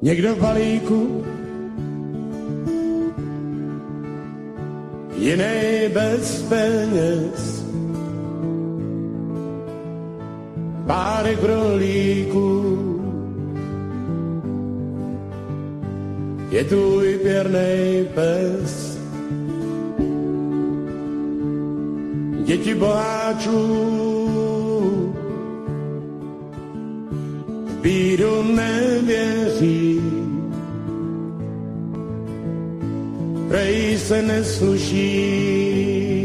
někdo v balíku, jiný bez peněz, párek rohlíků, je tvůj pěrnej pes. Děti boháčů v bídu nevěří, prej se nesluší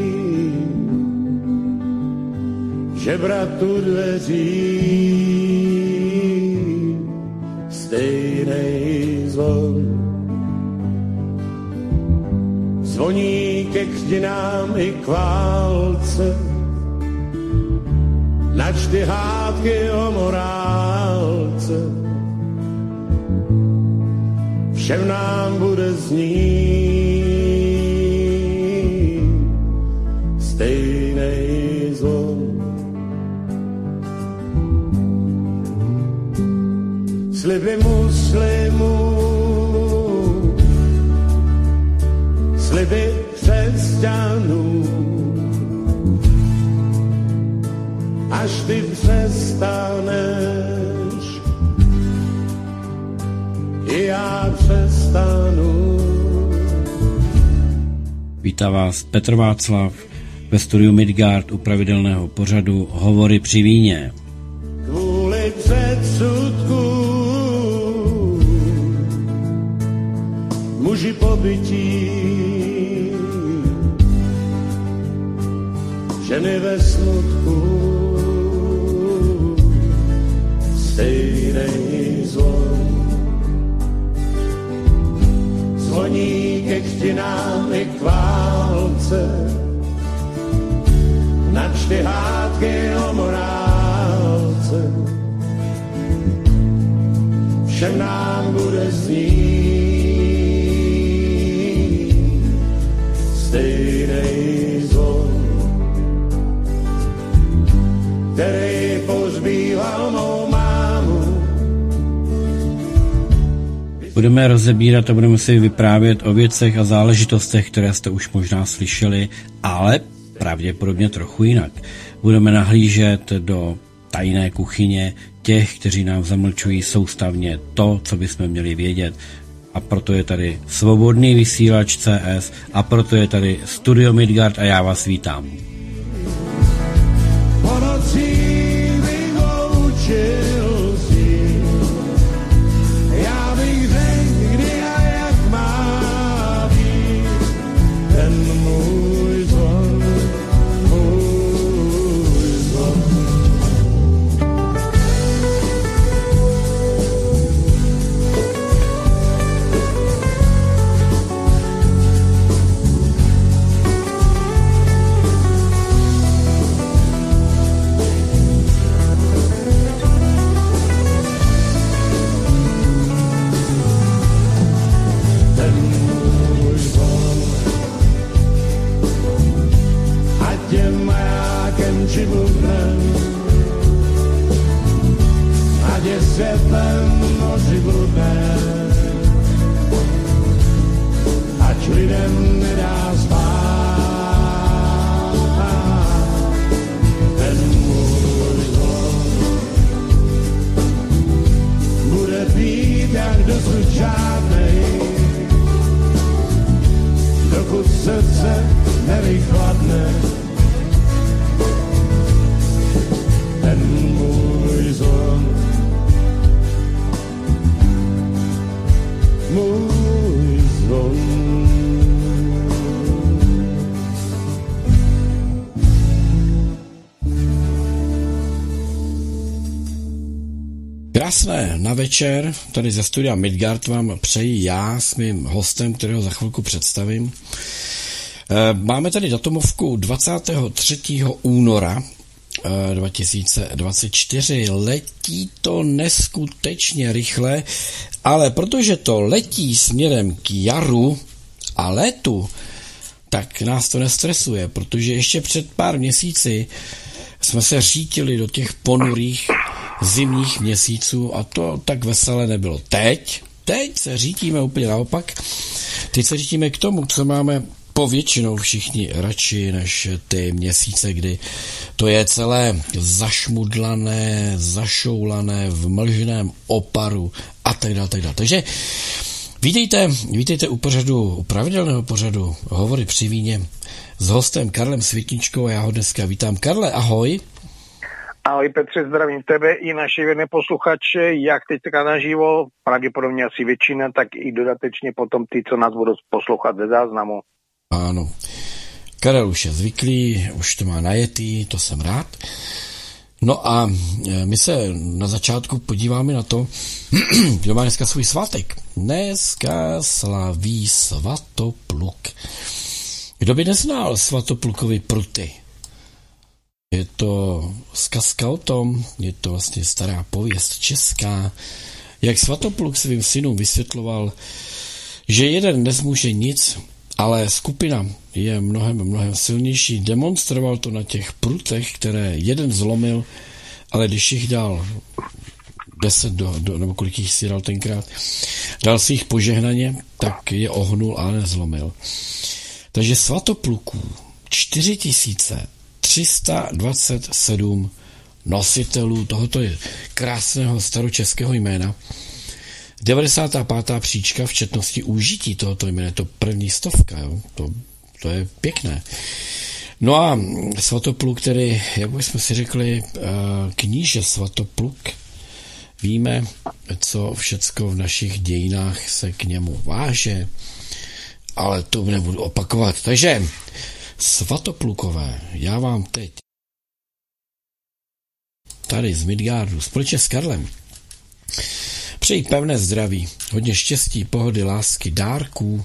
žebratu dveří. Stejnej zvon zvoní ke křtinám i k válce, načty hádky o morálce, všem nám bude znít stejnej zvon. Sliby muslimů, sliby křesťanů, až ty přestaneš, i já přestanu. Vítá vás Petr Václav ve studiu Midgard u pravidelného pořadu Hovory při víně. Kvůli předsudku muži pobytí, ženy ve smutku, stejnej zvon zvoní ke křtinám i k válce, načty hádky o morálce, všem nám bude znít stejnej zvon, který pozbýval mou mámu. Budeme rozebírat a budeme si vyprávět o věcech a záležitostech, které jste už možná slyšeli, ale pravděpodobně trochu jinak. Budeme nahlížet do tajné kuchyně těch, kteří nám zamlčují soustavně to, co bychom měli vědět. A proto je tady Svobodný vysílač CS a proto je tady Studio Midgard a já vás vítám. Krásné na večer, tady ze studia Midgard vám přeji já s mým hostem, kterého za chvilku představím. Máme tady datumovku 23. února 2024. Letí to neskutečně rychle, ale protože to letí směrem k jaru a létu, tak nás to nestresuje, protože ještě před pár měsíci jsme se řítili do těch ponurých zimních měsíců a to tak veselé nebylo. Teď teď se řítíme úplně naopak. Teď se řítíme k tomu, co máme povětšinou všichni radši než ty měsíce, kdy to je celé zašmudlané, zašoulané v mlžném oparu a tak dále, tak dále. Takže vítejte u pravidelného pořadu Hovory při víně s hostem Karlem Světničkou a já ho dneska vítám. Karle, ahoj. Ahoj Petře, zdravím tebe i naše věrné posluchače, jak teďka naživo, pravděpodobně asi většina, tak i dodatečně potom ty, co nás budou poslouchat ze záznamu. Ano, Karel už je zvyklý, už to má najetý, to jsem rád. No a my se na začátku podíváme na to, kdo má dneska svůj svátek. Dneska slaví Svatopluk. Kdo by neznal Svatoplukovy pruty? Je to zkazka o tom, je to vlastně stará pověst česká, jak Svatopluk svým synům vysvětloval, že jeden nezmůže nic, ale skupina je mnohem silnější. Demonstroval to na těch prutech, které jeden zlomil, ale když jich dal 10 nebo kolik jich si dal tenkrát, dal si jich požehnaně, tak je ohnul, ale nezlomil. Takže Svatopluků 4327 nositelů tohoto krásného staročeského jména. 95. příčka v četnosti užití tohoto jména, to první 100, jo? To je pěkné. No a Svatopluk, který, jak už jsme si řekli, kníže Svatopluk, víme, co všecko v našich dějinách se k němu váže, ale to nebudu opakovat. Takže Svatoplukové, já vám teď tady z Midgardu společně s Karlem přeji pevné zdraví, hodně štěstí, pohody, lásky, dárků,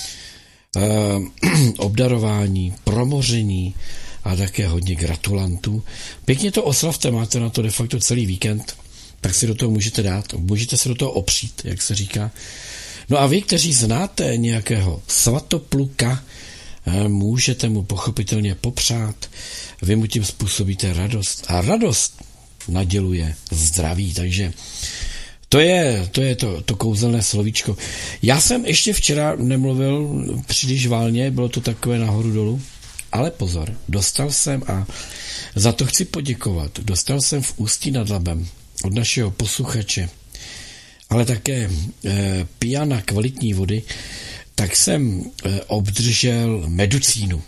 obdarování, promoření a také hodně gratulantů. Pěkně to oslavte, máte na to de facto celý víkend, tak si do toho můžete dát, můžete se do toho opřít, jak se říká. No a vy, kteří znáte nějakého Svatopluka, můžete mu pochopitelně popřát, vy mu tím způsobíte radost a radost naděluje zdraví, takže to je to kouzelné slovíčko. Já jsem ještě včera nemluvil příliš válně, bylo to takové nahoru dolů, ale pozor, dostal jsem a za to chci poděkovat. Dostal jsem v Ústí nad Labem od našeho posluchače, ale také pijana kvalitní vody, tak jsem obdržel meducínu.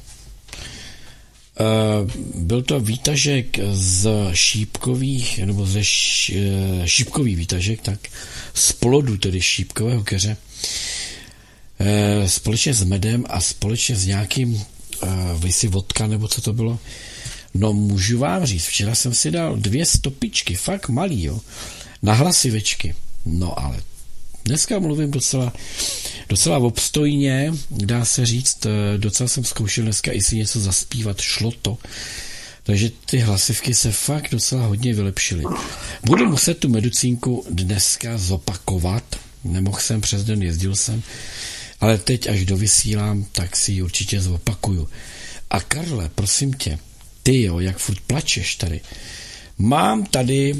Byl to výtažek z šípkových, nebo ze šípkový výtažek, tak z plodu, tedy šípkového keře, společně s medem a společně s nějakým vysi vodka, nebo co to bylo. No můžu vám říct, včera jsem si dal 2 stopičky, fakt malý, jo, na hlasivečky. No ale dneska mluvím docela obstojně, dá se říct, docela jsem zkoušel dneska i si něco zaspívat, šlo to. Takže ty hlasivky se fakt docela hodně vylepšily. Budu muset tu medicínku dneska zopakovat, nemohl jsem přes den, jezdil jsem, ale teď, až dovysílám, tak si ji určitě zopakuju. A Karle, prosím tě, ty jo, jak furt plačeš tady, mám tady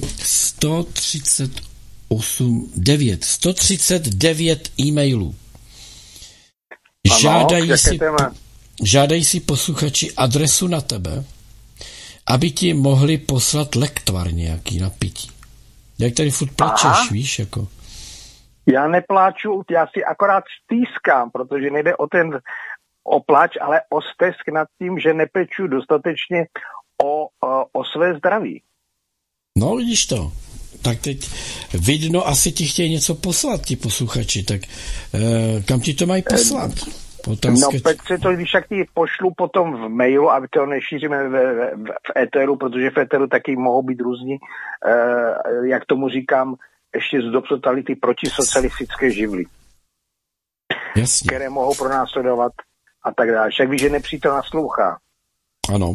139 e-mailů. Žádají si posluchači adresu na tebe, aby ti mohli poslat lektvar nějaký na pití. Jak tady furt plačeš, víš, jako. Já nepláču, já si akorát stýskám, protože nejde o pláč, ale o stesk nad tím, že nepeču dostatečně o své zdraví. No, vidíš to. Tak teď vidno, asi ti chtějí něco poslat, ti posluchači, tak kam ti to mají poslat? No Petře, to když tak ti pošlu potom v mailu, aby to nešíříme v éteru, protože v éteru taky mohou být různí, jak tomu říkám, ještě z dob totality protisocialistické živly. Jasně. Které mohou pronásledovat a tak dále. Však víš, že nepřítel naslouchá. Ano.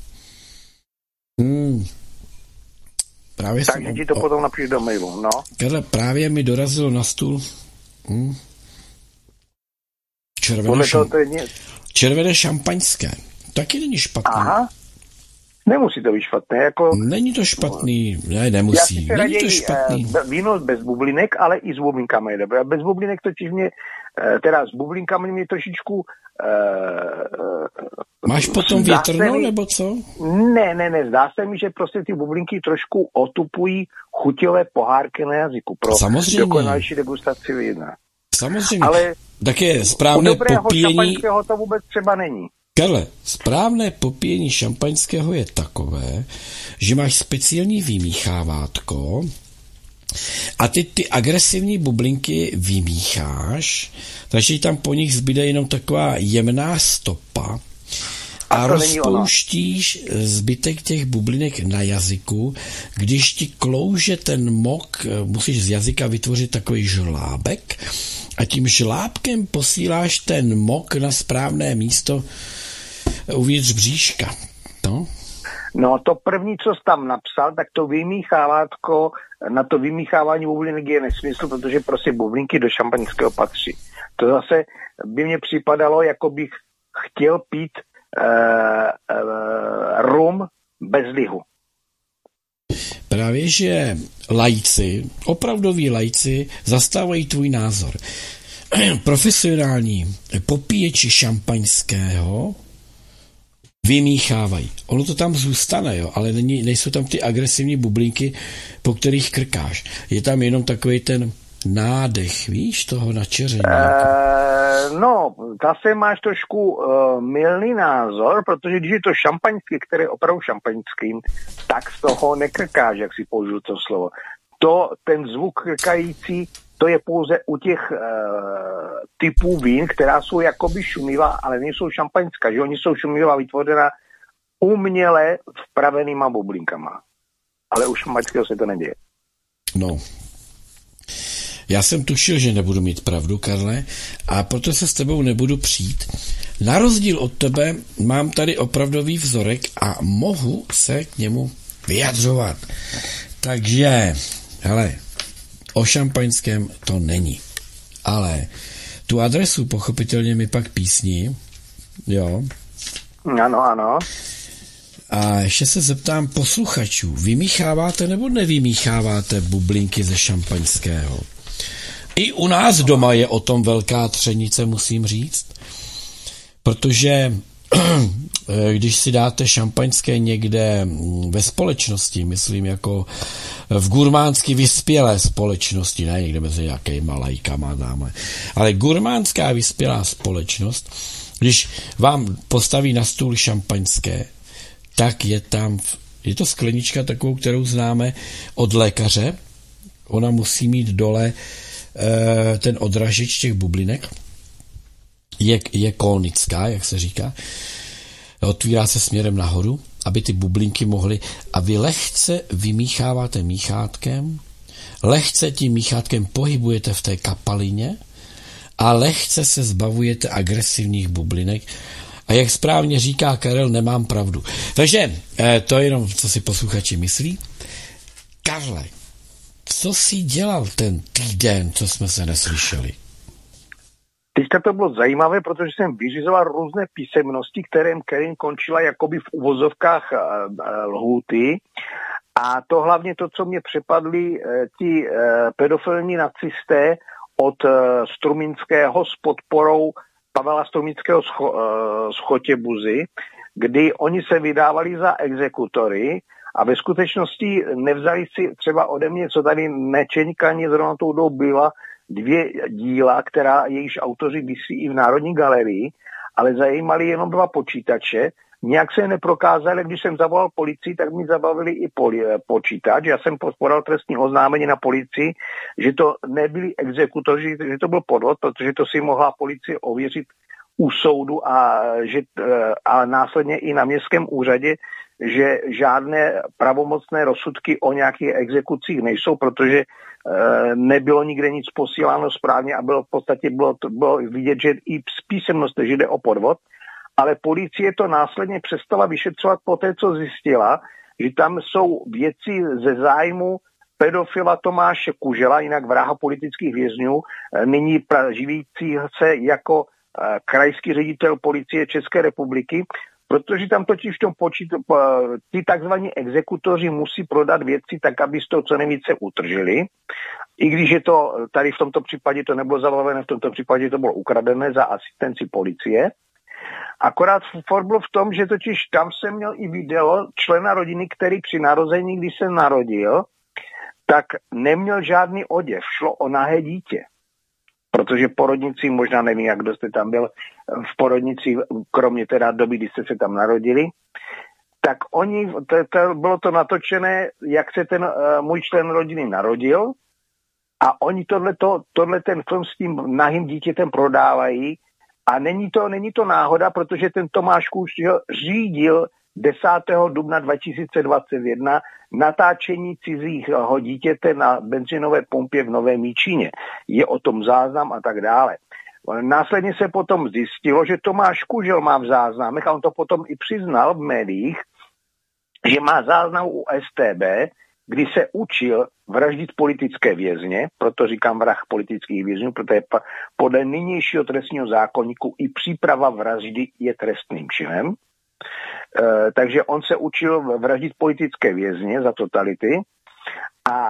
Takže ti to potom napíš do mailu, no. Karle, právě mi dorazilo na stůl červené šampaňské. Taky není špatné. Aha. Nemusí to být špatné. Jako... Není to špatný, ne, nemusí. Není to špatný. Víno bez bublinek, ale i s bublinkami je dobré. Bez bublinek totiž mě, teda s bublinkami mě trošičku... Máš potom větrno, nebo co? Ne, zdá se mi, že prostě ty bublinky trošku otupují chutivé pohárky na jazyku pro dokonalejší degustaci vína. Samozřejmě, ale tak je správné popíjení... šampaňského to vůbec třeba není. Karle, správné popíjení šampaňského je takové, že máš speciální vymíchávátko a ty agresivní bublinky vymícháš, takže tam po nich zbyde jenom taková jemná stopa a rozpouštíš zbytek těch bublinek na jazyku. Když ti klouže ten mok, musíš z jazyka vytvořit takový žlábek a tím žlábkem posíláš ten mok na správné místo uvnitř bříška. No to první, co jsi tam napsal, tak to vymíchávátko, na to vymíchávání bublinek je nesmysl, protože prostě bublinky do šampaňského patří. To zase by mě připadalo, jako bych chtěl pít rum bez lihu. Právě, že laici, opravdoví laici, zastávají tvůj názor. Profesionální popíječi šampaňského vymíchávají. Ono to tam zůstane, jo, ale nejsou tam ty agresivní bublinky, po kterých krkáš. Je tam jenom takový ten nádech, víš, toho načeření. No, zase máš trošku mylný názor, protože když je to šampaňský, který je opravdu šampaňským, tak z toho nekrkáš, jak si použil to slovo. Ten zvuk krkající, to je pouze u těch typů vín, která jsou jakoby šumivá, ale nejsou šampaňská, že oni jsou šumivá vytvořena uměle vpravenýma bublinkama. Ale u šampaňského se to neděje. No. Já jsem tušil, že nebudu mít pravdu, Karle, a proto se s tebou nebudu přijít. Na rozdíl od tebe mám tady opravdový vzorek a mohu se k němu vyjadřovat. Takže, hele, o šampaňském to není. Ale tu adresu pochopitelně mi pak písni, jo. Ano. A ještě se zeptám posluchačů, vymícháváte nebo nevymícháváte bublinky ze šampaňského? I u nás doma je o tom velká třenice, musím říct, protože když si dáte šampaňské někde ve společnosti, myslím jako v gurmánsky vyspělé společnosti, ne někde mezi nějakýma lajkama dáme, ale gurmánská vyspělá společnost, když vám postaví na stůl šampaňské, tak je to sklenička takovou, kterou známe od lékaře, ona musí mít dole ten odražič těch bublinek, je konická, jak se říká, otvírá se směrem nahoru, aby ty bublinky mohly, a vy lehce vymícháváte míchátkem, lehce tím míchátkem pohybujete v té kapalině a lehce se zbavujete agresivních bublinek. A jak správně říká Karel, nemám pravdu. Takže to je jenom, co si posluchači myslí. Karle, co jsi dělal ten týden, co jsme se neslyšeli? Teďka to bylo zajímavé, protože jsem vyřizoval různé písemnosti, kterým končila jakoby v uvozovkách lhůty. A to hlavně to, co mě přepadli ti pedofilní nacisté od Strumínského s podporou Pavela Strumínského z Chotěbuzy, kdy oni se vydávali za exekutory a ve skutečnosti nevzali si třeba ode mě, co tady nečenikaně zrovna tou dobou byla, 2 díla, která jejíž autoři visí i v Národní galerii, ale zajímali jenom 2 počítače. Nějak se neprokázali, když jsem zavolal policii, tak mi zabavili i počítač. Já jsem podal trestní oznámení na policii, že to nebyli exekutoři, že to byl podvod, protože to si mohla policie ověřit u soudu a následně i na městském úřadě, že žádné pravomocné rozsudky o nějakých exekucích nejsou, protože nebylo nikde nic posíláno správně a bylo v podstatě bylo vidět, že i z písemnosti, že jde o podvod, ale policie to následně přestala vyšetřovat po té, co zjistila, že tam jsou věci ze zájmu pedofila Tomáše Kužela, jinak vraha politických vězňů, nyní živící se jako krajský ředitel policie České republiky, protože tam totiž v tom ti takzvaní exekutoři musí prodat věci tak, aby z toho co nejvíce utržili. I když je to, tady v tomto případě to nebylo zabavené, v tomto případě to bylo ukradené za asistenci policie. Akorát for byl v tom, že totiž tam jsem měl i video člena rodiny, který při narození, když se narodil, tak neměl žádný oděv. Šlo o nahé dítě. Protože porodnici, možná nevím, jak kdo jste tam byl v porodnici, kromě teda doby, kdy jste se tam narodili, tak oni, bylo to natočené, jak se ten můj člen rodiny narodil a oni tohle ten film s tím nahým dítětem prodávají a není to náhoda, protože ten Tomáš Kůž řídil 10. dubna 2021 natáčení cizího dítěte na benzínové pumpě v Novém Jičíně. Je o tom záznam a tak dále. Následně se potom zjistilo, že Tomáš Kužel má v záznamech, a on to potom i přiznal v médiích, že má záznam u STB, kdy se učil vraždit politické vězně, proto říkám vrah politických vězňů, protože podle nynějšího trestního zákoníku i příprava vraždy je trestným činem. Takže on se učil vraždit politické vězně za totality a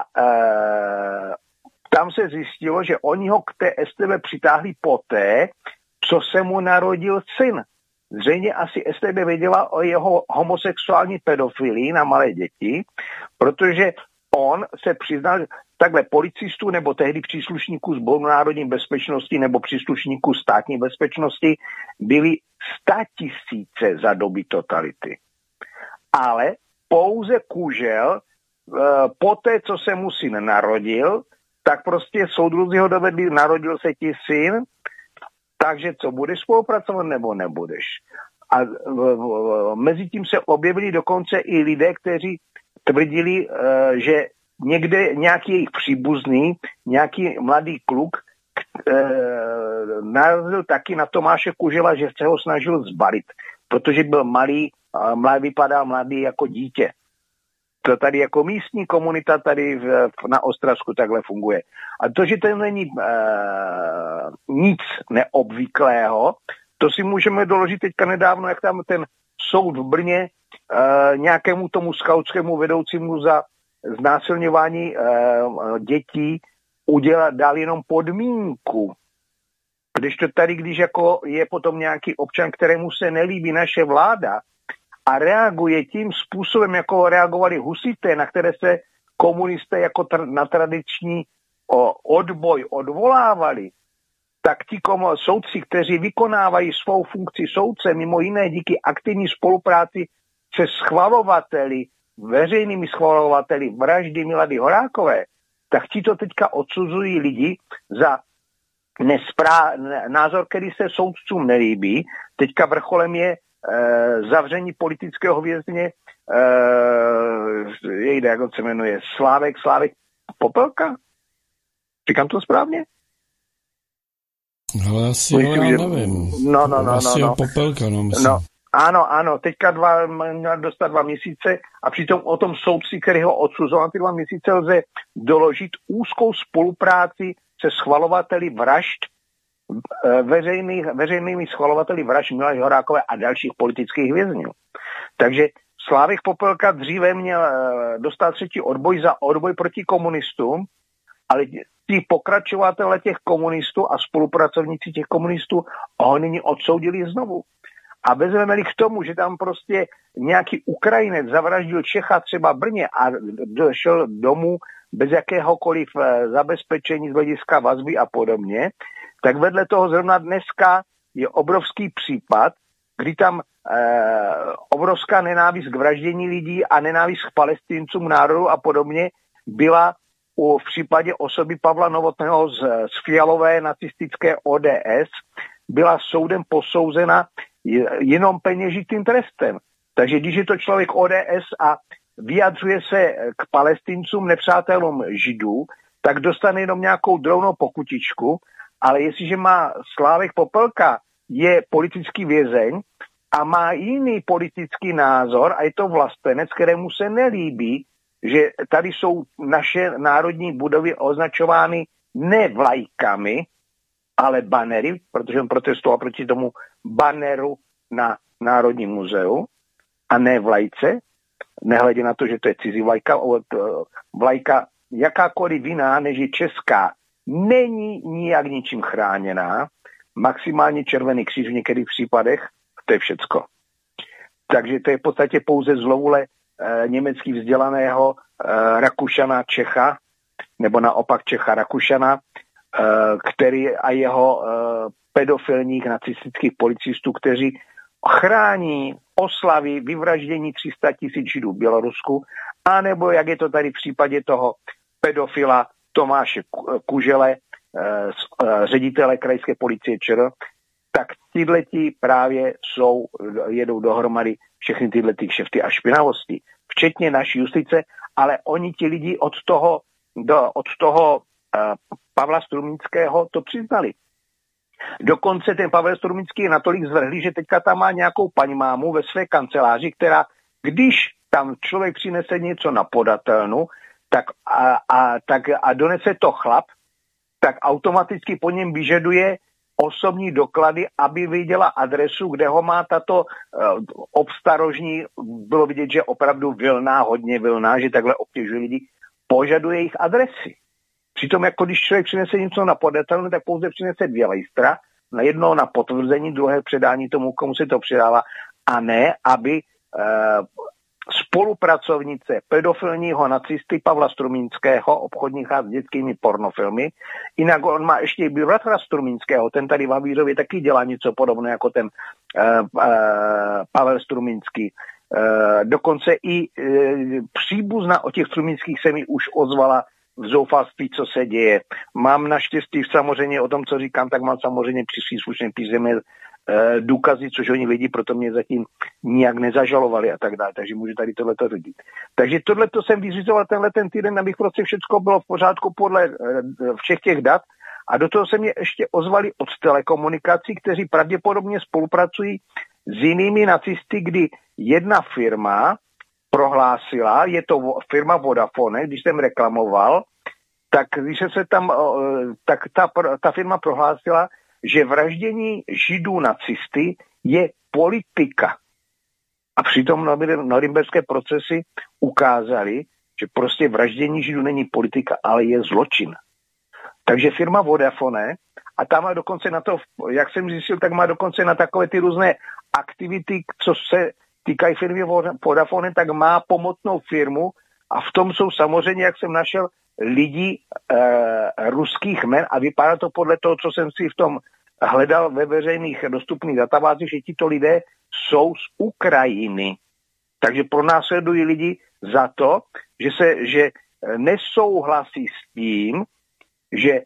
tam se zjistilo, že oni ho k té STB přitáhli poté, co se mu narodil syn. Zřejmě asi STB věděla o jeho homosexuální pedofilii na malé děti, protože on se přiznal, takhle policistů nebo tehdy příslušníků Sboru národní bezpečnosti nebo příslušníků státní bezpečnosti byly 100 000 za doby totality. Ale pouze Kužel, poté, co se mu syn narodil, tak prostě soudruzi ho dovedli, narodil se ti syn, takže co, budeš spolupracovat nebo nebudeš? A mezi tím se objevili dokonce i lidé, kteří tvrdili, že někde nějaký jejich příbuzný, nějaký mladý kluk narazil taky na Tomáše Kužela, že se ho snažil zbalit, protože byl malý, vypadal mladý jako dítě. To tady jako místní komunita tady na Ostravsku takhle funguje. A to, že to není nic neobvyklého, to si můžeme doložit teďka nedávno, jak tam ten soud v Brně nějakému tomu skautskému vedoucímu za znásilňování dětí dal jenom podmínku. Kdežto tady, když jako je potom nějaký občan, kterému se nelíbí naše vláda a reaguje tím způsobem, jako reagovali husité, na které se komunisté jako na tradiční odboj odvolávali, tak ti soudci, kteří vykonávají svou funkci soudce, mimo jiné díky aktivní spolupráci se schvalovateli, veřejnými schvalovateli vraždy Milady Horákové, tak ti to teďka odsuzují lidi za názor, který se soudcům nelíbí. Teďka vrcholem je zavření politického vězně, jak on se jmenuje, Slávek Popelka? Říkám to správně? Ale asi já nevím. Popelka, myslím. No, ano, teďka měl dostat 2 měsíce a přitom o tom soudci, který ho odsuzoval na ty 2 měsíce, lze doložit úzkou spolupráci se schvalovateli vražd, veřejnými schvalovateli vražd Milady Horákové a dalších politických vězňů. Takže Slávek Popelka dříve měl dostat 3. odboj za odboj proti komunistům, ale ti pokračovatele těch komunistů a spolupracovníci těch komunistů ho nyní odsoudili znovu. A vezmeme-li k tomu, že tam prostě nějaký Ukrajinec zavraždil Čecha třeba v Brně a došel domů bez jakéhokoliv zabezpečení z hlediska vazby a podobně, tak vedle toho zrovna dneska je obrovský případ, kdy tam obrovská nenávist k vraždění lidí a nenávist k Palestincům, národu a podobně byla v případě osoby Pavla Novotného z Fialové nacistické ODS, byla soudem posouzena jenom peněžitým trestem. Takže když je to člověk ODS a vyjadřuje se k Palestincům, nepřátelům Židů, tak dostane jenom nějakou drobnou pokutičku, ale jestliže má Slávek Popelka, je politický vězeň a má jiný politický názor a je to vlastenec, kterému se nelíbí, že tady jsou naše národní budovy označovány ne vlajkami, ale banery, protože on protestoval proti tomu baneru na Národním muzeu a ne vlajce, nehledě na to, že to je cizí vlajka. Vlajka jakákoliv jiná, než je česká, není nijak ničím chráněná. Maximálně Červený kříž v některých případech, to je všecko. Takže to je v podstatě pouze zlovůle německy vzdělaného Rakušana Čecha, nebo naopak Čecha Rakušana, který a jeho pedofilních nacistických policistů, kteří chrání oslavy vyvraždění 300 000 Židů v Bělorusku, anebo jak je to tady v případě toho pedofila Tomáše Kužele, ředitele krajské policie ČR, tak tyhleti právě jedou dohromady všechny tyhlety kšefty a špinavosti, včetně naší justice, ale oni ti lidi od toho Pavla Strumínského to přiznali. Dokonce ten Pavel Strumínský je natolik zvrhlý, že teďka tam má nějakou paní mámu ve své kanceláři, která, když tam člověk přinese něco na podatelnu, a donese to chlap, tak automaticky po něm vyžaduje osobní doklady, aby viděla adresu, kde ho má tato obstarožní, bylo vidět, že opravdu hodně vilná, že takhle obtěžuje lidi, požaduje jejich adresy. Přitom, jako když člověk přinese něco na podatelnu, tak pouze přinese 2 listra, na jedno na potvrzení, druhé předání tomu, komu se to předává, a ne, aby spolupracovnice pedofilního nacisty Pavla Strumínského, obchodníka s dětskými pornofilmy. Jinak on má ještě i bratra Strumínského, ten tady v Havířově taky dělá něco podobného jako ten Pavel Strumínský. Dokonce i příbuzna o těch Strumínských se mi už ozvala v zoufalství, co se děje. Mám naštěstí samozřejmě o tom, co říkám, tak mám samozřejmě při příslušném písemné důkazy, což oni vědí, proto mě zatím nijak nezažalovali a tak dále, takže můžu tady tohleto říct. Takže tohleto jsem vyřizoval tenhle ten týden, abych prostě všechno bylo v pořádku podle všech těch dat, a do toho se mě ještě ozvali od telekomunikací, kteří pravděpodobně spolupracují s jinými nacisty, kdy jedna firma prohlásila, je to firma Vodafone, když jsem reklamoval, tak když se tam, tak ta firma prohlásila, že vraždění Židů nacisty je politika. A přitom norimberské procesy ukázaly, že prostě vraždění Židů není politika, ale je zločin. Takže firma Vodafone, a tam má dokonce na to, jak jsem zjistil, tak má dokonce na takové ty různé aktivity, co se týkají firmy Vodafone, tak má pomocnou firmu, a v tom jsou samozřejmě, jak jsem našel, lidi ruských jmen, a vypadá to podle toho, co jsem si v tom hledal ve veřejných dostupných databázích, že tito lidé jsou z Ukrajiny. Takže pronásledují lidi za to, že nesouhlasí s tím, že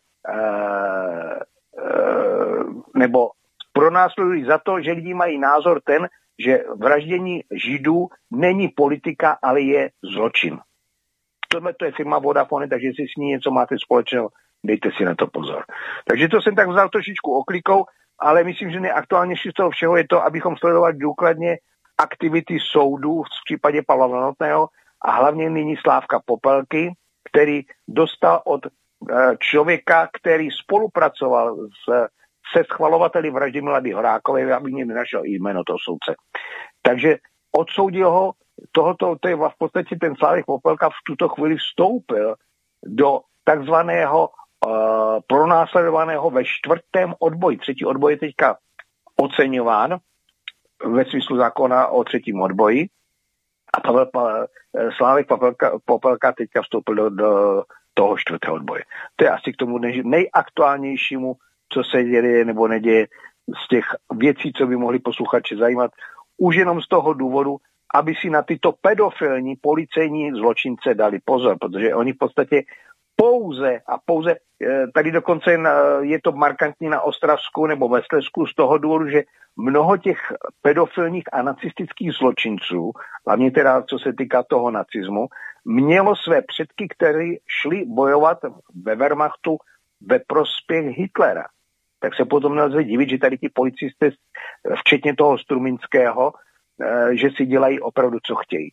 nebo pronásledují za to, že lidi mají názor ten, že vraždění Židů není politika, ale je zločin. Tohle to je firma Vodafone, takže jestli s ní něco máte společného, dejte si na to pozor. Takže to jsem tak vzal trošičku oklikou, ale myslím, že nejaktuálnější z toho všeho je to, abychom sledovali důkladně aktivity soudů v případě Pavla Novotného a hlavně nyní Slávka Popelky, který dostal od člověka, který spolupracoval se schvalovateli vraždy Milady Horákové, aby mě nenašel jméno toho soudce. Takže odsoudil ho, to je v podstatě ten Slávek Popelka v tuto chvíli vstoupil do takzvaného pronásledovaného ve 4. odboji. 3. odboj je teďka oceňován ve smyslu zákona o 3. odboji a Slávek Popelka teďka vstoupil do toho 4. odboje. To je asi k tomu nejaktuálnějšímu, co se děje nebo neděje z těch věcí, co by mohli posluchači zajímat, už jenom z toho důvodu, aby si na tyto pedofilní policejní zločince dali pozor, protože oni v podstatě pouze, tady dokonce je to markantní na Ostravsku nebo ve Slezsku z toho důvodu, že mnoho těch pedofilních a nacistických zločinců, hlavně teda co se týká toho nacismu, mělo své předky, kteří šli bojovat ve Wehrmachtu ve prospěch Hitlera. Tak se potom nelze divit, že tady ti policisté, včetně toho Strumínského, že si dělají opravdu, co chtějí.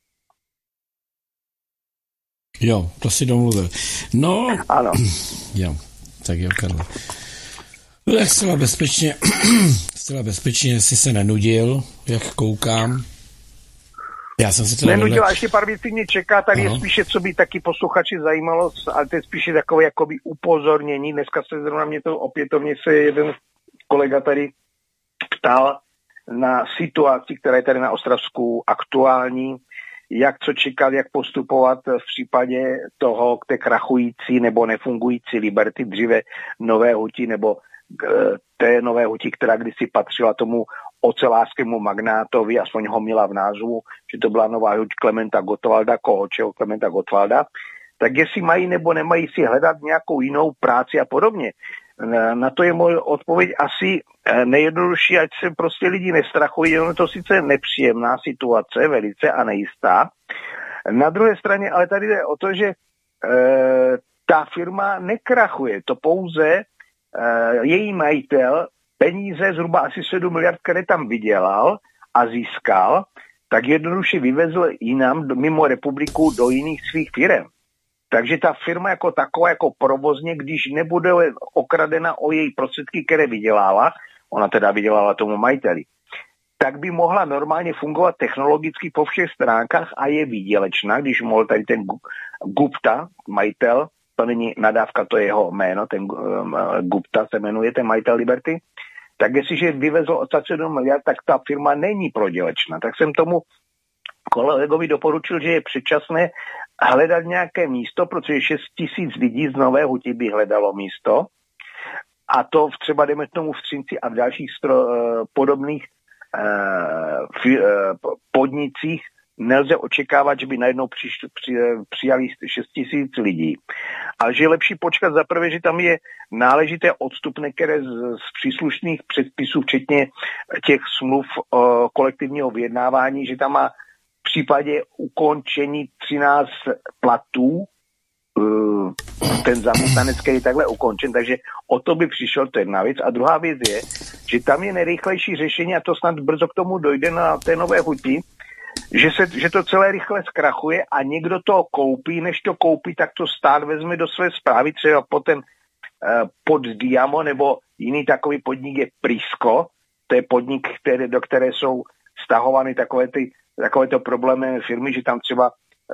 Jo, to si domluvil. No, ano. Jo, tak jo, Karle. No tak zcela bezpečně si se nenudil, jak koukám. Já jsem si to nenudil, a ještě pár věcí mě čeká, tady je spíše, co by taky posluchači zajímalo, ale to je spíše takové jakoby upozornění. Dneska se zrovna mě to opětovně se jeden kolega tady ptal na situaci, která je tady na Ostravsku aktuální, jak co čekat, jak postupovat v případě toho, té krachující nebo nefungující Liberty, dříve Nové Huti, nebo té Nové Huti, která kdysi patřila tomu ocelářskému magnátovi, aspoň ho měla v názvu, že to byla Nová Huť Klementa Gottwalda, Kohočeho Klementa Gottwalda, tak jestli mají nebo nemají si hledat nějakou jinou práci a podobně. Na to je moje odpověď asi nejjednodušší, ať se prostě lidi nestrachují, ono to sice nepříjemná situace, velice a nejistá. Na druhé straně, ale tady jde o to, že ta firma nekrachuje, to pouze její majitel peníze, zhruba asi 7 miliard, které tam vydělal a získal, tak jednoduše vyvezl jinam mimo republiku do jiných svých firem. Takže ta firma jako taková, jako provozně, když nebude okradena o její prostředky, které vydělala, ona teda vydělala tomu majiteli, tak by mohla normálně fungovat technologicky po všech stránkách a je výdělečná, když mohl tady ten Gupta, majitel, to není nadávka, to je jeho jméno, ten Gupta se jmenuje, ten majitel Liberty, tak jestliže vyvezl od 7 miliard, tak ta firma není prodělečná. Tak jsem tomu kolegovi doporučil, že je předčasné hledat nějaké místo, protože 6 000 lidí z Nové Huti by hledalo místo, a to třeba jdeme tomu v Třinci a v dalších podobných podnicích nelze očekávat, že by najednou přijali 6 000 lidí. Ale že je lepší počkat za prvé, že tam je náležité odstupné, které z příslušných předpisů, včetně těch smluv kolektivního vyjednávání, že tam má v případě ukončení 13 platů ten zaměstnanecký je takhle ukončen, takže o to by přišel, to jedna věc. A druhá věc je, že tam je nejrychlejší řešení, a to snad brzo k tomu dojde na té Nové Huti, že to celé rychle zkrachuje a někdo to koupí, než to koupí, tak to stát vezme do své správy, třeba potom pod Diamo nebo jiný takový podnik je Prisco, to je podnik, do které jsou stahovány takovéto problémy firmy, že tam třeba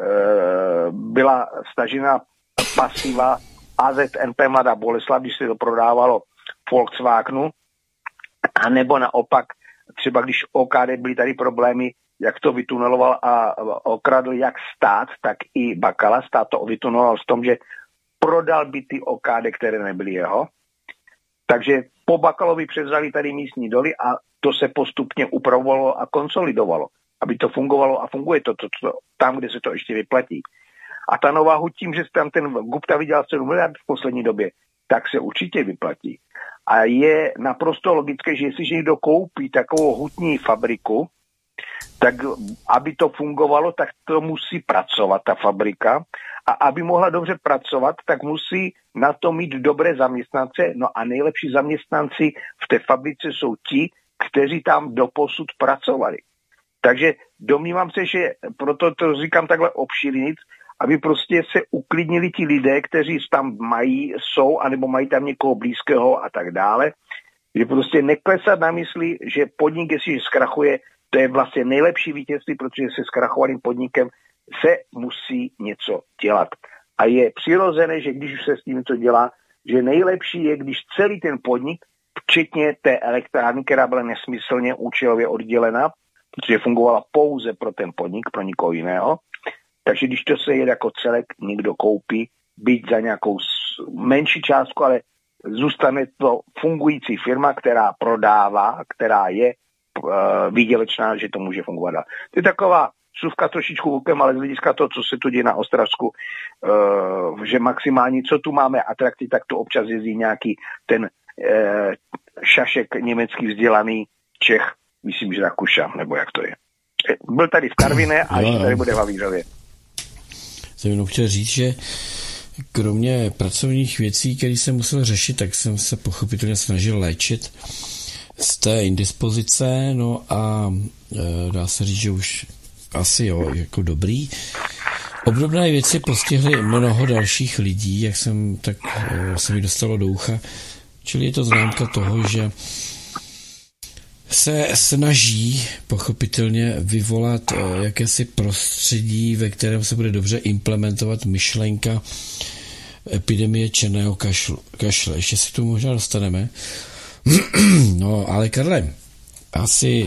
byla stažena pasiva AZNP Mladá Boleslav, když se to prodávalo Volkswagenu, a nebo naopak třeba když OKD byly tady problémy, jak to vytuneloval a okradl jak stát, tak i Bakala. Stát to vytuneloval v tom, že prodal byty OKD, které nebyly jeho. Takže po Bakalovi převzali tady místní doly a to se postupně upravovalo a konsolidovalo, aby to fungovalo, a funguje to tam, kde se to ještě vyplatí. A ta Nová Huť tím, že tam ten Gupta vydělal 7 miliard v poslední době, tak se určitě vyplatí. A je naprosto logické, že jestliže někdo koupí takovou hutní fabriku, tak aby to fungovalo, tak to musí pracovat ta fabrika, a aby mohla dobře pracovat, tak musí na to mít dobré zaměstnance, no a nejlepší zaměstnanci v té fabrice jsou ti, kteří tam doposud pracovali. Takže domnívám se, že proto to říkám takhle obšírnic, aby prostě se uklidnili ti lidé, kteří tam jsou, anebo mají tam někoho blízkého a tak dále, že prostě neklesat na mysli, že podnik, jestli zkrachuje, to je vlastně nejlepší vítězství, protože se zkrachovaným podnikem se musí něco dělat. A je přirozené, že když už se s tím něco dělá, že nejlepší je, když celý ten podnik, včetně té elektrárny, která byla nesmyslně účelově oddělena, protože fungovala pouze pro ten podnik, pro nikoho jiného, takže když to se jede jako celek, někdo koupí, byť za nějakou menší částku, ale zůstane to fungující firma, která prodává, která je výdělečná, že to může fungovat. To je taková suvka trošičku vukem, ale z hlediska toho, co se tu děje na Ostravsku, že maximálně, co tu máme atrakty, tak to občas jezdí nějaký ten šašek německý vzdělaný Čech, myslím, že Rakuša, nebo jak to je. Byl tady v Karviné a ještě tady bude v Havířově. Jsem jenom chtěl říct, že kromě pracovních věcí, které jsem musel řešit, tak jsem se pochopitelně snažil léčit z té indispozice, no a dá se říct, že už asi jako dobrý. Obdobné věci postihly mnoho dalších lidí, jak jsem, tak se mi dostalo do ucha, Čili je to známka toho, že se snaží pochopitelně vyvolat jakési prostředí, ve kterém se bude dobře implementovat myšlenka epidemie černého kašle. Ještě si k tomu možná dostaneme. No, ale Karle, asi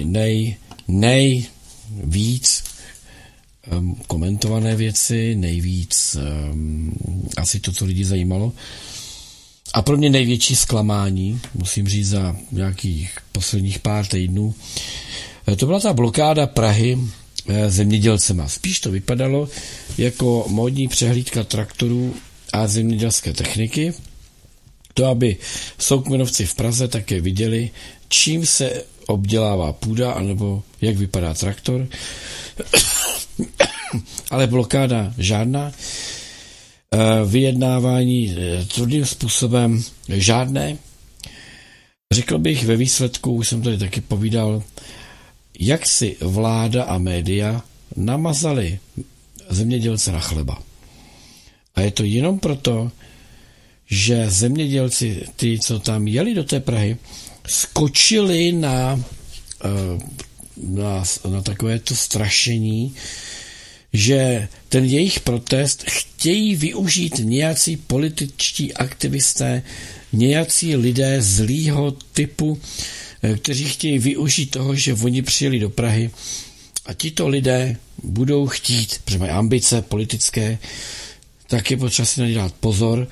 nejvíc komentované věci, nejvíc asi to, co lidi zajímalo. A pro mě největší zklamání, musím říct za nějakých posledních pár týdnů, to byla ta blokáda Prahy zemědělcema. Spíš to vypadalo jako módní přehlídka traktorů a zemědělské techniky. To, aby soukmenovci v Praze také viděli, čím se obdělává půda, anebo jak vypadá traktor. Ale blokáda žádná. Vyjednávání trudným způsobem žádné. Řekl bych ve výsledku, už jsem tady taky povídal, jak si vláda a média namazali zemědělce na chleba. A je to jenom proto, že zemědělci, ty, co tam jeli do té Prahy, skočili na takové to strašení, že ten jejich protest chtějí využít nějací političtí aktivisté, nějací lidé zlýho typu, kteří chtějí využít toho, že oni přijeli do Prahy a tito lidé budou chtít, protože mají ambice politické, tak je potřeba si na ně dát pozor.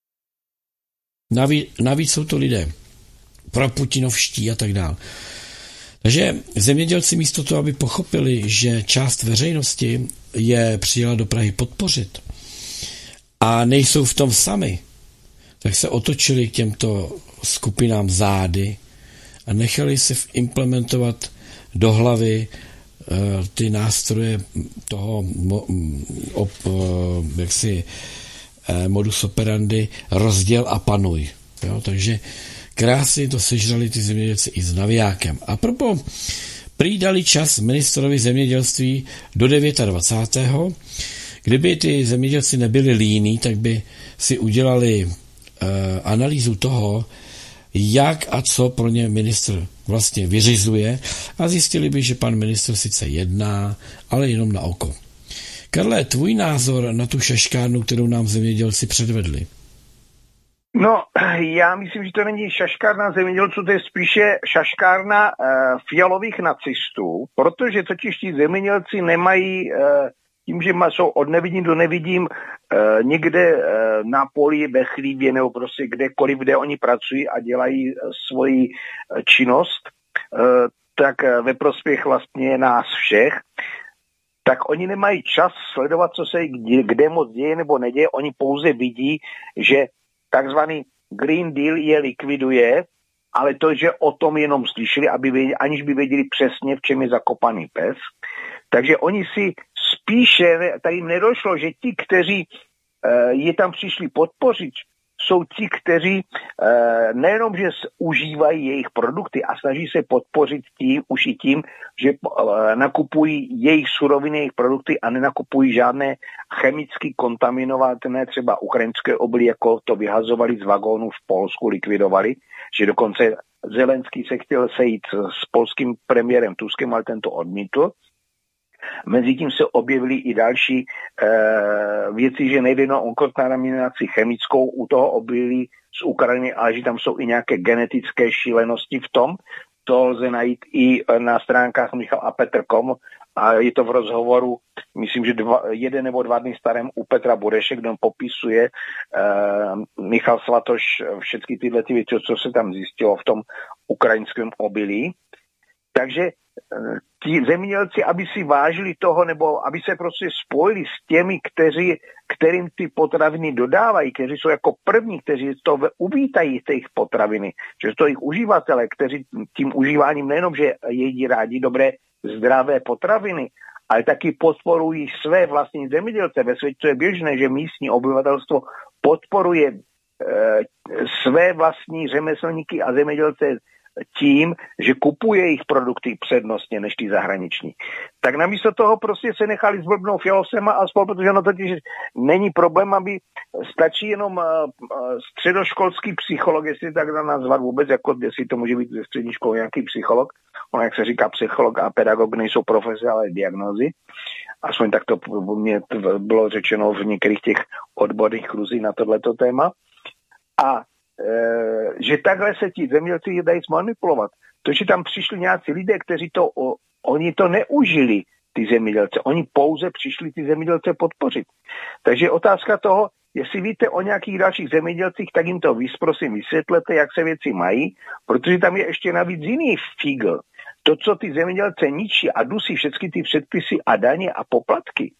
Navíc jsou to lidé proputinovští a tak dále. Takže zemědělci místo toho, aby pochopili, že část veřejnosti je přijela do Prahy podpořit a nejsou v tom sami, tak se otočili k těmto skupinám zády a nechali si implementovat do hlavy ty nástroje toho modus operandi rozděl a panuj. Jo, takže krásně to sežrali ty zemědělci i s navijákem. A propo prý dali čas ministrovi zemědělství do 29. Kdyby ty zemědělci nebyli líní, tak by si udělali analýzu toho, jak a co pro ně ministr vlastně vyřizuje a zjistili by, že pan ministr sice jedná, ale jenom na oko. Karle, tvůj názor na tu šaškárnu, kterou nám zemědělci předvedli? No, já myslím, že to není šaškárna zemědělců, to je spíše šaškárna fialových nacistů, protože totiž ti zemědělci nemají, tím, že jsou od nevidím do nevidím někde na poli, ve chlívě nebo prostě kdekoliv, kde oni pracují a dělají svoji činnost, tak ve prospěch vlastně nás všech, tak oni nemají čas sledovat, co se kde moc děje nebo neděje, oni pouze vidí, že takzvaný Green Deal je likviduje, ale to, že o tom jenom slyšeli, aniž by věděli přesně, v čem je zakopaný pes. Takže oni si spíše, tady jim nedošlo, že ti, kteří je tam přišli podpořit, jsou ti, kteří nejenom, že užívají jejich produkty a snaží se podpořit už i tím, že nakupují jejich suroviny, jejich produkty a nenakupují žádné chemicky kontaminované třeba ukrajinské obilí, jako to vyhazovali z vagónů v Polsku, likvidovali, že dokonce Zelenský se chtěl sejít s polským premiérem Tuskem, ale tento odmítl. Mezitím se objevily i další věci, že nejde o kontaminaci chemickou u toho obilí z Ukrajiny, ale že tam jsou i nějaké genetické šílenosti v tom. To lze najít i na stránkách michalapeter.com a je to v rozhovoru, myslím, že 1 nebo 2 dny starém u Petra Bureše, kde on popisuje Michal Svatoš všechny tyhle věci, co se tam zjistilo v tom ukrajinském obilí. Takže ti zemědělci, aby si vážili toho, nebo aby se prostě spojili s těmi, kterým ty potraviny dodávají, kteří jsou jako první, kteří to uvítají těch potraviny, že jsou jejich uživatelé, kteří tím užíváním nejenom, že jedí rádi dobré zdravé potraviny, ale taky podporují své vlastní zemědělce. Ve světě je běžné, že místní obyvatelstvo podporuje své vlastní řemeslníky a zemědělce tím, že kupuje jejich produkty přednostně než ty zahraniční. Tak namísto toho prostě se nechali zblbnout fialosema a spolu, protože no totiž není problém, aby stačí jenom středoškolský psycholog, jestli tak dá nazvat vůbec, jako jestli to může být ze střední školy nějaký psycholog. Ono, jak se říká, psycholog a pedagog nejsou profese, ale diagnózy. Aspoň tak to mě bylo řečeno v některých těch odborných kruzích na tohleto téma. A že takhle se ti zemědělci dají zmanipulovat. To, že tam přišli nějací lidé, kteří oni to neužili, ty zemědělce. Oni pouze přišli ty zemědělce podpořit. Takže otázka toho, jestli víte o nějakých dalších zemědělcích, tak jim to prosím vysvětlete, jak se věci mají, protože tam je ještě navíc jiný fígl. To, co ty zemědělce ničí a dusí všechny ty předpisy a daně a poplatky,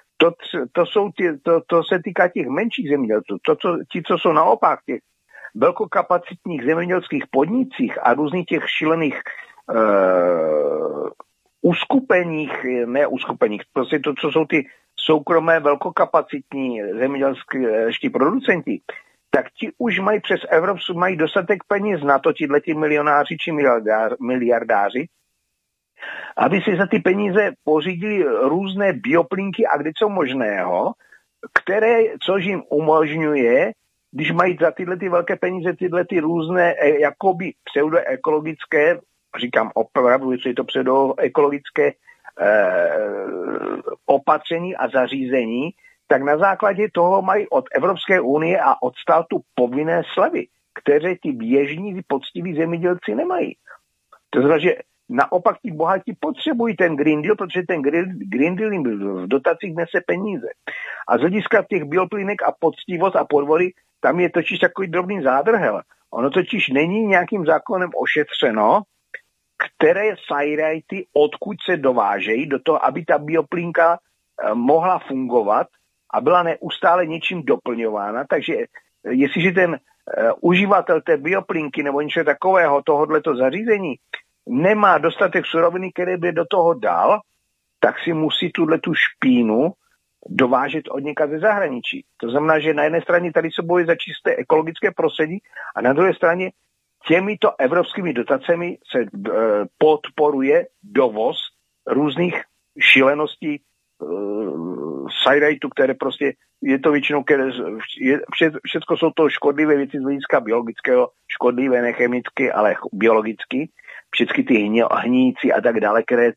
to se týká těch menších zemědělců. Ti, co jsou naopak těch velkokapacitních zemědělských podnicích a různých těch šílených uskupeních, prostě to, co jsou ty soukromé velkokapacitní zemědělští producenti, tak ti už mají přes Evropu mají dostatek peněz na to, tihleti milionáři či miliardáři, aby si za ty peníze pořídili různé bioplínky a kde co možného, což jim umožňuje, když mají za tyhle ty velké peníze tyhle ty různé jakoby pseudoekologické, říkám opravdu, jestli je to pseudoekologické opatření a zařízení, tak na základě toho mají od Evropské unie a od státu povinné slevy, které ti běžní poctiví zemědělci nemají. To znamená, že naopak ti bohatí potřebují ten Green Deal, protože ten Green Deal jim v dotacích nese peníze. A z hlediska těch bioplínek a poctivost a podvody, tam je totiž takový drobný zádrhel. Ono totiž není nějakým zákonem ošetřeno, které sajrajty odkud se dovážejí do toho, aby ta bioplínka mohla fungovat a byla neustále něčím doplňována. Takže jestliže ten uživatel té bioplínky nebo něco takového, tohoto zařízení, nemá dostatek suroviny, které by do toho dal, tak si musí tu špínu dovážet od někaď ze zahraničí. To znamená, že na jedné straně tady se bojuje za čisté ekologické prostředí a na druhé straně těmito evropskými dotacemi se podporuje dovoz různých šíleností sajrajtu, které prostě je to většinou, všechno jsou to škodlivé věci z hlediska biologického, škodlivé, nechemicky, ale biologicky, všechny ty hníci a tak dále, které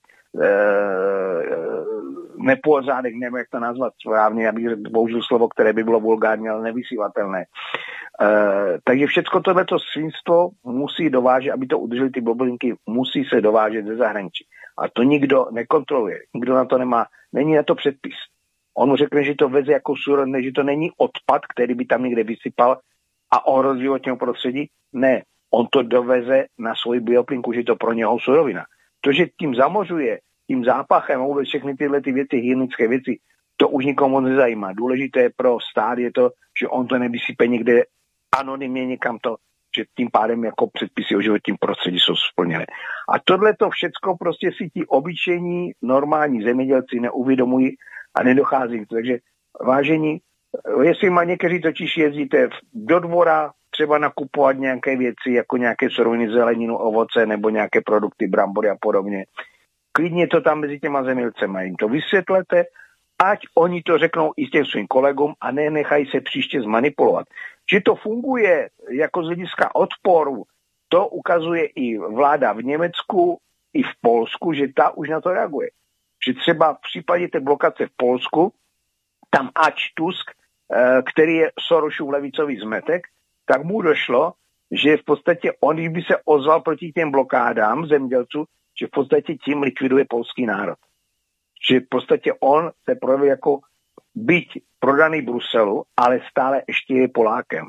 nepořádek, nevím, jak to nazvat správně, já bych použil slovo, které by bylo vulgární, ale nevysílatelné. Takže všechno tohleto svinstvo musí dovážet, aby to udrželi ty boblinky, musí se dovážet ze zahraničí. A to nikdo nekontroluje, nikdo na to nemá, není na to předpis. On mu řekne, že to veze jako surovinu, že to není odpad, který by tam někde vysypal a ohrozil životního prostředí. Ne, on to doveze na svoji bioplinku, že to pro něho surovina. To, že tím zamořuje, tím zápachem a vůbec všechny tyhle ty věci, hygienické věci, to už nikomu nezajímá. Důležité pro stát je to, že on to nevysype někde anonymně někam to, že tím pádem jako předpisy o životním prostředí jsou splněné. A tohle to všecko prostě si ti obyčejní normální zemědělci neuvědomují a nedochází. Takže vážení, jestli má někteří totiž jezdíte do dvora, třeba nakupovat nějaké věci, jako nějaké suroviny, zeleninu, ovoce nebo nějaké produkty, brambory a podobně. Klidně to tam mezi těma zemědělcema jim to vysvětlete, ať oni to řeknou i těm svým kolegům a nenechají se příště zmanipulovat. Že to funguje jako z hlediska odporu, to ukazuje i vláda v Německu, i v Polsku, že ta už na to reaguje. Že třeba v případě té blokace v Polsku, tam ač Tusk, který je Sorosův levicový zmetek, tak mu došlo, že v podstatě on, když by se ozval proti těm blokádám zemědělců, že v podstatě tím likviduje polský národ. Že v podstatě on se projevil jako byť prodaný Bruselu, ale stále ještě je Polákem.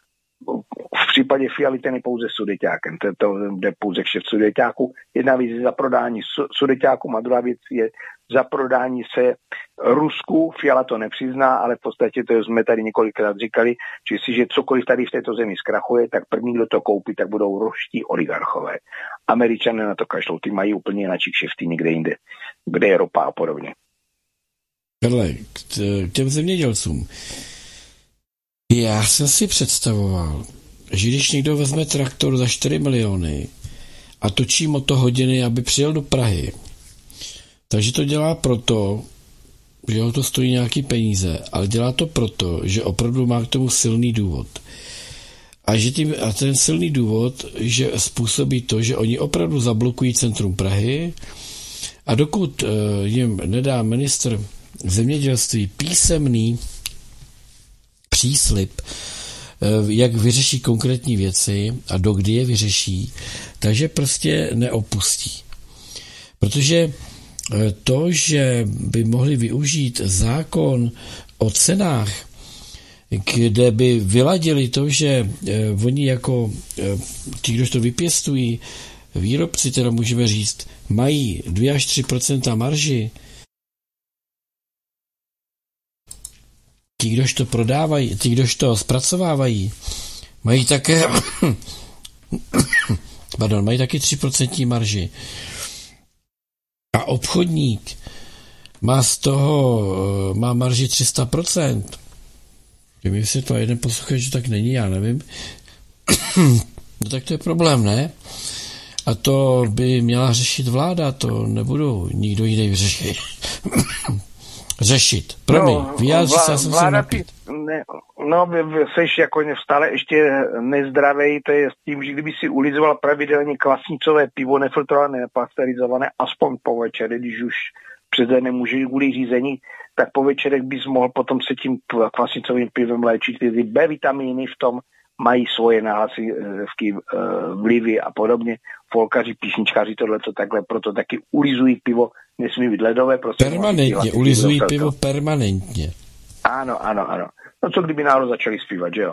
V případě Fialy ten je pouze Sudeťákem. To jde pouze kšeft Sudeťáků. Jedna věc je za prodání Sudeťákům a druhá věc je za prodání se Rusku. Fiala to nepřizná, ale v podstatě to jsme tady několikrát říkali, že jestliže cokoliv tady v této zemi zkrachuje, tak první, kdo to koupí, tak budou ruští oligarchové. Američané na to kašlou, ty mají úplně jináčí kšefty někde jinde, kde je ropa a podobně. Karle, k těm zemědělcům. Já jsem si představoval, že když někdo vezme traktor za 4 miliony a točí moto hodiny, aby přijel do Prahy, takže to dělá proto, že ho to stojí nějaký peníze, ale dělá to proto, že opravdu má k tomu silný důvod. A ten silný důvod, že způsobí to, že oni opravdu zablokují centrum Prahy a dokud jim nedá ministr zemědělství písemný příslib, jak vyřeší konkrétní věci a dokdy je vyřeší, takže prostě neopustí. Protože to, že by mohli využít zákon o cenách, kde by vyladili to, že oni jako ti, kdož to vypěstují, výrobci, teda můžeme říct, mají 2 až 3% marži, ti, kdož to prodávají, ti, kdož to zpracovávají, mají také mají taky 3% marži. A obchodník má z toho marži 300%. Kdyby mi vysvětlil jeden posluchač, že tak není, já nevím. No tak to je problém, ne? A to by měla řešit vláda, to nebudu nikdo jiný řešit. Promiň, vyjádři se, já jsem se napít. Seš jako stále ještě nezdravej, to je s tím, že kdyby si ulizoval pravidelně kvasnicové pivo, nefiltrované, nepasterizované, aspoň po večeře, když už přes den nemůže kvůli řízení, tak po večerech bys mohl potom se tím kvasnicovým pivem léčit. Ty B vitamíny v tom mají svoje nahlasivky, vlivy a podobně. Folkaři, písničkáři tohleto takhle, proto taky ulizují pivo, nesmí být ledové. Permanentně, ulizují pivo permanentně. Ano. No co kdyby náhodou začali zpívat, že jo?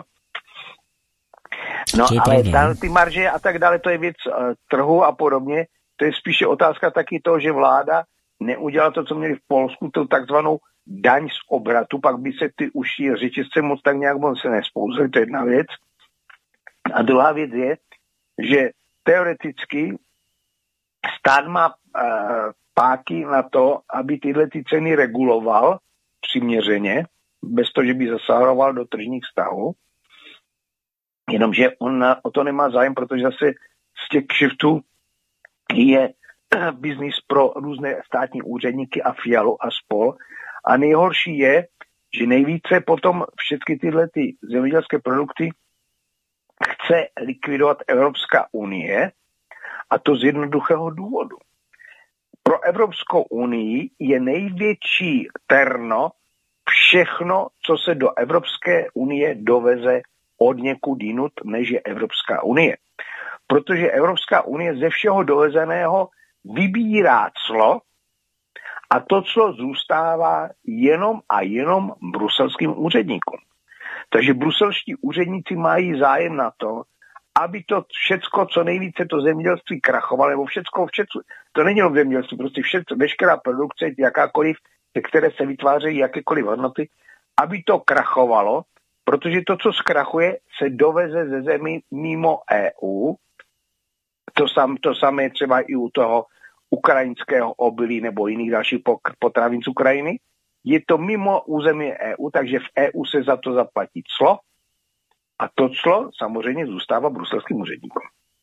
No ale ty marže a tak dále, to je věc trhu a podobně. To je spíše otázka taky toho, že vláda neudělala to, co měli v Polsku, tu takzvanou daň z obratu, pak by se ty uší řetězce moc tak nějak moc se nespouzely, to je jedna věc. A druhá věc je, že teoreticky stát má páky na to, aby tyhle ty ceny reguloval přiměřeně, bez toho, že by zasahoval do tržních vztahů. Jenomže on o to nemá zájem, protože zase z těch kšiftů je biznis pro různé státní úředníky a Fialu a spol. A nejhorší je, že nejvíce potom všechny tyhle ty zemědělské produkty chce likvidovat Evropská unie, a to z jednoduchého důvodu. Pro Evropskou unii je největší terno všechno, co se do Evropské unie doveze od někud jinut, než je Evropská unie. Protože Evropská unie ze všeho dovezeného vybírá clo a to clo zůstává jenom a jenom bruselským úředníkům. Takže bruselští úředníci mají zájem na to, aby to všecko, co nejvíce to zemědělství krachovalo, nebo všecko, to není jenom zemědělství, prostě veškerá produkce, jakákoliv, ze které se vytvářejí jakékoliv hodnoty, aby to krachovalo, protože to, co zkrachuje, se doveze ze zemí mimo EU. To samé třeba i u toho ukrajinského obilí nebo jiných dalších potravin z Ukrajiny. Je to mimo území EU, takže v EU se za to zaplatí clo a to clo samozřejmě zůstává bruselským úředníkům.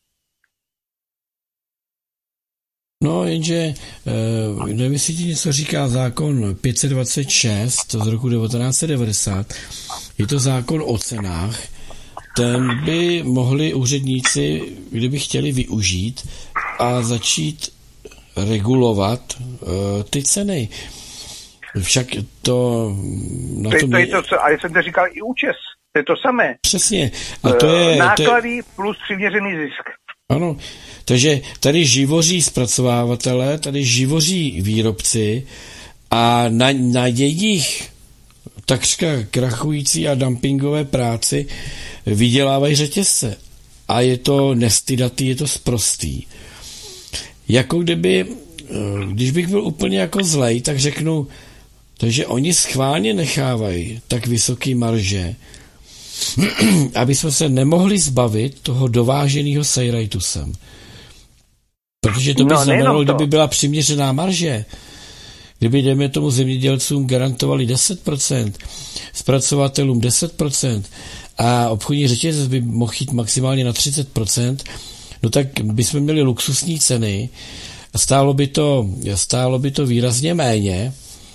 No, jenže nevím, jestli ti něco říká zákon 526 z roku 1990. Je to zákon o cenách. Ten by mohli úředníci, kdyby chtěli využít a začít regulovat ty ceny. Však to... Ale jsem to říkal i účes. To je to samé. Přesně. A to je, náklady plus přiměřený zisk. Ano. Takže tady živoří zpracovávatelé, tady živoří výrobci a na jejich takřka krachující a dumpingové práci vydělávají řetězce. A je to nestydatý, je to sprostý. Jako když bych byl úplně jako zlej, tak řeknu, takže oni schválně nechávají tak vysoký marže, aby jsme se nemohli zbavit toho dováženého sejrajtu sem. Protože to by znamenalo, kdyby byla přiměřená marže, kdyby, dejme tomu, zemědělcům garantovali 10%, zpracovatelům 10% a obchodní řetězec by mohl jít maximálně na 30%, no tak bychom měli luxusní ceny, stálo by to výrazně méně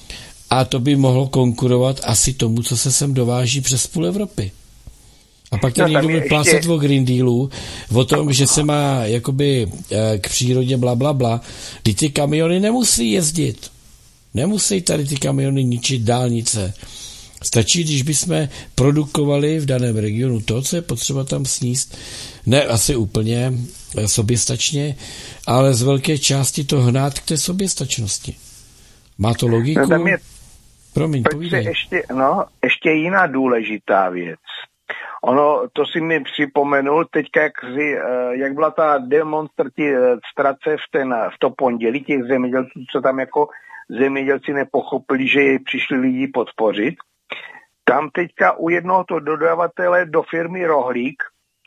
a to by mohlo konkurovat asi tomu, co se sem dováží přes půl Evropy. A pak tady někdo bude plácat o Green Dealu, o tom, že se má jakoby k přírodě blablabla. Kdy ty kamiony nemusí jezdit. Nemusí tady ty kamiony ničit dálnice. Stačí, když bychom produkovali v daném regionu to, co je potřeba tam sníst. Ne asi úplně soběstačně, ale z velké části to hnát k té soběstačnosti. Má to logiku? No, Promiň, povídej. Ještě jiná důležitá věc. Ono, to si mi připomenul teďka, jak byla ta demonstrace v to pondělí těch zemědělců, co tam jako zemědělci nepochopili, že je přišli lidi podpořit. Tam teďka u jednoho to dodavatele do firmy Rohlík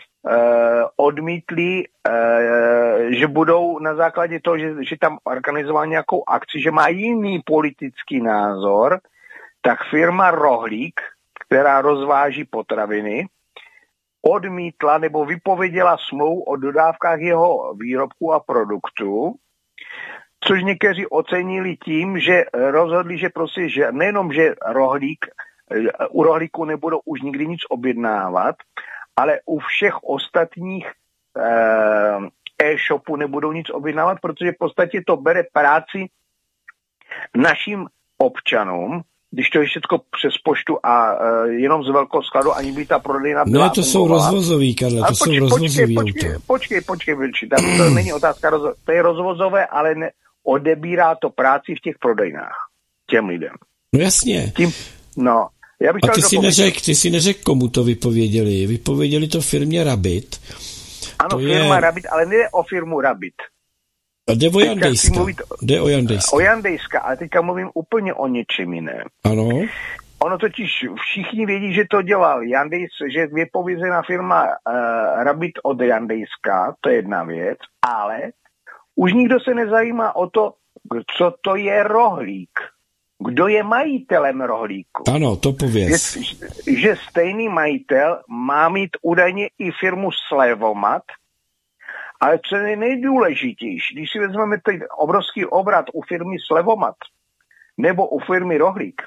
odmítli, že budou na základě toho, že tam organizovali nějakou akci, že má jiný politický názor, tak firma Rohlík, která rozváží potraviny, odmítla nebo vypověděla smlouvu o dodávkách jeho výrobků a produktů, což někteří ocenili tím, že rozhodli, že prostě, že nejenom, že u Rohlíku nebudou už nikdy nic objednávat, ale u všech ostatních e-shopů nebudou nic objednávat, protože v podstatě to bere práci našim občanům, když to je všechno přes poštu a jenom z velkého skladu, ani by ta prodejna byla. No to jsou rozvozový, Karle, to jsou rozvozový auta. Počkej, Vilči, to není otázka, to je rozvozové, ale odebírá to práci v těch prodejnách těm lidem. No jasně. Já bych a ty si neřekl, komu to vypověděli. Vypověděli to firmě Rabbit. Ano, firma Rabbit, ale nejde o firmu Rabbit. A jde o Jandejska. O Jandejska, ale teďka mluvím úplně o něčem jiném. Ano. Ono totiž všichni vědí, že to dělal Jandejs, že je vypovězená firma Rabbit od Jandejska, to je jedna věc, ale už nikdo se nezajímá o to, co to je Rohlík. Kdo je majitelem Rohlíku? Ano, to pověz. Že stejný majitel má mít údajně i firmu Slevomat, ale co je nejdůležitější, když si vezmeme ten obrovský obrat u firmy Slevomat nebo u firmy Rohlík,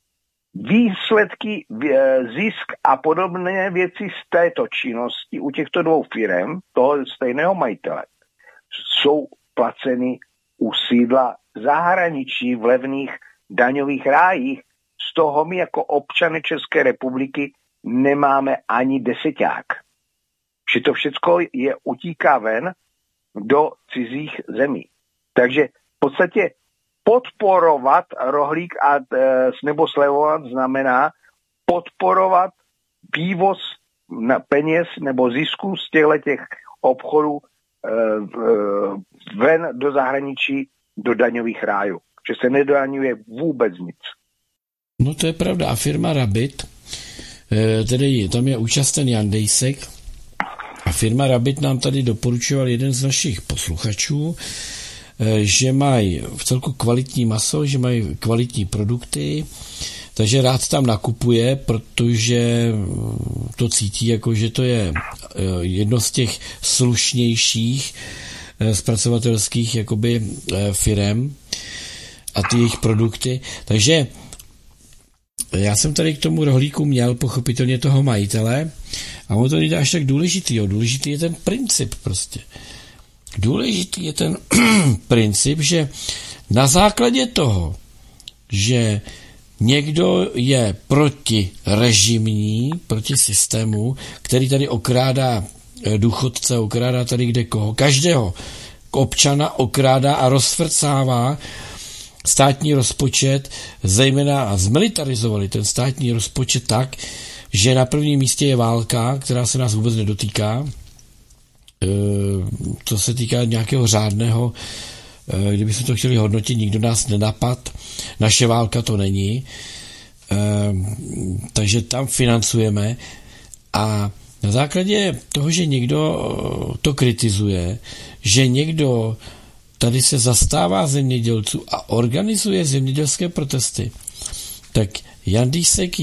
výsledky, zisk a podobné věci z této činnosti u těchto dvou firm, toho stejného majitele, jsou placeny u sídla zahraničí v levných daňových rájích. Z toho my jako občany České republiky nemáme ani deseťák. Že to všecko utíká ven do cizích zemí. Takže v podstatě podporovat Rohlík nebo Slevovat znamená podporovat vývoz peněz nebo zisku z těch obchodů ven do zahraničí, do daňových rájů. Že se nedodaňuje vůbec nic. No to je pravda. A firma Rabbit, tedy tam je účasten Jandejsek, a firma Rabbit nám tady doporučoval jeden z našich posluchačů, že mají v celku kvalitní maso, že mají kvalitní produkty, takže rád tam nakupuje, protože to cítí, jako že to je jedno z těch slušnějších zpracovatelských jakoby firem a ty jejich produkty. Takže já jsem tady k tomu Rohlíku měl pochopitelně toho majitele a on to nejde až tak důležitý. Důležitý je ten princip prostě. Důležitý je ten princip, že na základě toho, že někdo je protirežimní, proti systému, který tady okrádá důchodce, okrádá tady kde koho, každého občana okrádá a rozfrcává státní rozpočet, zejména a zmilitarizovali ten státní rozpočet tak, že na prvním místě je válka, která se nás vůbec nedotýká. Co se týká nějakého řádného, kdybychom to chtěli hodnotit, nikdo nás nenapad, naše válka to není, takže tam financujeme a na základě toho, že někdo to kritizuje, že někdo tady se zastává zemědělců a organizuje zemědělské protesty, tak Jandejsek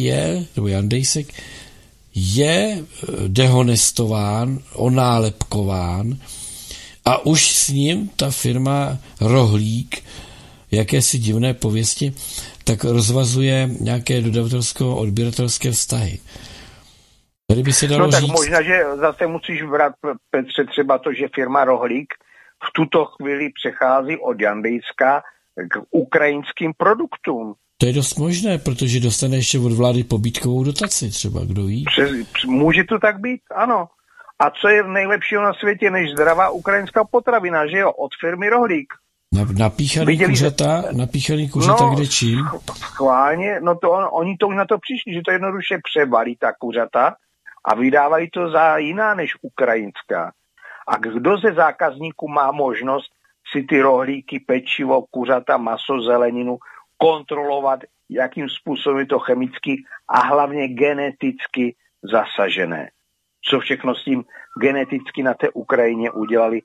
je dehonestován, onálepkován a už s ním ta firma Rohlík, jakési divné pověsti, tak rozvazuje nějaké dodavatelsko-odběratelské vztahy. Tady by se dalo tak říct... možná, že zase musíš brát, Petře, třeba to, že firma Rohlík v tuto chvíli přechází od Jandejska k ukrajinským produktům. To je dost možné, protože dostane ještě od vlády pobídkovou dotaci třeba, kdo ví. Může to tak být, ano. A co je nejlepšího na světě než zdravá ukrajinská potravina, že jo, od firmy Rohlík. Napíchaný kuřata, kde čím? Schválně, oni to už na to přišli, že to jednoduše přebalí ta kuřata a vydávají to za jiná než ukrajinská. A kdo ze zákazníků má možnost si ty rohlíky, pečivo, kuřata, maso, zeleninu kontrolovat, jakým způsobem je to chemicky a hlavně geneticky zasažené. Co všechno s tím geneticky na té Ukrajině udělali,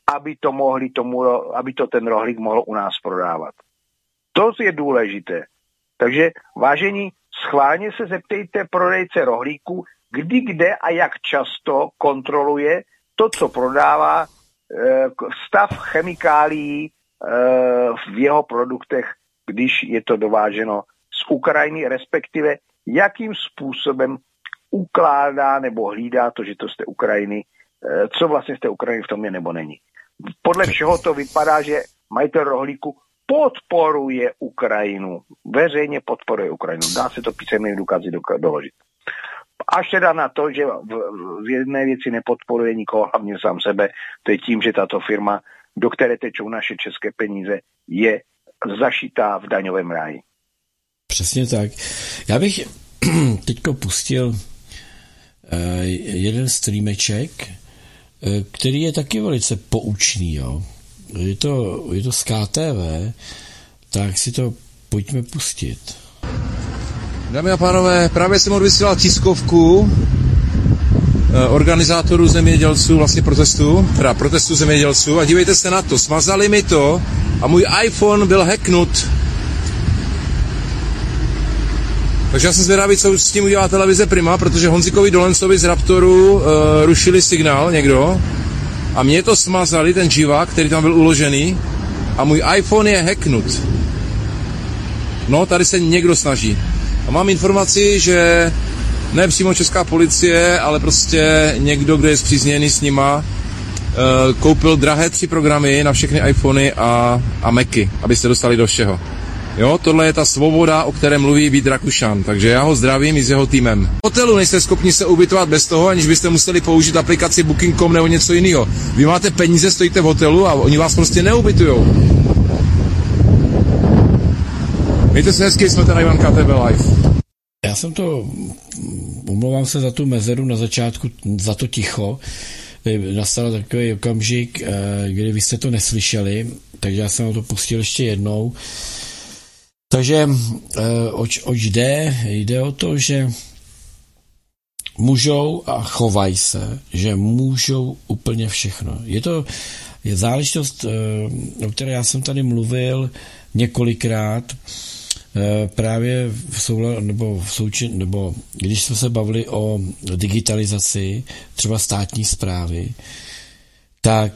aby to ten rohlík mohl u nás prodávat. To je důležité. Takže vážení, schválně se zeptejte prodejce rohlíku, kdy, kde a jak často kontroluje to, co prodává, stav chemikálií v jeho produktech, když je to dováženo z Ukrajiny, respektive jakým způsobem ukládá nebo hlídá to, že to z té Ukrajiny, co vlastně z té Ukrajiny v tom je nebo není. Podle všeho to vypadá, že majitel rohlíku podporuje Ukrajinu. Veřejně podporuje Ukrajinu. Dá se to písemnými důkazy doložit. Až teda na to, že v jedné věci nepodporuje nikoho, hlavně sám sebe, to je tím, že tato firma, do které tečou naše české peníze, je zašitá v daňovém ráji. Přesně tak. Já bych teďko pustil jeden streameček, který je taky velice poučný. Jo. Je to z KTV, tak si to pojďme pustit. Dámy a pánové, právě jsem odvysílal tiskovku organizátorů zemědělců, vlastně protestu zemědělců a dívejte se na to, smazali mi to a můj iPhone byl hacknut. Takže já jsem zvědavý, co s tím udělá televize Prima, protože Honzikovi Dolencovi z Raptoru rušili signál někdo a mě to smazali, ten živák, který tam byl uložený a můj iPhone je hacknut. No, tady se někdo snaží. A mám informaci, že ne přímo česká policie, ale prostě někdo, kdo je spřízněný s nima, koupil drahé 3 programy na všechny iPhony a Macy, aby se dostali do všeho. Jo, tohle je ta svoboda, o které mluví Vít Rakušan, takže já ho zdravím i s jeho týmem. V hotelu nejste schopni se ubytovat bez toho, aniž byste museli použít aplikaci Booking.com nebo něco jiného. Vy máte peníze, stojíte v hotelu a oni vás prostě neubytujou. Mějte se hezky, jsme tady Ivan KTV Live. Já jsem to, omlouvám se za tu mezeru na začátku, za to ticho, nastal takový okamžik, kdy vy jste to neslyšeli, takže já jsem to pustil ještě jednou. Takže oč jde? Jde o to, že můžou a chovají se, že můžou úplně všechno. Je záležitost, o které já jsem tady mluvil několikrát, právě nebo když jsme se bavili o digitalizaci třeba státní správy, tak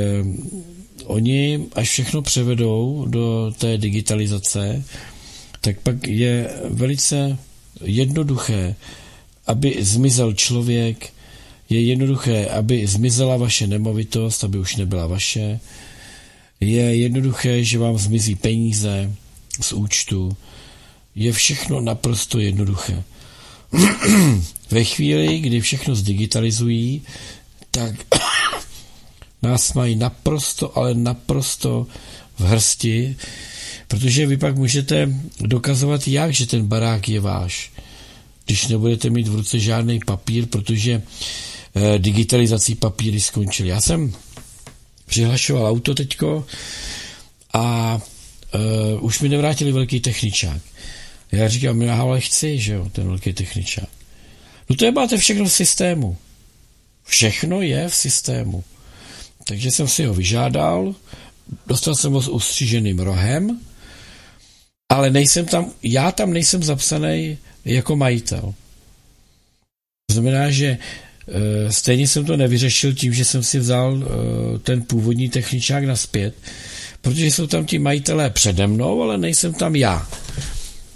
oni, až všechno převedou do té digitalizace, tak pak je velice jednoduché, aby zmizel člověk, je jednoduché, aby zmizela vaše nemovitost, aby už nebyla vaše, je jednoduché, že vám zmizí peníze z účtu, je všechno naprosto jednoduché. Ve chvíli, kdy všechno zdigitalizují, tak nás mají naprosto, ale naprosto v hrsti, protože vy pak můžete dokazovat, jak, že ten barák je váš, když nebudete mít v ruce žádný papír, protože digitalizací papíry skončily. Já jsem přihlašoval auto teďko a už mi nevrátili velký techničák. Já říkám, ale chci, že jo, ten velký techničák. No to je, máte všechno v systému. Všechno je v systému. Takže jsem si ho vyžádal, dostal jsem ho s ustřiženým rohem, ale já tam nejsem zapsaný jako majitel. To znamená, že stejně jsem to nevyřešil tím, že jsem si vzal ten původní techničák nazpět, protože jsou tam ti majitelé přede mnou, ale nejsem tam já.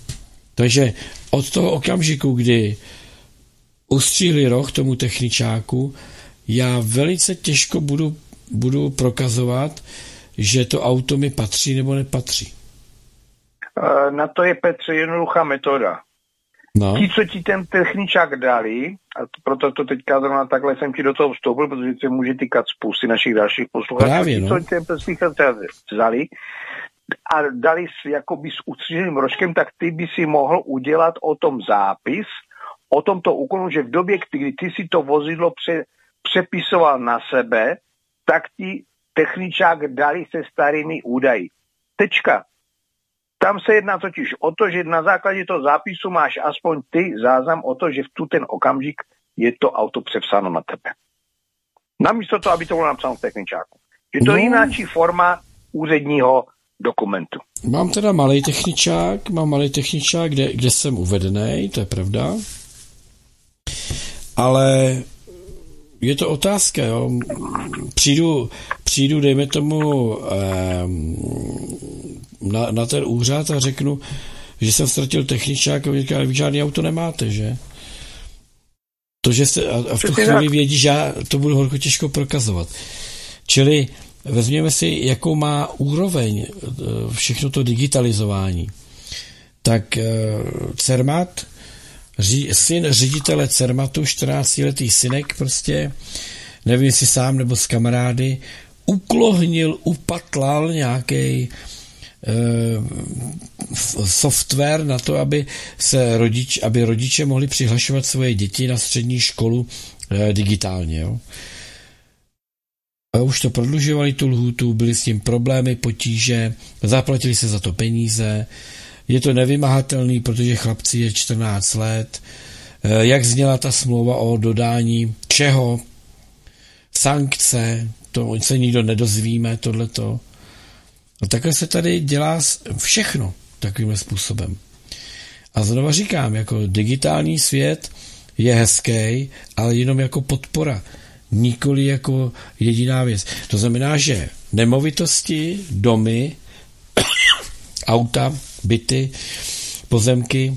Takže od toho okamžiku, kdy ustříhli roh tomu techničáku, já velice těžko budu prokazovat, že to auto mi patří nebo nepatří. Na to je, Petře, jednoduchá metoda. No. Ti, co ti ten techničák dali, a proto to teďka zrovna takhle jsem ti do toho vstoupil, protože se může týkat spousty našich dalších posluchačů. Ti, co ten techničák vzali a dali jakoby s ustříženým rožkem, tak ty by si mohl udělat o tom zápis, o tomto úkonu, že v době, kdy ty si to vozidlo přepisoval na sebe, tak ti techničák dali se starými údaji. Tečka. Tam se jedná totiž o to, že na základě toho zápisu máš aspoň ty záznam o to, že v tu ten okamžik je to auto přepsáno na tebe. Namísto toho, aby to bylo napsáno v techničáku. Je to jináčí forma úředního dokumentu. Mám teda malý techničák, kde jsem uvedený, to je pravda. Ale je to otázka, jo. Přijdu, dejme tomu, na ten úřad a řeknu, že jsem ztratil techničák a říká, vy žádný auto nemáte, že? To, že se, a v tu chvíli vědí, že já to budu horko těžko prokazovat. Čili vezměme si, jakou má úroveň všechno to digitalizování. Tak Cermat, syn ředitele Cermatu, 14letý synek prostě, nevím, jestli sám nebo s kamarády, upatlal nějaký software na to, aby rodiče mohli přihlašovat svoje děti na střední školu digitálně. Jo. A už to prodlužovali tu lhůtu, byly s tím problémy, potíže, zaplatili se za to peníze, je to nevymahatelný, protože chlapci je 14 let. Jak zněla ta smlouva o dodání čeho? Sankce, to se nikdo nedozvíme, tohleto. A takhle se tady dělá všechno takovým způsobem. A znova říkám, jako digitální svět je hezký, ale jenom jako podpora, nikoli jako jediná věc. To znamená, že nemovitosti, domy, auta, byty, pozemky.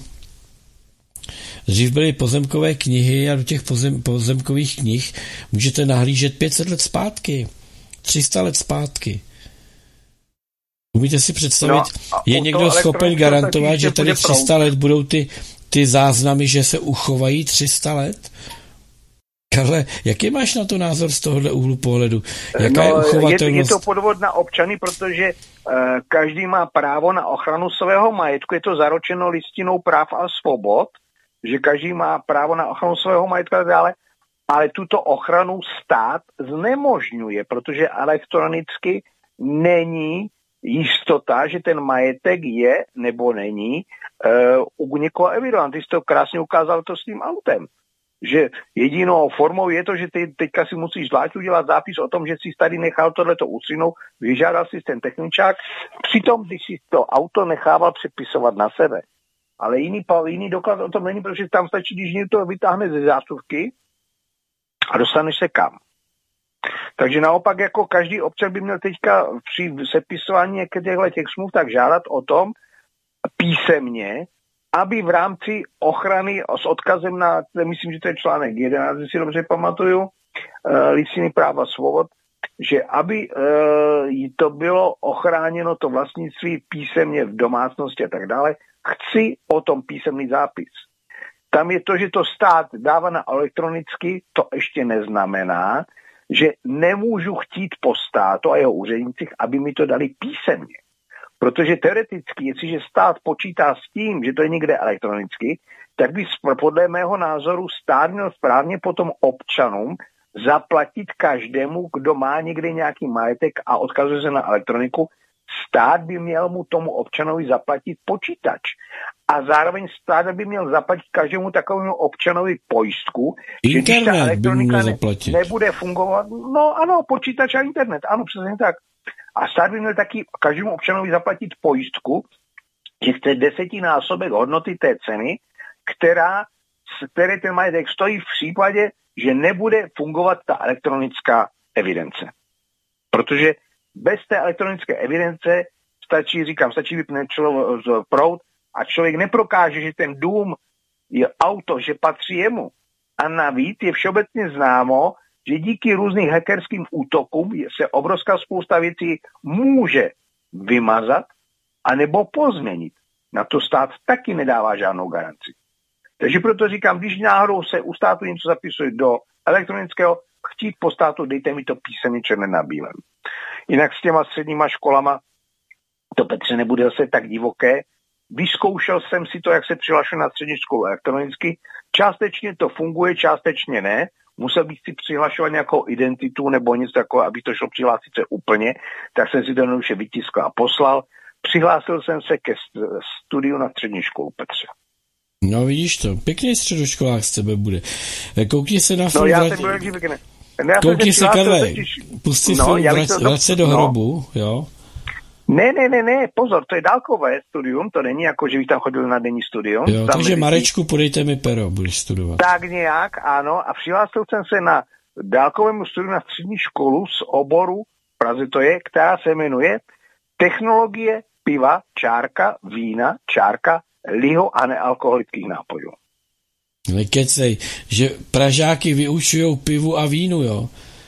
Dřív byly pozemkové knihy a do těch pozemkových knih můžete nahlížet 500 let zpátky, 300 let zpátky. Umíte si představit, je někdo schopen garantovat, že tady 300 let budou ty záznamy, že se uchovají 300 let? Karle, jaký máš na to názor z tohohle úhlu pohledu? Jaká je uchovatelnost? Je to podvod na občany, protože každý má právo na ochranu svého majetku. Je to zaručeno listinou práv a svobod, že každý má právo na ochranu svého majetku a dále, ale tuto ochranu stát znemožňuje, protože elektronicky není jistota, že ten majetek je nebo není u někoho evidován. Ty jsi to krásně ukázal to s tím autem. Že jedinou formou je to, že ty teďka si musíš zvlášť udělat zápis o tom, že jsi tady nechal tohleto ústřinou, vyžádal si ten techničák, přitom, když si to auto nechával přepisovat na sebe. Ale jiný doklad o tom není, protože tam stačí, když někdo to vytáhne ze zásuvky a dostaneš se kam. Takže naopak jako každý občan by měl teďka při sepisování těch smluv tak žádat o tom písemně, aby v rámci ochrany s odkazem na, myslím, že to je článek 11, si dobře pamatuju, listiny práva svobod, že aby to bylo ochráněno to vlastnictví písemně v domácnosti a tak dále, chci o tom písemný zápis. Tam je to, že to stát dává na elektronicky, to ještě neznamená, že nemůžu chtít po státu a jeho úřednicích, aby mi to dali písemně. Protože teoreticky, jestliže stát počítá s tím, že to je někde elektronicky, tak by podle mého názoru stát měl správně potom občanům zaplatit každému, kdo má někde nějaký majetek a odkazuje se na elektroniku, stát by měl mu tomu občanovi zaplatit počítač. A zároveň stát by měl zaplatit každému takovému občanovi pojistku, že když ta elektronika nebude fungovat, no ano, počítač a internet, ano, přesně tak. A stát by měl taky každému občanovi zaplatit pojistku, že chce 10násobek hodnoty té ceny, které ten majetek stojí v případě, že nebude fungovat ta elektronická evidence. Protože bez té elektronické evidence stačí vypnout proud a člověk neprokáže, že ten dům je auto, že patří jemu. A navíc je všeobecně známo, že díky různým hackerským útokům se obrovská spousta věcí může vymazat anebo pozměnit. Na to stát taky nedává žádnou garanci. Takže proto říkám, když náhodou se u státu něco zapisuje do elektronického, chtít po státu, dejte mi to písemně černé na bílém. Jinak s těma středníma školama to, Petře, nebude zase tak divoké. Vyzkoušel jsem si to, jak se přihlašuje na střední školu elektronicky. Částečně to funguje, částečně ne. Musel bych si přihlašovat nějakou identitu nebo něco takového, aby to šlo přihlásit se úplně. Tak jsem si to jednoduše vytiskl a poslal. Přihlásil jsem se ke studiu na střední školu, Petře. No vidíš to, pěkný středoškolák z tebe bude. Koukni se na film. No já jsem byl jak pěkný. Koukni se, Karle, pusti film Vrať se do hrobu, jo? Ne, pozor, to je dálkové studium, to není jako, že bych tam chodil na denní studium. Jo, takže Marečku, podejte mi pero, budeš studovat. Tak nějak, ano, a přihlásil jsem se na dálkovému studiu na střední školu z oboru v Praze, to je, která se jmenuje Technologie piva, čárka, vína, čárka, liho a nealkoholických nápojů. Nekecej, že Pražáky vyučujou pivu a vínu, jo?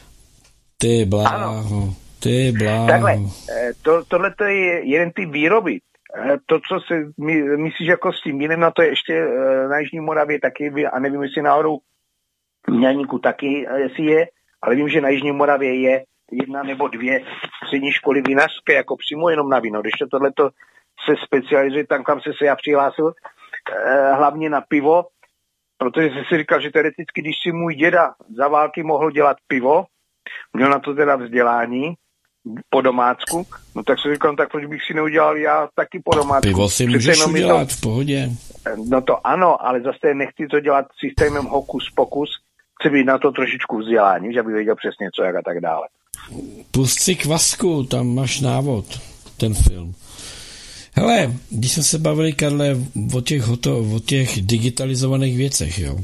Ty bláho. Takhle, tohle to je jeden typ výroby. To, co si myslíš jako s tím vínem, na to je ještě na Jižní Moravě taky, a nevím, jestli náhodou v Mělníku taky jestli je, ale vím, že na Jižní Moravě je 1 nebo 2 střední školy vinařské, jako přímo jenom na víno. Když to tohleto se specializuje, tam, kam se já přihlásil, hlavně na pivo, protože jsem si říkal, že teoreticky, když si můj děda za války mohl dělat pivo, měl na to teda vzdělání po domácku, no tak si říkám, tak proč bych si neudělal já taky po domácku. Pivo si můžeš udělat v pohodě. No to ano, ale zase nechci to dělat systémem hokus pokus, chci být na to trošičku vzdělání, že aby věděl přesně co, jak a tak dále. Pust si Kvasku, tam máš návod, ten film. Hele, když jsme se bavili, Karle, o těch digitalizovaných věcech, jo.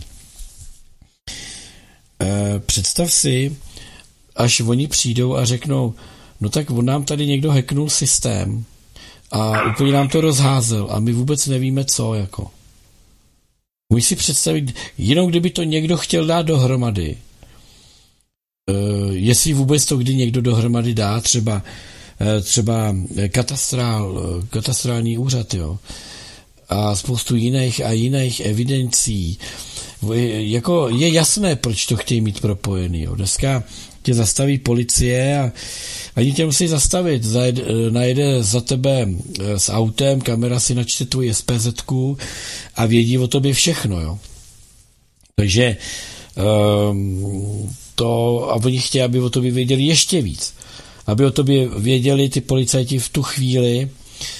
Představ si, až oni přijdou a řeknou, no tak on nám tady někdo hacknul systém a úplně nám to rozházel a my vůbec nevíme co, jako. Můžeš si představit, jenom kdyby to někdo chtěl dát dohromady, jestli vůbec to kdy někdo dohromady dá, třeba katastrální úřad, jo, a spoustu jiných evidencí. Jako je jasné, proč to chtějí mít propojený, jo. Dneska tě zastaví policie a ani tě musí zastavit. Najede za tebe s autem, kamera si načte tvoji SPZ-ku a vědí o tobě všechno, jo. Takže a oni chtějí, aby o tobě věděli ještě víc. Aby o tobě věděli ty policajti v tu chvíli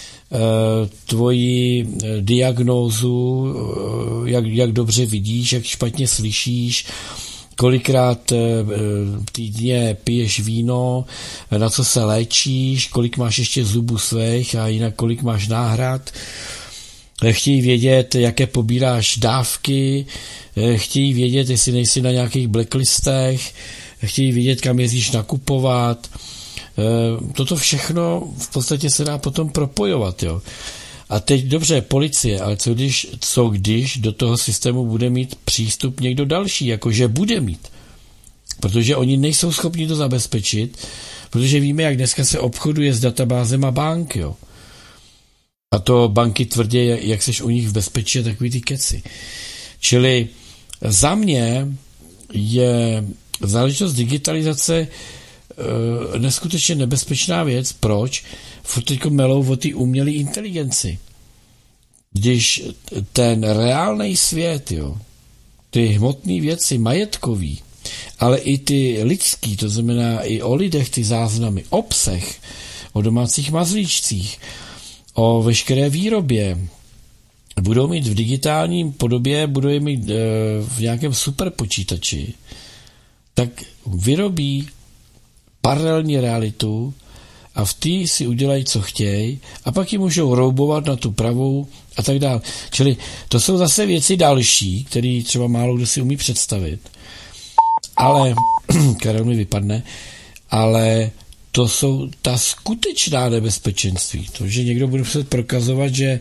tvoji diagnózu, jak dobře vidíš, jak špatně slyšíš, kolikrát týdně piješ víno, na co se léčíš, kolik máš ještě zubů svých a jinak kolik máš náhrad. Chtějí vědět, jaké pobíráš dávky, chtějí vědět, jestli nejsi na nějakých blacklistech, chtějí vědět, kam jezdíš nakupovat. Toto všechno v podstatě se dá potom propojovat, jo. A teď dobře, policie, ale co když do toho systému bude mít přístup někdo další, jakože bude mít. Protože oni nejsou schopni to zabezpečit, protože víme, jak dneska se obchoduje s databázema bank, jo. A to banky tvrdí, jak seš u nich v bezpečí a takový ty keci. Čili za mě je záležitost digitalizace neskutečně nebezpečná věc. Proč? Furt teďko melou o té umělé inteligenci. Když ten reálný svět, jo, ty hmotné věci, majetkový, ale i ty lidský, to znamená i o lidech ty záznamy, o psech, o domácích mazlíčcích, o veškeré výrobě, budou mít v digitálním podobě, budou je mít v nějakém superpočítači, tak vyrobí paralelní realitu a v té si udělají, co chtějí a pak ji můžou roubovat na tu pravou a tak dále. Čili to jsou zase věci další, které třeba málo kdo si umí představit. Ale, Karel mi vypadne, ale to jsou ta skutečná nebezpečenství. To, že někdo bude muset prokazovat, že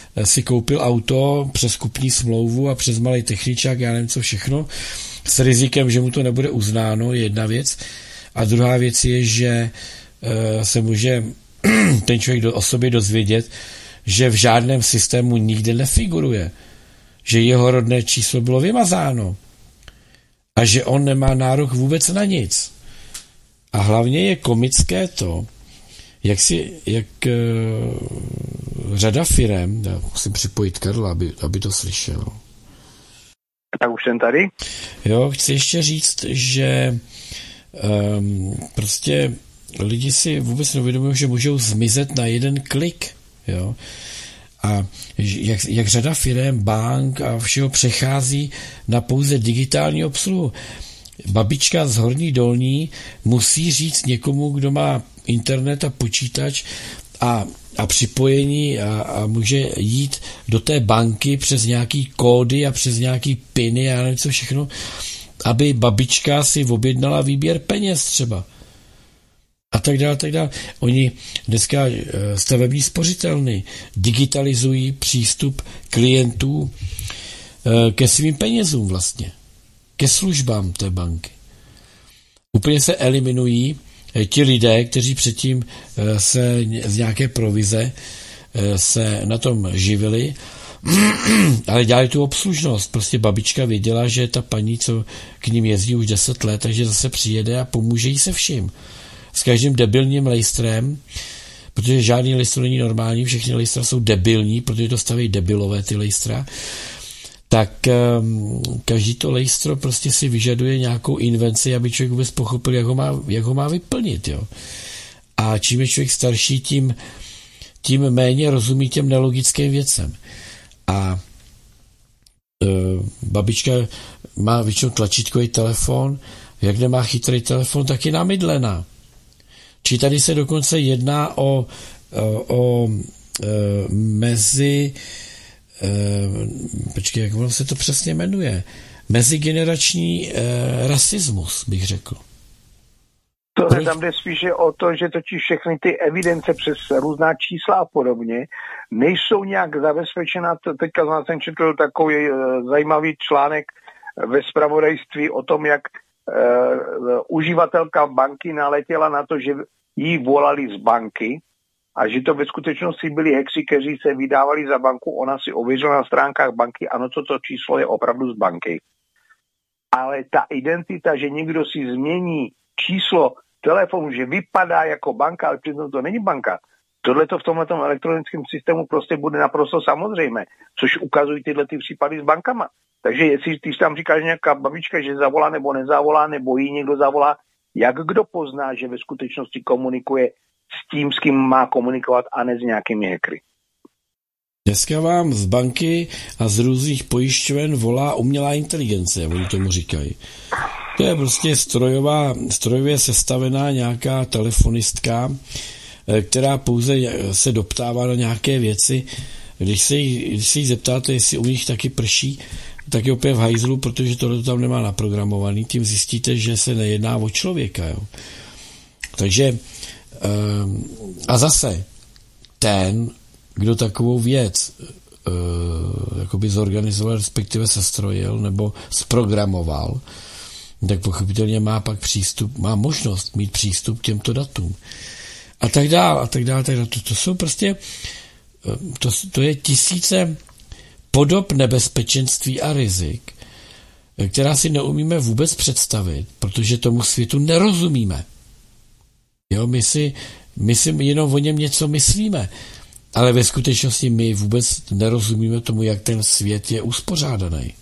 si koupil auto přes kupní smlouvu a přes malý techničák, já nevím co všechno, s rizikem, že mu to nebude uznáno, je jedna věc. A druhá věc je, že se může ten člověk o sobě dozvědět, že v žádném systému nikde nefiguruje, že jeho rodné číslo bylo vymazáno a že on nemá nárok vůbec na nic. A hlavně je komické to, jak řada firem, já musím připojit Karla, aby to slyšel. Tak už jsem tady. Jo, chci ještě říct, že prostě lidi si vůbec neuvědomují, že můžou zmizet na jeden klik. Jo? A jak řada firem, bank a všeho přechází na pouze digitální obsluhu. Babička z Horní Dolní musí říct někomu, kdo má internet a počítač a připojení a může jít do té banky přes nějaký kódy a přes nějaký piny a nevím co všechno, aby babička si objednala výběr peněz třeba. A tak dále, tak dále. Oni dneska stavební spořitelny digitalizují přístup klientů ke svým penězům vlastně. Ke službám té banky. Úplně se eliminují ti lidé, kteří předtím se z nějaké provize se na tom živili, ale dělali tu obslužnost. Prostě babička věděla, že ta paní, co k ním jezdí už 10 let, takže zase přijede a pomůže jí se vším. S každým debilním lejstrem, protože žádný lejstr není normální, všechny lejstra jsou debilní, protože to staví debilové ty lejstra, tak každý to lejstro prostě si vyžaduje nějakou invenci, aby člověk vůbec pochopil, jak ho má vyplnit. Jo. A čím je člověk starší, tím méně rozumí těm nelogickým věcem. A babička má většinou tlačítkový telefon, jak nemá chytrý telefon, tak je namydlená. Či tady se dokonce jedná o počkej, jak se to přesně jmenuje? Mezigenerační rasismus, bych řekl. To tam jde spíše o to, že totiž všechny ty evidence přes různá čísla a podobně nejsou nějak zabezpečená. Teďka jsem četl takový zajímavý článek ve zpravodajství o tom, jak uživatelka banky naletěla na to, že jí volali z banky a že to ve skutečnosti byli hekři, kteří se vydávali za banku. Ona si ověřila na stránkách banky, ano, toto číslo je opravdu z banky. Ale ta identita, že někdo si změní číslo telefonu, že vypadá jako banka, ale přitom to není banka, tohleto v tomhletom elektronickém systému prostě bude naprosto samozřejmé, což ukazují tyhle ty případy s bankama. Takže jestli ty tam říkáš nějaká babička, že zavolá nebo nezavolá, nebo jí někdo zavolá, jak kdo pozná, že ve skutečnosti komunikuje s tím, s kým má komunikovat, a ne s nějakými hackery. Dneska vám z banky a z různých pojišťoven volá umělá inteligence, oni tomu říkají. To je prostě strojově sestavená nějaká telefonistka, která pouze se doptává na nějaké věci. Když se jí zeptáte, jestli u nich taky prší, tak je opět v hajzlu, protože tohle tam nemá naprogramovaný. Tím zjistíte, že se nejedná o člověka. Jo. Takže a zase ten, kdo takovou věc jakoby zorganizoval, respektive sestrojil nebo zprogramoval, tak pochopitelně má pak přístup, má možnost mít přístup k těmto datům. A tak dále, a tak dále, tak dále. To jsou prostě, to je tisíce podob nebezpečenství a rizik, která si neumíme vůbec představit, protože tomu světu nerozumíme. Jo, my si jenom o něm něco myslíme, ale ve skutečnosti my vůbec nerozumíme tomu, jak ten svět je uspořádaný.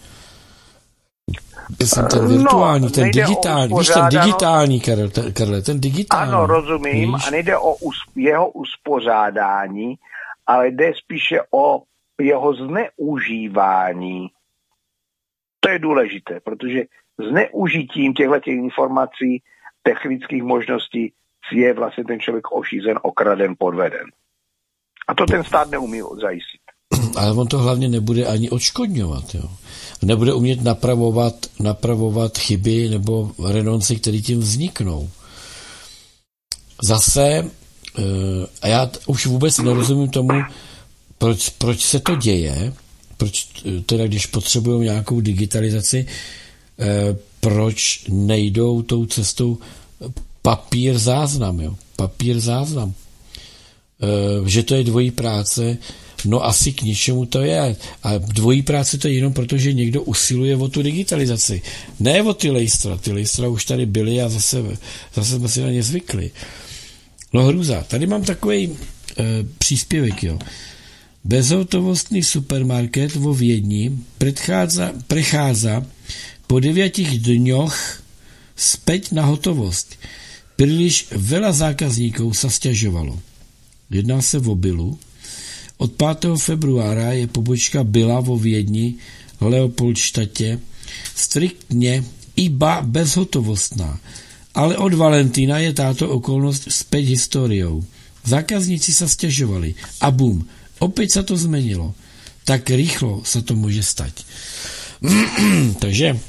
Jsem ten virtuální, ten digitální, víš, ten digitální, Karle, ten digitální. Ano, rozumím, víš? A nejde o jeho uspořádání, ale jde spíše o jeho zneužívání. To je důležité, protože zneužitím těchto informací, technických možností je vlastně ten člověk ošízen, okraden, podveden. A to ten stát neumí zajistit. Ale on to hlavně nebude ani odškodňovat. Jo. Nebude umět napravovat chyby nebo renonce, které tím vzniknou. Zase, a já už vůbec nerozumím tomu, proč se to děje, proč teda, když potřebují nějakou digitalizaci, proč nejdou tou cestou papír záznam, jo? Papír záznam. Že to je dvojí práce, no asi k ničemu to je. A dvojí práce to je jenom proto, že někdo usiluje o tu digitalizaci. Ne o ty lejstra. Ty lejstra už tady byly a zase jsme si na ně zvykli. No hrůza. Tady mám takový příspěvek, jo. Bezhotovostný supermarket vo Viedni prechádza po 9 dňoch späť na hotovosť. Príliš veľa zákazníkov sa sťažovalo. Jedná se o Billu. Od 5. februára je pobočka Billa vo Viedni, Leopoldštate, striktne iba bezhotovostná. Ale od Valentína je táto okolnosť späť históriou. Zákazníci sa sťažovali a bum, opäť sa to zmenilo. Tak rýchlo sa to môže stať. Takže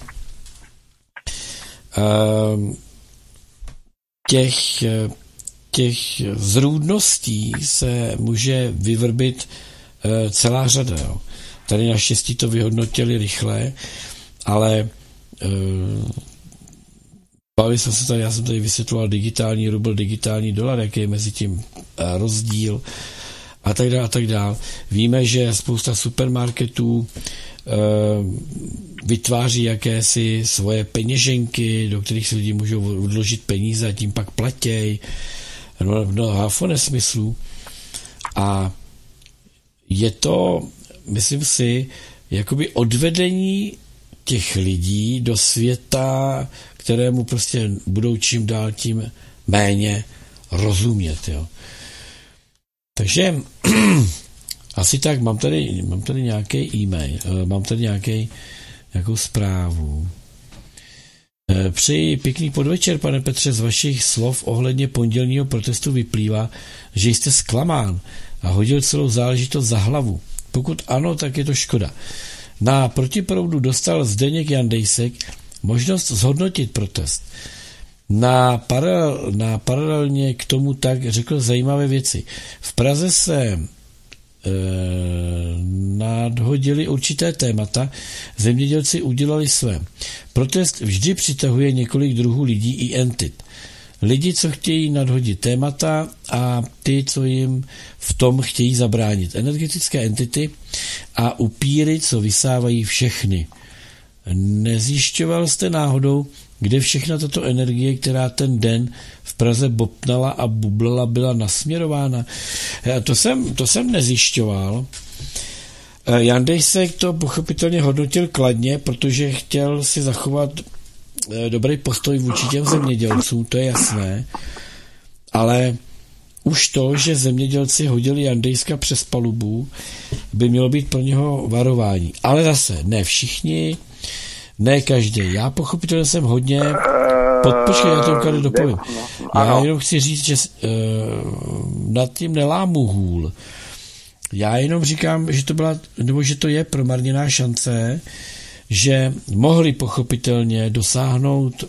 těch zrůdností se může vyvrbit celá řada. Jo. Tady naštěstí to vyhodnotili rychle, ale bavili jsme se tady, já jsem tady vysvětloval digitální rubl, digitální dolar, jaký je mezi tím rozdíl a tak dále, a tak dále. Víme, že spousta supermarketů vytváří jakési svoje peněženky, do kterých si lidi můžou odložit peníze a tím pak platěj. No háfo nesmyslů. A je to, myslím si, jakoby odvedení těch lidí do světa, kterému prostě budou čím dál tím méně rozumět. Jo. Takže asi tak, mám tady nějaký e-mail, mám tady nějakou zprávu. Přeji pěkný podvečer, pane Petře, z vašich slov ohledně pondělního protestu vyplývá, že jste zklamán a hodil celou záležitost za hlavu. Pokud ano, tak je to škoda. Na protiproudu dostal Zdeněk Jandejsek možnost zhodnotit protest. Paralelně k tomu tak řekl zajímavé věci. V Praze se nadhodili určité témata, zemědělci udělali své. Protest vždy přitahuje několik druhů lidí i entit. Lidi, co chtějí nadhodit témata a ty, co jim v tom chtějí zabránit. Energetické entity a upíry, co vysávají všechny. Nezjišťoval jste náhodou, kde všechna tato energie, která ten den v Praze bobtnala a bublala, byla nasměrována? To jsem nezjišťoval. Jandejsek to pochopitelně hodnotil kladně, protože chtěl si zachovat dobrý postoj vůči těm zemědělcům, to je jasné. Ale už to, že zemědělci hodili Jandejska přes palubu, by mělo být pro něho varování. Ale zase, ne všichni, ne každý. Já pochopitelně jsem hodně... Počkej, já to tady dopovím. Já jenom chci říct, že nad tím nelámu hůl. Já jenom říkám, že to byla, nebo že to je promarněná šance, že mohli pochopitelně dosáhnout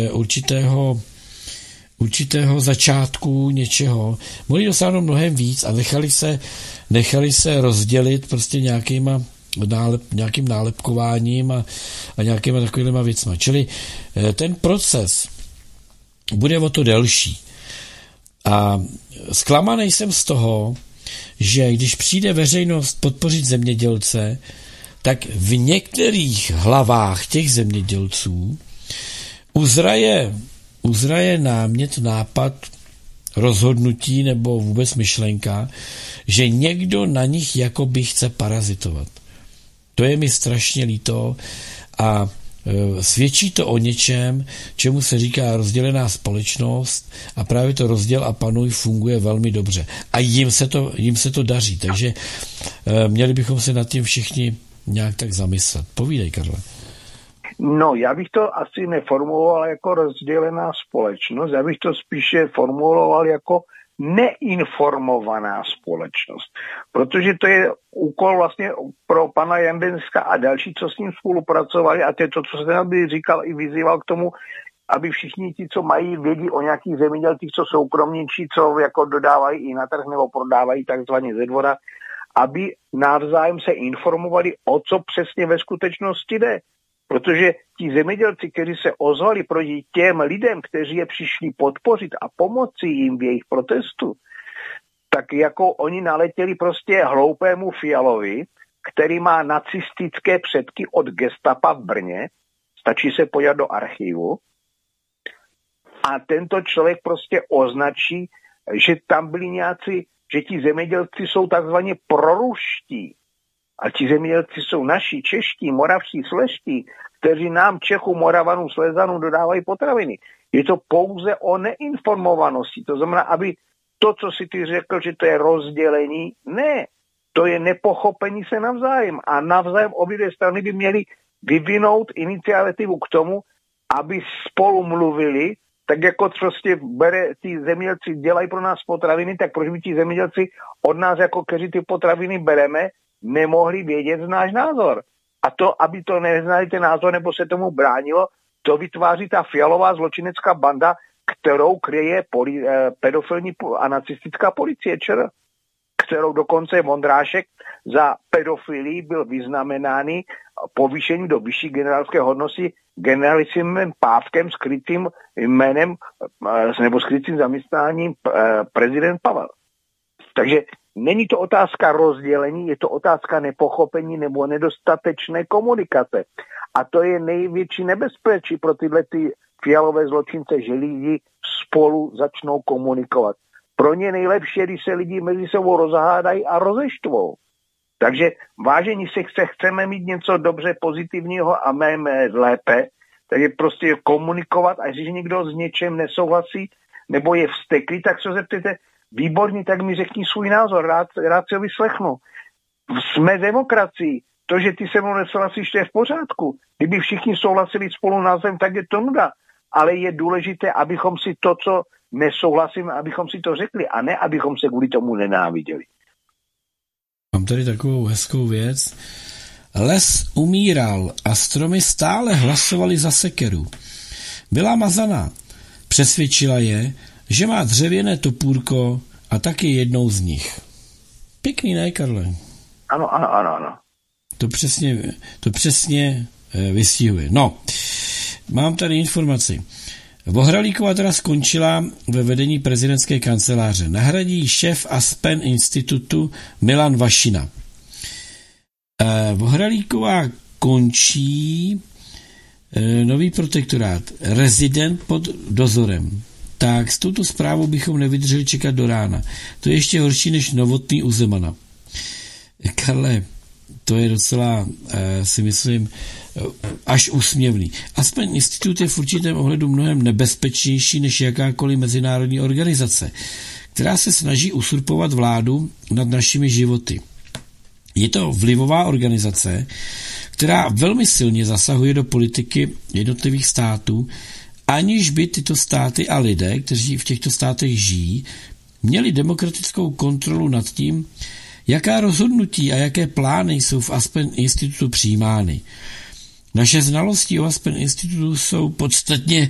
určitého začátku něčeho. Mohli dosáhnout mnohem víc a nechali se rozdělit prostě nějakým nálepkováním a nějakýma takovýma věcma. Čili ten proces bude o to delší. A zklamaný jsem z toho, že když přijde veřejnost podpořit zemědělce, tak v některých hlavách těch zemědělců uzraje nápad, rozhodnutí nebo vůbec myšlenka, že někdo na nich jakoby chce parazitovat. To je mi strašně líto a svědčí to o něčem, čemu se říká rozdělená společnost a právě to rozděl a panuj funguje velmi dobře. A jim se to daří, takže měli bychom se nad tím všichni nějak tak zamyslet. Povídej, Karle. No, já bych to asi neformuloval jako rozdělená společnost, já bych to spíše formuloval jako neinformovaná společnost. Protože to je úkol vlastně pro pana Jandejska a další, co s ním spolupracovali, a to je to, co jsem tady říkal i vyzýval k tomu, aby všichni ti, co mají, vědí o nějakých zemědělcích, co soukromníčí, co jako dodávají i na trh nebo prodávají takzvaně ze dvora, aby navzájem se informovali, o co přesně ve skutečnosti jde. Protože ti zemědělci, kteří se ozvali proti těm lidem, kteří je přišli podpořit a pomoci jim v jejich protestu, tak jako oni naletěli prostě hloupému Fialovi, který má nacistické předky od gestapa v Brně, stačí se podívat do archivu, a tento člověk prostě označí, že tam byli nějací, že ti zemědělci jsou takzvaně proruští. A ti zemědělci jsou naši, čeští, moravští, sleští, kteří nám, Čechům, Moravanům, Slezanům dodávají potraviny. Je to pouze o neinformovanosti. To znamená, aby to, co si ty řekl, že to je rozdělení, ne. To je nepochopení se navzájem. A navzájem obě dvě strany by měly vyvinout iniciativu k tomu, aby spolu mluvili, tak jako prostě ti zemědělci dělají pro nás potraviny, tak proč by ti zemědělci od nás, jako kteří ty potraviny bereme, nemohli vědět náš názor. A to, aby to neznali ten názor, nebo se tomu bránilo, to vytváří ta Fialová zločinecká banda, kterou kryje pedofilní a nacistická policie ČR, kterou dokonce Vondrášek za pedofilii byl vyznamenáný povýšením do vyšší generálské hodnosti generalissimem Pávkem, skrytým jménem nebo skrytým zaměstnáním prezident Pavel. Takže není to otázka rozdělení, je to otázka nepochopení nebo nedostatečné komunikace. A to je největší nebezpečí pro tyhle ty Fialové zločince, že lidi spolu začnou komunikovat. Pro ně nejlepší, když se lidi mezi sebou rozhádají a rozeštvou. Takže vážení, chceme mít něco dobře pozitivního a máme lépe, tak je prostě komunikovat, a když někdo s něčem nesouhlasí nebo je vzteklý, tak se zeptejte, výborně, tak mi řekni svůj názor, rád si ho vyslechnu. Jsme demokracii, to, že ty se mnou nesouhlasíš, to je v pořádku. Kdyby všichni souhlasili spolu názvem, tak je to nuda. Ale je důležité, abychom si to, co nesouhlasíme, abychom si to řekli, a ne, abychom se kvůli tomu nenáviděli. Mám tady takovou hezkou věc. Les umíral a stromy stále hlasovali za sekeru. Byla mazaná. Přesvědčila je, že má dřevěné topůrko a taky jednou z nich. Pěkný, ne, Karle? Ano. To přesně vystihuje. No, mám tady informaci. Vohralíková teda skončila ve vedení prezidentské kanceláře. Nahradí šéf Aspen institutu Milan Vašina. Vohralíková končí nový protektorát. Rezident pod dozorem. Tak s touto zprávou bychom nevydrželi čekat do rána. To je ještě horší než Novotný u Zemana. Karle, to je docela, si myslím, až úsměvný. Aspen institut je v určitém ohledu mnohem nebezpečnější než jakákoliv mezinárodní organizace, která se snaží usurpovat vládu nad našimi životy. Je to vlivová organizace, která velmi silně zasahuje do politiky jednotlivých států, aniž by tyto státy a lidé, kteří v těchto státech žijí, měli demokratickou kontrolu nad tím, jaká rozhodnutí a jaké plány jsou v Aspen institutu přijímány. Naše znalosti o Aspen institutu jsou podstatně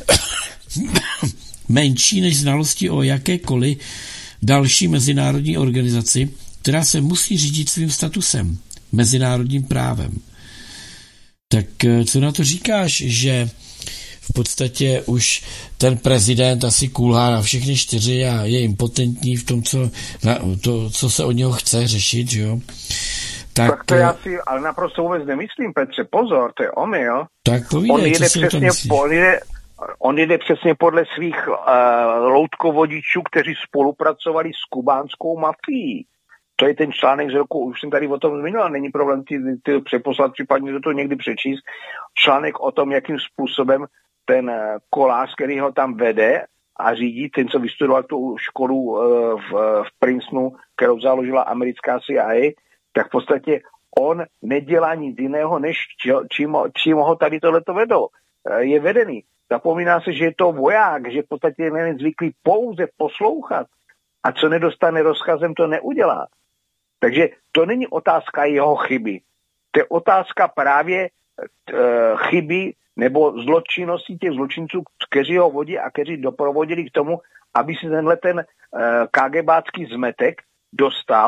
menší než znalosti o jakékoliv další mezinárodní organizaci, která se musí řídit svým statusem, mezinárodním právem. Tak co na to říkáš, že v podstatě už ten prezident asi kulhá na všechny čtyři a je impotentní v tom, co se od něho chce řešit, že jo? Tak to já si ale naprosto vůbec nemyslím, Petře, pozor, to je omyl. Tak povídej, co si o tom myslíš? On jde přesně podle svých loutkovodičů, kteří spolupracovali s kubánskou mafií. To je ten článek z roku, už jsem tady o tom zmínil, není problém ty přeposlat, případně to někdy přečíst. Článek o tom, jakým způsobem ten Kolář, který ho tam vede a řídí, ten, co vystudoval tu školu v Princetonu, kterou založila americká CIA, tak v podstatě on nedělá nic jiného, než čím ho tady tohleto vedou. Je vedený. Zapomíná se, že je to voják, že v podstatě je zvyklý pouze poslouchat a co nedostane rozkazem, to neudělá. Takže to není otázka jeho chyby. To je otázka právě chyby nebo zločinnosti těch zločinců, kteří ho vodí a kteří doprovodili k tomu, aby si ten KGBácký zmetek dostal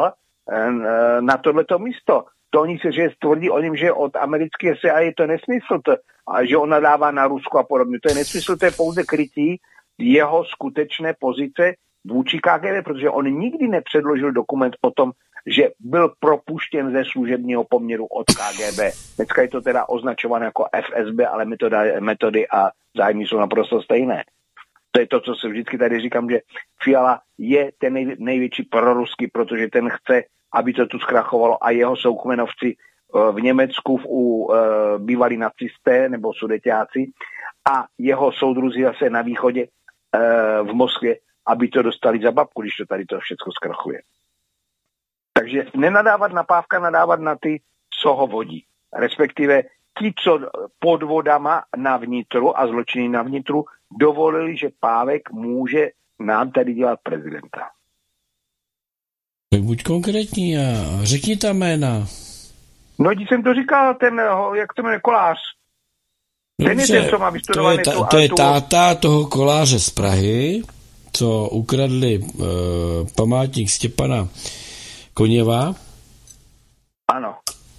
na tohleto místo. To oni se, že tvrdí o něm, že od americké CIA je to nesmysl, a že on nadává na Rusko a podobně. To je nesmysl, to je pouze krytí jeho skutečné pozice vůči KGB, protože on nikdy nepředložil dokument o tom, že byl propuštěn ze služebního poměru od KGB. Dneska je to teda označované jako FSB, ale metody a zájmy jsou naprosto stejné. To je to, co se vždycky tady říkám, že Fiala je ten největší proruský, protože ten chce, aby to tu zkrachovalo a jeho soukmenovci v Německu bývalí nacisté nebo sudeťáci a jeho soudruzi zase na východě v Moskvě, aby to dostali za babku, když to tady to všechno zkrachuje. Takže nenadávat na Pávka, nadávat na ty, co ho vodí. Respektive ti, co podvodama na vnitru a zločiny na vnitru dovolili, že Pávek může nám tady dělat prezidenta. Tak buď konkrétní a řekni ta jména. No, když jsem to říkal, jak to jmenuje, Kolář. Ten je ten, co má vystudovaný to je táta toho Koláře z Prahy, co ukradli památník Stěpana Koněva. Ano.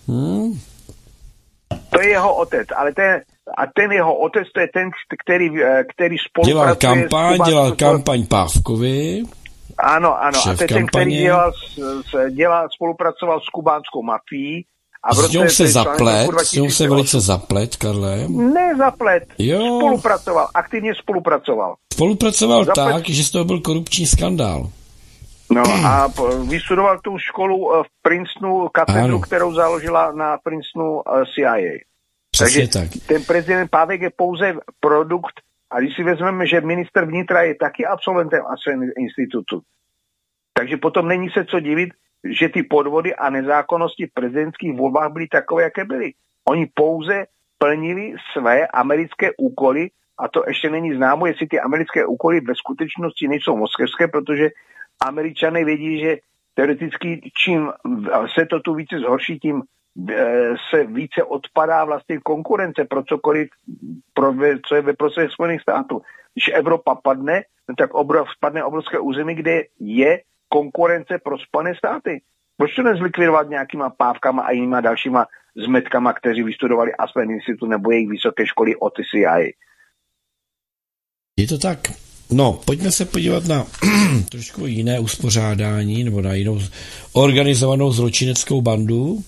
To je jeho otec, ale ten jeho otec, to je ten, který spolupracuje dělal kampaň Pávkovi. Ano, a to je ten, který spolupracoval s kubánskou mafií. A s ním se velice zaplet, Karle. Ne zaplet, aktivně spolupracoval. Tak, že z toho byl korupční skandál. No a vystudoval tu školu v Princetonu, katedru, kterou založila na Princetonu CIA. Přesně Takže tak. ten prezident Pávek je pouze produkt, a když si vezmeme, že ministr vnitra je taky absolventem ASEAN institutu, takže potom není se co divit, že ty podvody a nezákonnosti v prezidentských volbách byly takové, jaké byly. Oni pouze plnili své americké úkoly a to ještě není známo, jestli ty americké úkoly ve skutečnosti nejsou moskevské, protože Američané vědí, že teoreticky čím se to tu více zhorší, tím se více odpadá vlastně konkurence pro cokoliv, co je ve prospěch Spojených států. Když Evropa padne, tak spadne obrovské území, kde je konkurence pro Spojené státy. Proč to nezlikvidovat nějakýma Pávkama a jinýma dalšíma zmetkama, kteří vystudovali Aspen Institute nebo jejich vysoké školy od CIA? Je to tak. No, pojďme se podívat na trošku jiné uspořádání nebo na jinou organizovanou zločineckou bandu.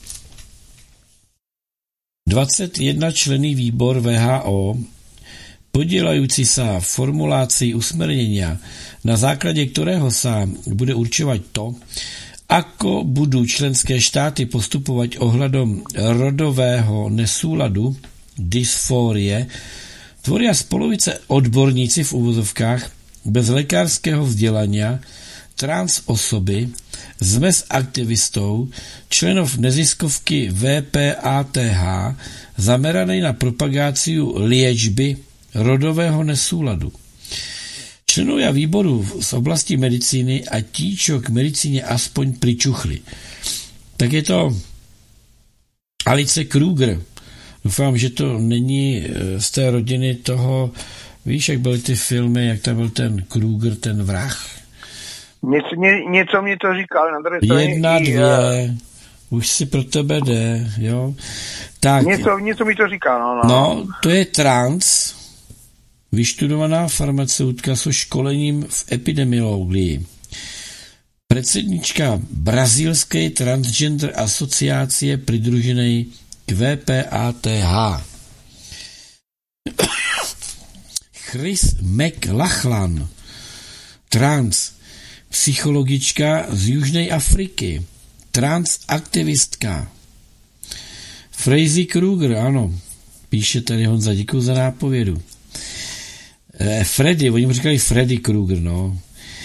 21 členný výbor VHO podílející sa formulácii usmernenia, na základě kterého sa bude určovat to, ako budú členské štáty postupovať ohľadom rodového nesúladu, dysfórie, tvoria spolovice odborníci v úvozovkách bez lekárskeho vzdelania, trans osoby, zmes aktivistov, členov neziskovky VPATH, zameranej na propagáciu liečby rodového nesúladu. Členovia výboru z oblasti medicíny a tí, čo k medicíne aspoň pričuchli. Tak je to Alice Kruger. Doufám, že to není z té rodiny toho, víš, jak byly ty filmy, jak tam byl ten Kruger, ten vrah. Něco mě to říkal. Na druhé straně 1, 2, už si pro tebe jde, jo. Tak, něco mi to říkal. No, to je trans, vyštudovaná farmaceutka so školením v epidemiologii. Predsednička brazílskej transgender asociácie pridruženej k VPATH. Chris McLachlan, trans, psychologička z Južnej Afriky, transaktivistka. Freddy Kruger, ano, píše tady Honza, děkuji za nápovědu. Freddy, oni mu říkali Freddy Kruger, no.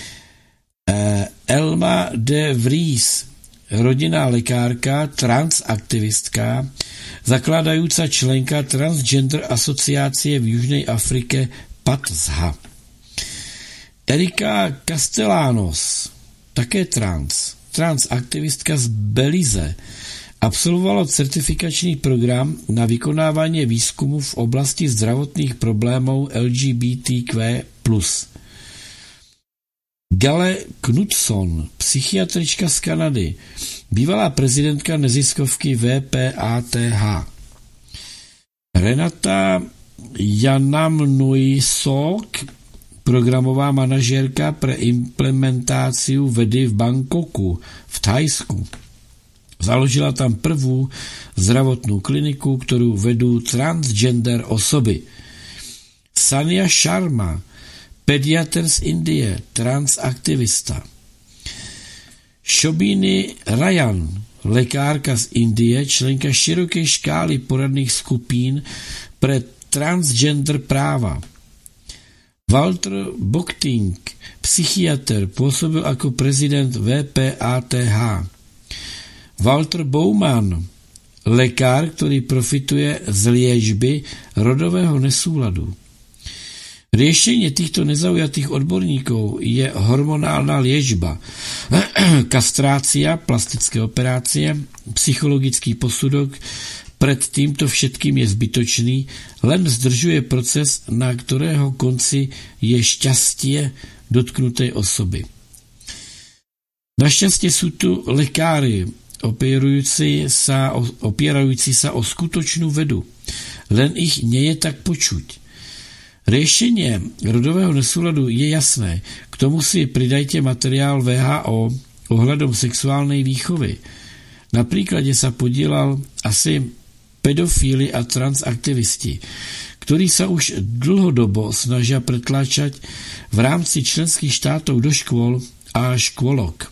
Elma de Vries, rodinná lekárka, transaktivistka, zakládající členka Transgender asociácie v Južnej Afrike PATSHA. Erika Castellanos, také transaktivistka z Belize, absolvovala certifikační program na vykonávání výzkumu v oblasti zdravotných problémů LGBTQ+. Gale Knudson, psychiatrička z Kanady, bývalá prezidentka neziskovky VPATH. Renata Janamnuisok, programová manažérka pre implementáciu vedy v Bangkoku v Thajsku. Založila tam prvú zdravotnú kliniku, ktorú vedú transgender osoby. Sania Sharma, pediatr z Indie, transaktivista. Shobini Rajan, lekárka z Indie, členka široké škály poradných skupín pre transgender práva. Walter Bochting, psychiatr, pôsobil ako prezident VPATH. Walter Bowman, lekár, ktorý profituje z liečby rodového nesúladu. Riešenie týchto nezaujatých odborníkov je hormonálna liečba, kastrácia, plastické operácie, psychologický posudok. Pred týmto všetkým je zbytočný, len zdržuje proces, na ktorého konci je šťastie dotknutej osoby. Našťastie sú tu lekári, opierajúci sa o skutočnú vedu, len ich nie je tak počuť. Riešenie rodového nesúladu je jasné. K tomu si pridajte materiál VHO ohľadom sexuálnej výchovy. Na príklade sa podielal asi pedofíli a transaktivisti, ktorí sa už dlhodobo snažia pretláčať v rámci členských štátov do škôl a škôlok.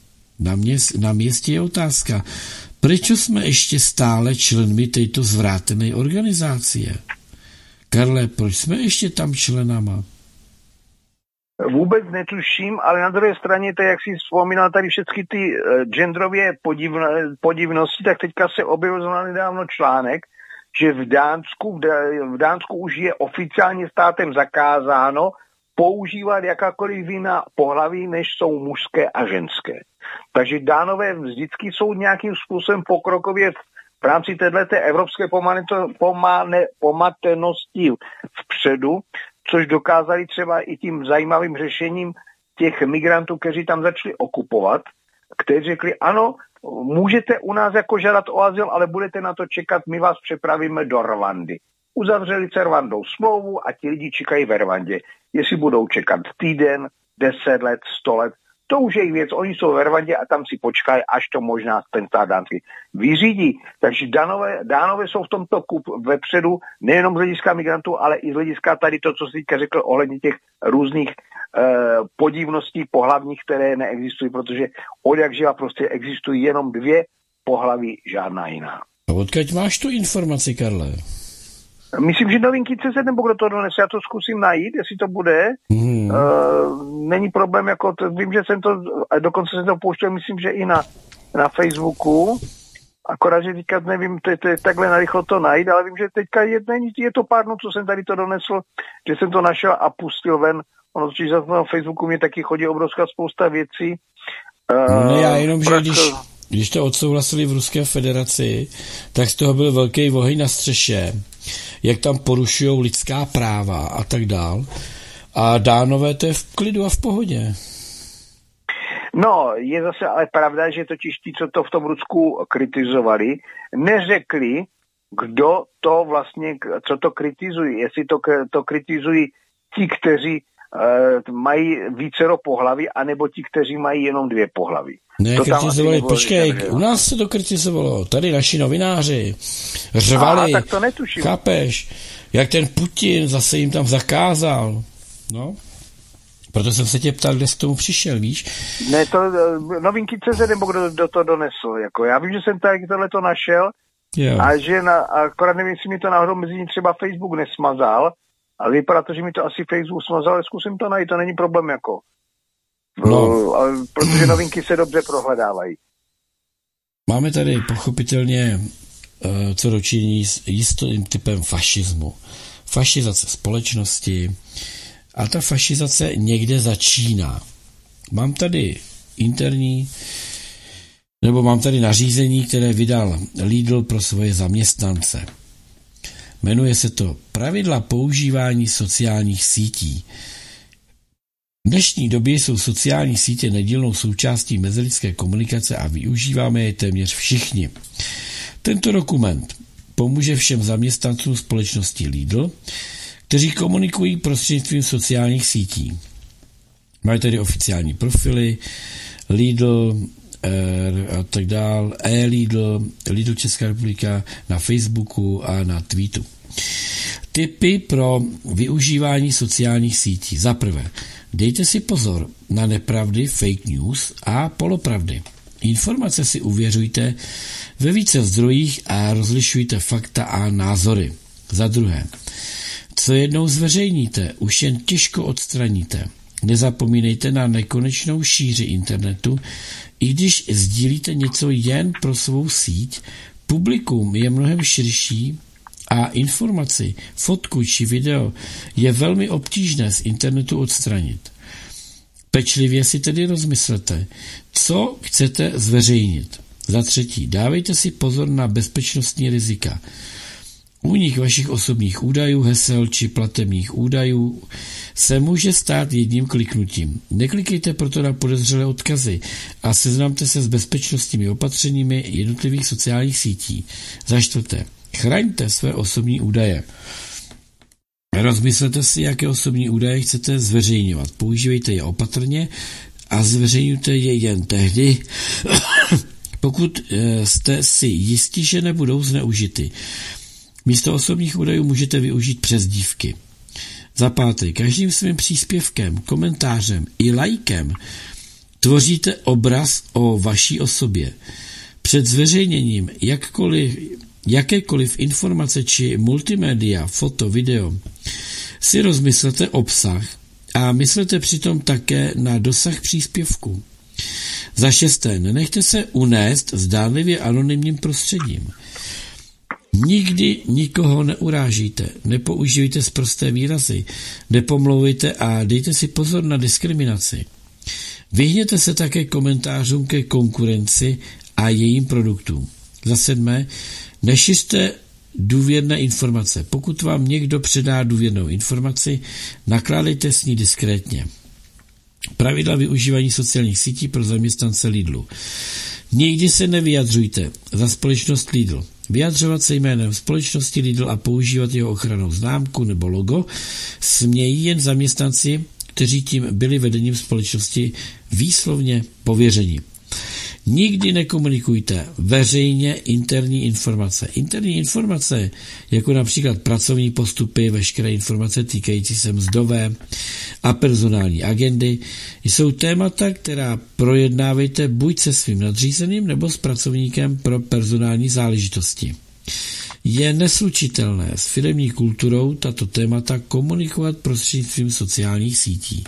Na mieste je otázka, prečo sme ešte stále členmi tejto zvrátenej organizácie? Karle, proč jsme ještě tam členama? Vůbec netuším, ale na druhé straně, to jak si vzpomínal tady všechny ty genderově podivnosti, tak teďka se objevil nedávno článek, že v Dánsku už je oficiálně státem zakázáno používat jakákoliv jiná pohlaví, než jsou mužské a ženské. Takže Dánové vždycky jsou nějakým způsobem pokrokově v rámci této evropské pomatenosti vpředu, což dokázali třeba i tím zajímavým řešením těch migrantů, kteří tam začali okupovat, kteří řekli, ano, můžete u nás jako žádat o azyl, ale budete na to čekat, my vás přepravíme do Rwandy. Uzavřeli se Rwandou smlouvu a ti lidi čekají ve Rwandě. Jestli budou čekat týden, 10 let, 100 let, to už je jejich věc. Oni jsou ve Rwandě a tam si počkají, až to možná ten stát dánský vyřídí. Takže Dánové jsou v tomto vepředu nejenom z hlediska migrantů, ale i z hlediska tady to, co jsi teďka řekl ohledně těch různých podivností pohlavních, které neexistují, protože od jak živa prostě existují jenom 2 pohlaví, žádná jiná. A odkud máš tu informaci, Karle? Myslím, že novinky.cz nebo kdo to donese, já to zkusím najít, jestli to bude. Není problém, jako vím, že jsem to, dokonce jsem to pouštěl, myslím, že i na Facebooku, akorát, že teďka nevím, takhle narychlo to najít, ale vím, že teďka je to pár dnů, co jsem tady to donesl, že jsem to našel a pustil ven. Ono, čiže na Facebooku mě taky chodí obrovská spousta věcí. No já jenom, že když to odsouhlasili v Ruské federaci, tak z toho byl velký oheň na střeše, jak tam porušujou lidská práva a tak dál. A Dánové to je v klidu a v pohodě. No, je zase ale pravda, že totiž ti, co to v tom Rusku kritizovali, neřekli, kdo to vlastně, co to kritizují. Jestli to kritizují ti, kteří mají vícero pohlaví, anebo ti, kteří mají jenom 2 pohlaví. Ne, kritizovali, počkej, u nás se to kritizovalo, tady naši novináři řvali, tak to netuším. Chápeš, jak ten Putin zase jim tam zakázal, no, proto jsem se tě ptal, kde jsi k tomu přišel, víš? Ne, to novinky.cz nebo kdo to donesl, jako já vím, že jsem tady tohleto našel, jo. A že akorát nevím, jestli mi to náhodou mezi ní třeba Facebook nesmazal, ale vypadá to, že mi to asi Facebook smazal, ale zkusím to najít, to není problém jako. No. Protože novinky se dobře prohledávají. Máme tady pochopitelně co dočinění s jistým typem fašismu. Fašizace společnosti a ta fašizace někde začíná. Mám tady mám tady nařízení, které vydal Lidl pro svoje zaměstnance. Jmenuje se to Pravidla používání sociálních sítí. V dnešní době jsou sociální sítě nedílnou součástí mezilidské komunikace a využíváme je téměř všichni. Tento dokument pomůže všem zaměstnancům společnosti Lidl, kteří komunikují prostřednictvím sociálních sítí. Mají tedy oficiální profily, Lidl a tak dál, e-Lidl, Lidl Česká republika na Facebooku a na Tweetu. Tipy pro využívání sociálních sítí. Za prvé, dejte si pozor na nepravdy, fake news a polopravdy. Informace si uvěřujte ve více zdrojích a rozlišujte fakta a názory. Za druhé, co jednou zveřejníte, už jen těžko odstraníte. Nezapomínejte na nekonečnou šíři internetu, i když sdílíte něco jen pro svou síť, publikum je mnohem širší a informaci, fotku či video je velmi obtížné z internetu odstranit. Pečlivě si tedy rozmyslete, co chcete zveřejnit. Za třetí, dávejte si pozor na bezpečnostní rizika. Únik vašich osobních údajů, hesel či platebních údajů se může stát jedním kliknutím. Neklikejte proto na podezřelé odkazy a seznamte se s bezpečnostními opatřeními jednotlivých sociálních sítí. Za čtvrté, chraňte své osobní údaje. Rozmyslete si, jaké osobní údaje chcete zveřejňovat. Používejte je opatrně a zveřejňujte je jen tehdy, pokud jste si jistí, že nebudou zneužity. Místo osobních údajů můžete využít přezdívky. Za páté, každým svým příspěvkem, komentářem i lajkem tvoříte obraz o vaší osobě. Před zveřejněním jakékoliv informace či multimédia, foto, video, si rozmyslete obsah a myslete přitom také na dosah příspěvku. Za šesté, nenechte se unést zdánlivě anonymním prostředím. Nikdy nikoho neurážíte, nepoužívejte sprosté výrazy, nepomlouvejte a dejte si pozor na diskriminaci. Vyhněte se také komentářům ke konkurenci a jejím produktům. Za sedmé, nešiřte důvěrné informace. Pokud vám někdo předá důvěrnou informaci, nakládejte s ní diskrétně. Pravidla využívání sociálních sítí pro zaměstnance Lidlu. Nikdy se nevyjadřujte za společnost Lidl. Vyjadřovat se jménem společnosti Lidl a používat jeho ochrannou známku nebo logo smějí jen zaměstnanci, kteří tím byli vedením společnosti výslovně pověřeni. Nikdy nekomunikujte veřejně interní informace. Interní informace, jako například pracovní postupy, veškeré informace týkající se mzdové a personální agendy, jsou témata, která projednávejte buď se svým nadřízeným nebo s pracovníkem pro personální záležitosti. Je neslučitelné s firemní kulturou tato témata komunikovat prostřednictvím sociálních sítí.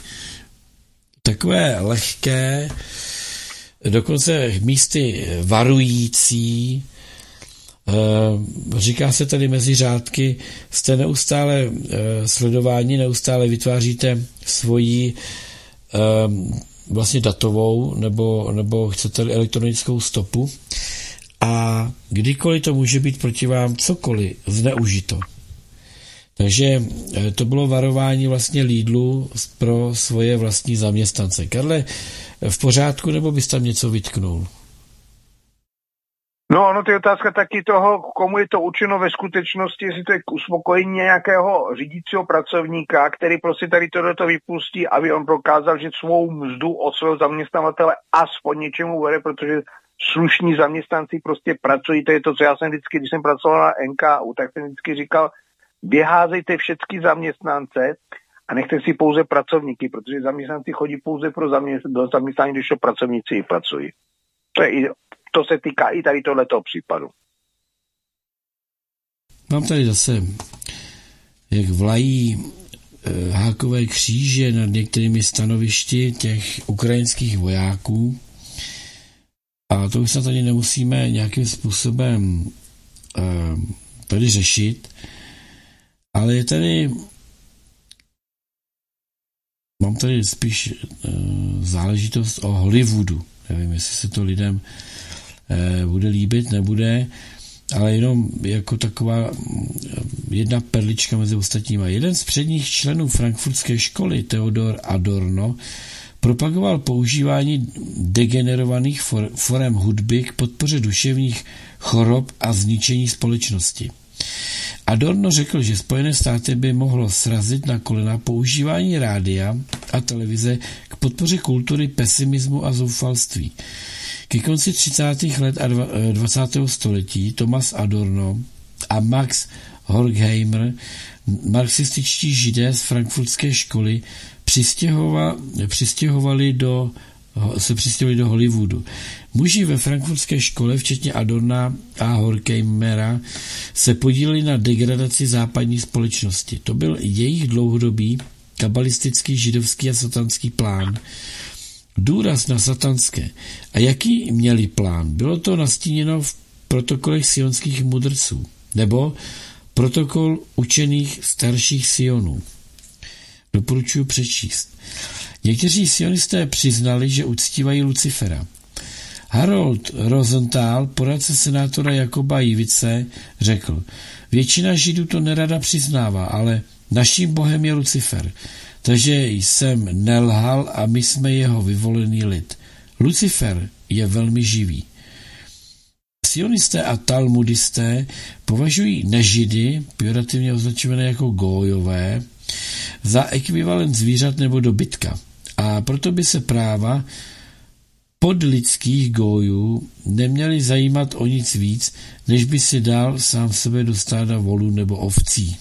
Takové lehké, dokonce místy varující, říká se tady mezi řádky, jste neustále sledováni, neustále vytváříte svoji vlastně datovou nebo chcete elektronickou stopu a kdykoliv to může být proti vám cokoliv zneužito. Takže to bylo varování vlastně Lidlu pro svoje vlastní zaměstnance. Karle, v pořádku, nebo bys tam něco vytknul? No, ono to je otázka taky toho, komu je to určeno ve skutečnosti, jestli to je k uspokojení nějakého řídícího pracovníka, který prostě tady tohleto vypustí, aby on prokázal, že svou mzdu od svého zaměstnavatele aspoň něčemu vede, protože slušní zaměstnanci prostě pracují. To je to, co já jsem vždycky, když jsem pracoval na NKU, tak jsem vždycky říkal, vyházejte všechny zaměstnance a nechte si pouze pracovníky, protože zaměstnanci chodí pouze do zaměstnání, když to pracovníci i pracují. To se týká i tady tohletoho případu. Mám tady zase, jak vlají hákové kříže nad některými stanovišti těch ukrajinských vojáků. A to už se tady nemusíme nějakým způsobem tady řešit. Ale je tady, mám tady spíš záležitost o Hollywoodu. Nevím, jestli se to lidem bude líbit, nebude, ale jenom jako taková jedna perlička mezi ostatníma. Jeden z předních členů frankfurtské školy, Theodor Adorno, propagoval používání degenerovaných forem hudby k podpoře duševních chorob a zničení společnosti. Adorno řekl, že Spojené státy by mohlo srazit na kolena používání rádia a televize k podpoře kultury pesimismu a zoufalství. Ke konci 30. let a 20. století Thomas Adorno a Max Horkheimer, marxističtí židé z frankfurtské školy, přistěhovali do Hollywoodu. Muži ve frankfurtské škole, včetně Adorna a Horkheimera, se podíleli na degradaci západní společnosti. To byl jejich dlouhodobý kabalistický, židovský a satanský plán. Důraz na satanské. A jaký měli plán? Bylo to nastíněno v protokolech sionských mudrců, nebo protokol učených starších Sionů. Doporučuji přečíst. Někteří sionisté přiznali, že uctívají Lucifera. Harold Rosenthal, poradce senátora Jakoba Jivice, řekl, většina Židů to nerada přiznává, ale naším bohem je Lucifer, takže jsem nelhal a my jsme jeho vyvolený lid. Lucifer je velmi živý. Sionisté a talmudisté považují nežidy, pejorativně označované jako gójové, za ekvivalent zvířat nebo dobytka. A proto by se práva podlidských gójů neměly zajímat o nic víc, než by si dal sám sebe do stáda volů nebo ovcí.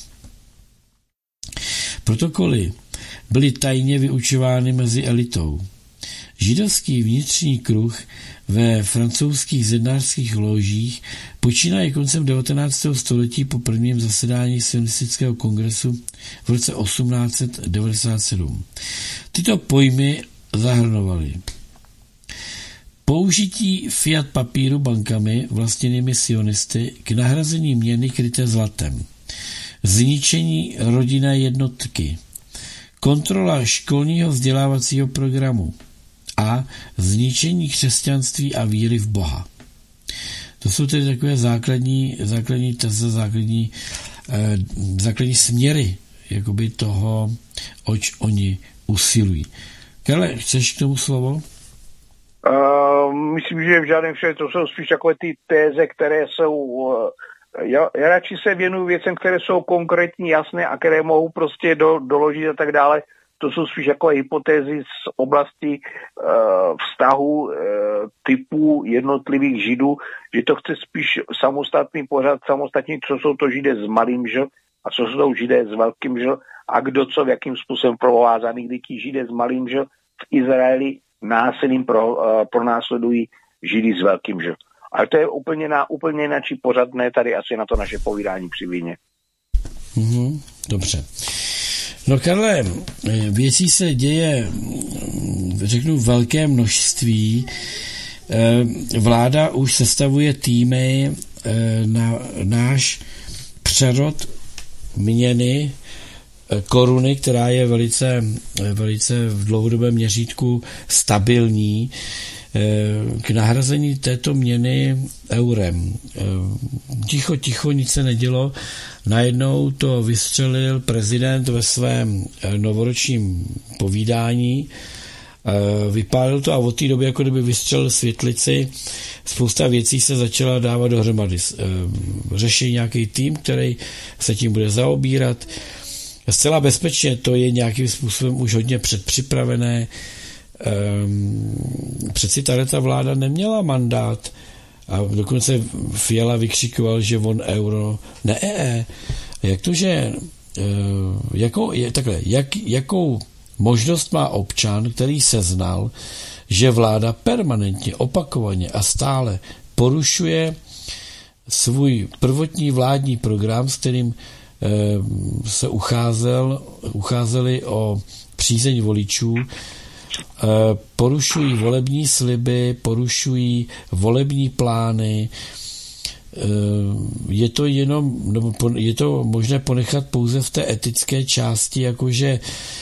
Protokoly byly tajně vyučovány mezi elitou. Židovský vnitřní kruh ve francouzských zednářských ložích počínaje koncem 19. století po prvním zasedání sionistického kongresu v roce 1897. Tyto pojmy zahrnovaly použití fiat papíru bankami vlastněnými sionisty k nahrazení měny kryté zlatem, zničení rodinné jednotky, kontrola školního vzdělávacího programu a zničení křesťanství a víry v Boha. To jsou tedy takové základní teze, základní směry jakoby toho, oč oni usilují. Karle, chceš k tomu slovo? Myslím, že v žádném případě to jsou spíš takové ty téze, které jsou... Já radši se věnuju věcem, které jsou konkrétní, jasné a které mohou prostě doložit a tak dále. To jsou spíš jako hypotézy z oblasti vztahu typů jednotlivých Židů, že to chce spíš samostatný pořad, samostatný, co jsou to Židé s malým Ž a co jsou to Židé s velkým Ž a kdo co, v jakým způsobem provázaný, kdy ti Židé s malým Ž v Izraeli násilím pronásledují Židy s velkým Ž. Ale to je úplně jináčí pořad, ne tady asi na to naše povídání při víně. Dobře. No Karle, věcí se děje, řeknu, velké množství. Vláda už sestavuje týmy na náš přerod měny koruny, která je velice v dlouhodobém měřítku stabilní, k nahrazení této měny eurem. Ticho, nic se nedělo. Najednou to vystřelil prezident ve svém novoročním povídání. Vypálil to a od té doby, jako kdyby vystřelil světlici, spousta věcí se začala dávat dohromady. Řeší nějaký tým, který se tím bude zaobírat. Zcela bezpečně to je nějakým způsobem už hodně předpřipravené. Přeci ta vláda neměla mandát a dokonce Fiala vykřikoval, že on euro Jak to, že jakou možnost má občan, který seznal, že vláda permanentně, opakovaně a stále porušuje svůj prvotní vládní program, s kterým se ucházeli o přízeň voličů, porušují volební sliby, porušují volební plány. Je to možné ponechat pouze v té etické části, jakože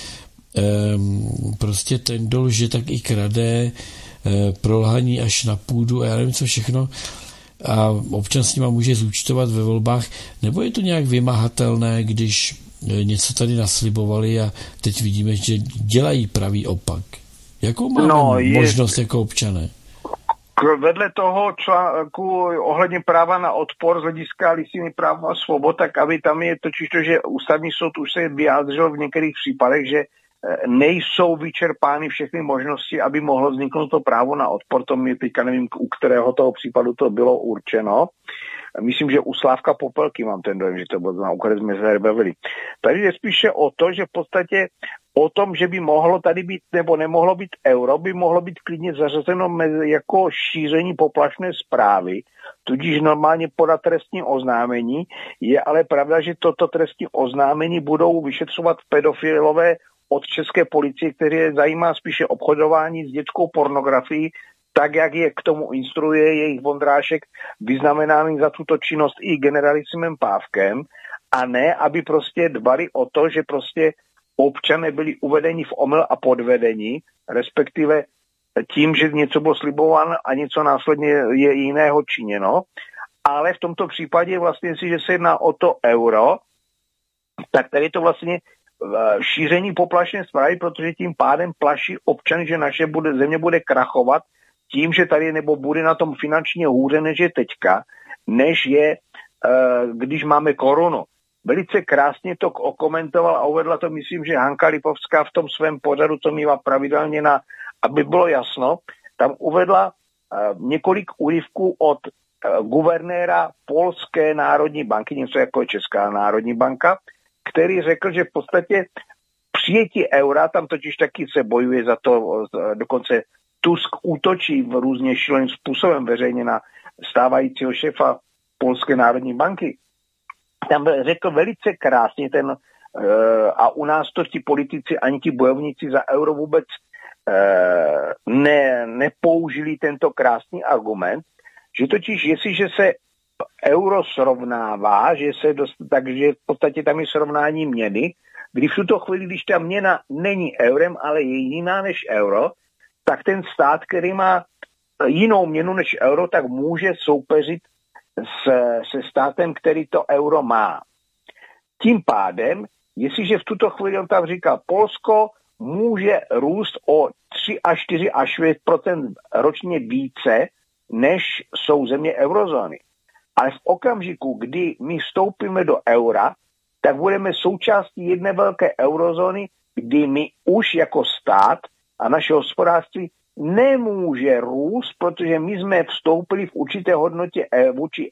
prostě ten, kdo lže, tak i krade, prolhaní až na půdu a já nevím co všechno. a občan s nima může zúčtovat ve volbách, nebo je to nějak vymahatelné, když něco tady naslibovali a teď vidíme, že dělají pravý opak? Jakou máme možnost jako občané? Vedle toho článku ohledně práva na odpor z hlediska listiny práv a svobod, tak aby tam je totiž to, že ústavní soud už se vyjádřil v některých případech, že nejsou vyčerpány všechny možnosti, aby mohlo vzniknout to právo na odpor. To mi teďka nevím, u kterého toho případu to bylo určeno. Myslím, že u Slávka Popelky mám ten dojem, že to bylo, u které jsme se bavili. Tady je spíše o to, že v podstatě o tom, že by mohlo tady být nebo nemohlo být euro, by mohlo být klidně zařazeno jako šíření poplašné zprávy, tudíž normálně podat trestní oznámení. Je ale pravda, že toto trestní oznámení budou vyšetřovat pedofilové od české policie, který je zajímá spíše obchodování s dětskou pornografií, tak, jak je k tomu instruuje jejich Vondrášek, vyznamenaný za tuto činnost i generalissimem Pávkem, a ne, aby prostě dbali o to, že prostě občané byli uvedeni v omyl a podvedení, respektive tím, že něco bylo slibováno a něco následně je jiného činěno. Ale v tomto případě vlastně si, že se jedná o to euro, tak tady je to vlastně šíření poplašné zprávy, protože tím pádem plaší občany, že naše země bude krachovat tím, že tady nebo bude na tom finančně hůře, než je teďka, než je, když máme korunu. Velice krásně to okomentoval a uvedla to, myslím, že Hanka Lipovská v tom svém pořadu, co mívá pravidelně aby bylo jasno, tam uvedla několik úryvků od guvernéra Polské národní banky, něco jako je Česká národní banka, který řekl, že v podstatě přijetí eura, tam totiž taky se bojuje za to, dokonce Tusk útočí v různě šíleným způsobem veřejně na stávajícího šéfa Polské národní banky. Tam řekl velice krásně a u nás to ti politici ani ti bojovníci za euro vůbec nepoužili tento krásný argument, že totiž jestliže se euro srovnává, takže v podstatě tam je srovnání měny, kdy v tuto chvíli, když ta měna není eurem, ale je jiná než euro, tak ten stát, který má jinou měnu než euro, tak může soupeřit se státem, který to euro má. Tím pádem, jestliže v tuto chvíli on tam říká, Polsko může růst o 3 až 4 až 5% ročně více, než jsou země eurozóny. Ale v okamžiku, kdy my vstoupíme do eura, tak budeme součástí jedné velké eurozóny, kdy my už jako stát a naše hospodářství nemůže růst, protože my jsme vstoupili v určité hodnotě vůči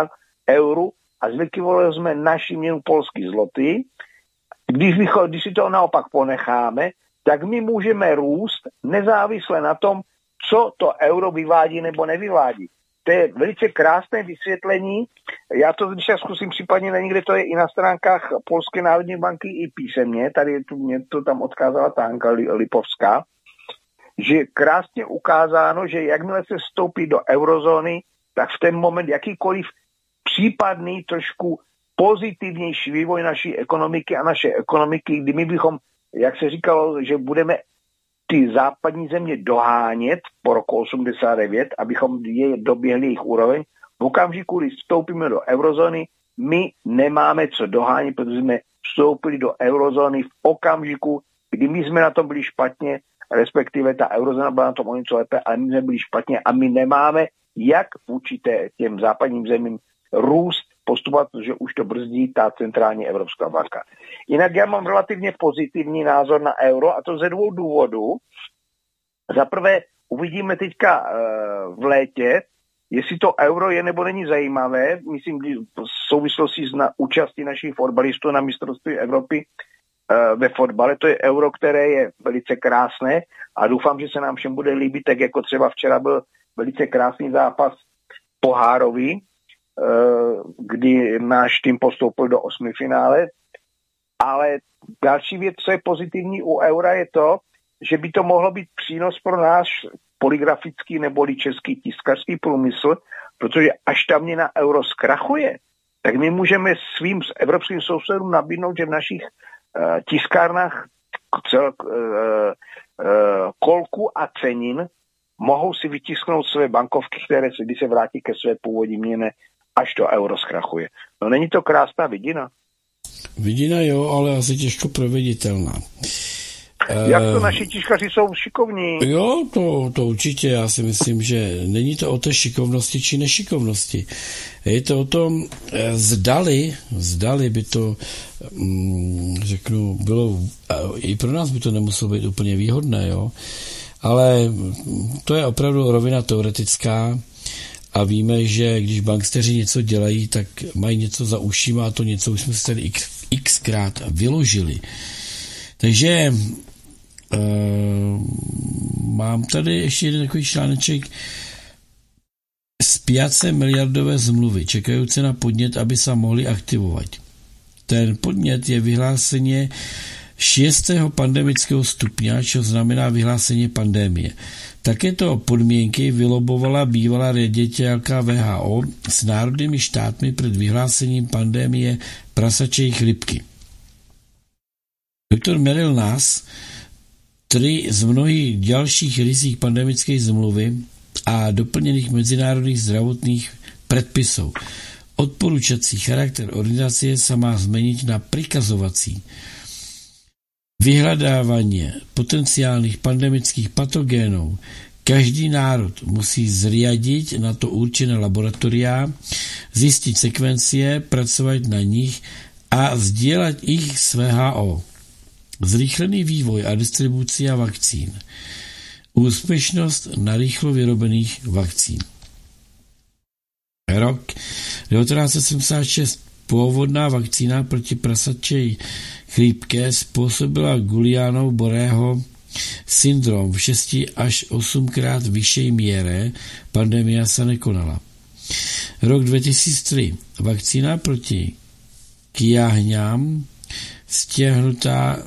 euru a zlikvidovali jsme naši měnu polský zloty. Když si to naopak ponecháme, tak my můžeme růst nezávisle na tom, co to euro vyvádí nebo nevyvádí. To je velice krásné vysvětlení. Já to, když já zkusím případně na někde, to je i na stránkách Polské národní banky i písemně, tady mě to tam odkázala ta Hanka Lipovská, že krásně ukázáno, že jakmile se vstoupí do eurozóny, tak v ten moment jakýkoliv případný trošku pozitivnější vývoj naší ekonomiky a naše ekonomiky, kdy my bychom, jak se říkalo, že budeme ty západní země dohánět po roku 89, abychom je doběhli jejich úroveň, v okamžiku, kdy vstoupíme do eurozóny, my nemáme co dohánět, protože jsme vstoupili do eurozóny v okamžiku, kdy my jsme na tom byli špatně, respektive ta eurozóna byla na tom o něco lépe, ale my jsme byli špatně a my nemáme jak vůči těm západním zemím růst postupovat, protože už to brzdí ta centrální Evropská banka. Jinak já mám relativně pozitivní názor na euro a to ze 2 důvodů. Za prvé uvidíme teďka v létě, jestli to euro je nebo není zajímavé, myslím v souvislosti s účastí našich fotbalistů na mistrovství Evropy ve fotbale. To je euro, které je velice krásné a doufám, že se nám všem bude líbit, tak jako třeba včera byl velice krásný zápas pohárový, kdy náš tým postoupil do 8. finále. Ale další věc, co je pozitivní u eura, je to, že by to mohlo být přínos pro náš poligrafický neboli český tiskařský průmysl, protože až ta měna euro zkrachuje, tak my můžeme svým evropským sousedům nabídnout, že v našich tiskárnách kolku a cenin mohou si vytisknout své bankovky, které se, když se vrátí ke své původní měně, až to euro zkrachuje. No není to krásná vidina? Vidina jo, ale asi těžko proveditelná. Jak to naši tiškaři jsou šikovní? Jo, to určitě, já si myslím, že není to o té šikovnosti či nešikovnosti. Je to o tom, zdali by to, řeknu, bylo, i pro nás by to nemuselo být úplně výhodné, jo, ale to je opravdu rovina teoretická a víme, že když banksteři něco dělají, tak mají něco za ušima a to něco už jsme si tady xkrát vyložili. Takže mám tady ještě jeden takový článeček. Spiace miliardové zmluvy, čekajúce na podnět, aby sa mohli aktivovat. Ten podnět je vyhlásení 6. pandemického stupňa, čo znamená vyhlásení pandémie. Takéto podmienky vylobovala bývalá riaditeľka VHO s národnými štátmi před vyhlásením pandémie prasačej chřipky. Doktor Meryl Nass 3 z mnohých dalších rysích pandemické zmluvy a doplněných mezinárodních zdravotných predpisov. Odporučací charakter organizace se má změnit na prikazovací. Vyhledávání potenciálních pandemických patogénů. Každý národ musí zriadit na to určené laboratoria, zjistit sekvencie, pracovat na nich a sdílet ich s VHO. Zrychlený vývoj a distribucia vakcín. Úspěšnost na rychlo vyrobených vakcín. Rok 1976 původná vakcína proti prasačej chrípke způsobila Guillainova-Borého syndrom v 6 až 8krát vyšší míře, pandemia se nekonala. Rok 2003 vakcína proti kiahňám stiahnutá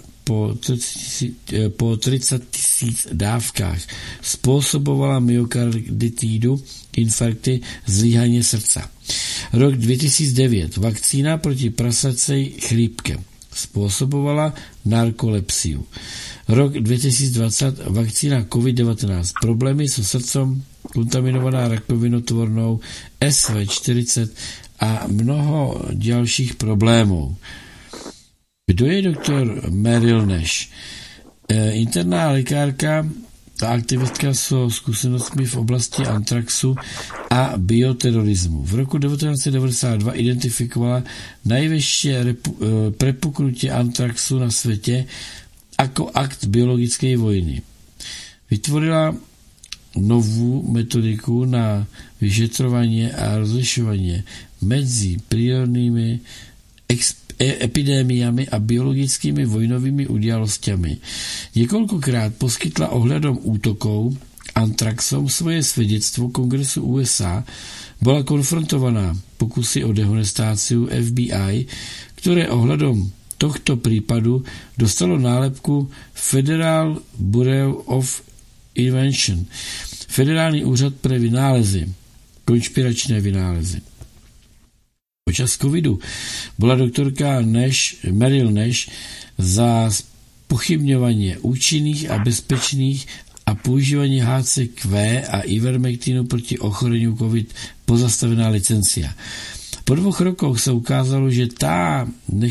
po 30 000 dávkách způsobovala myokarditídu, infarkty, zlíhání srdca. Rok 2009 vakcína proti prasacej chrípke způsobovala narkolepsiu. Rok 2020 vakcína COVID-19 problémy so srdcom, kontaminovaná rakovinotvornou, SV40 a mnoho dalších problémů. Kdo je doktor Meryl Nass? Interná lékárka a aktivistka so zkušenostmi v oblasti antraxu a bioterorismu. V roku 1992 identifikovala nejvyšší prepuknutí antraxu na světě jako akt biologické vojny. Vytvorila novou metodiku na vyšetřování a rozlišování mezi přírodními epidémiami a biologickými vojnovými událostmi. Několikrát poskytla ohledom útoků antraxom svoje svědectvo Kongresu USA, byla konfrontovaná pokusy o dehonestáciu FBI, které ohledom tohto případu dostalo nálepku Federal Bureau of Invention, Federální úřad pre vynálezy, konšpiračné vynálezy. Počas covidu byla doktorka Meryl Nass za pochybňování účinných a bezpečných a používání HCQ a ivermektinu proti ochoreniu COVID pozastavená licencia. Po 2 rokoch se ukázalo, že ta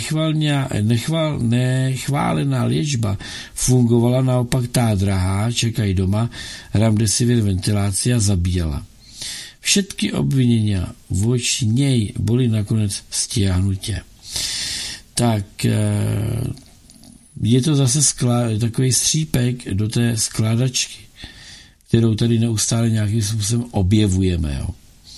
nechválená léčba fungovala, naopak tá drahá, čekaj doma, remdesivir ventilácia zabíjala. Všetky obvinění voči něj byly nakonec stiahnutě. Tak je to zase takový střípek do té skládačky, kterou tady neustále nějakým způsobem objevujeme. Jo.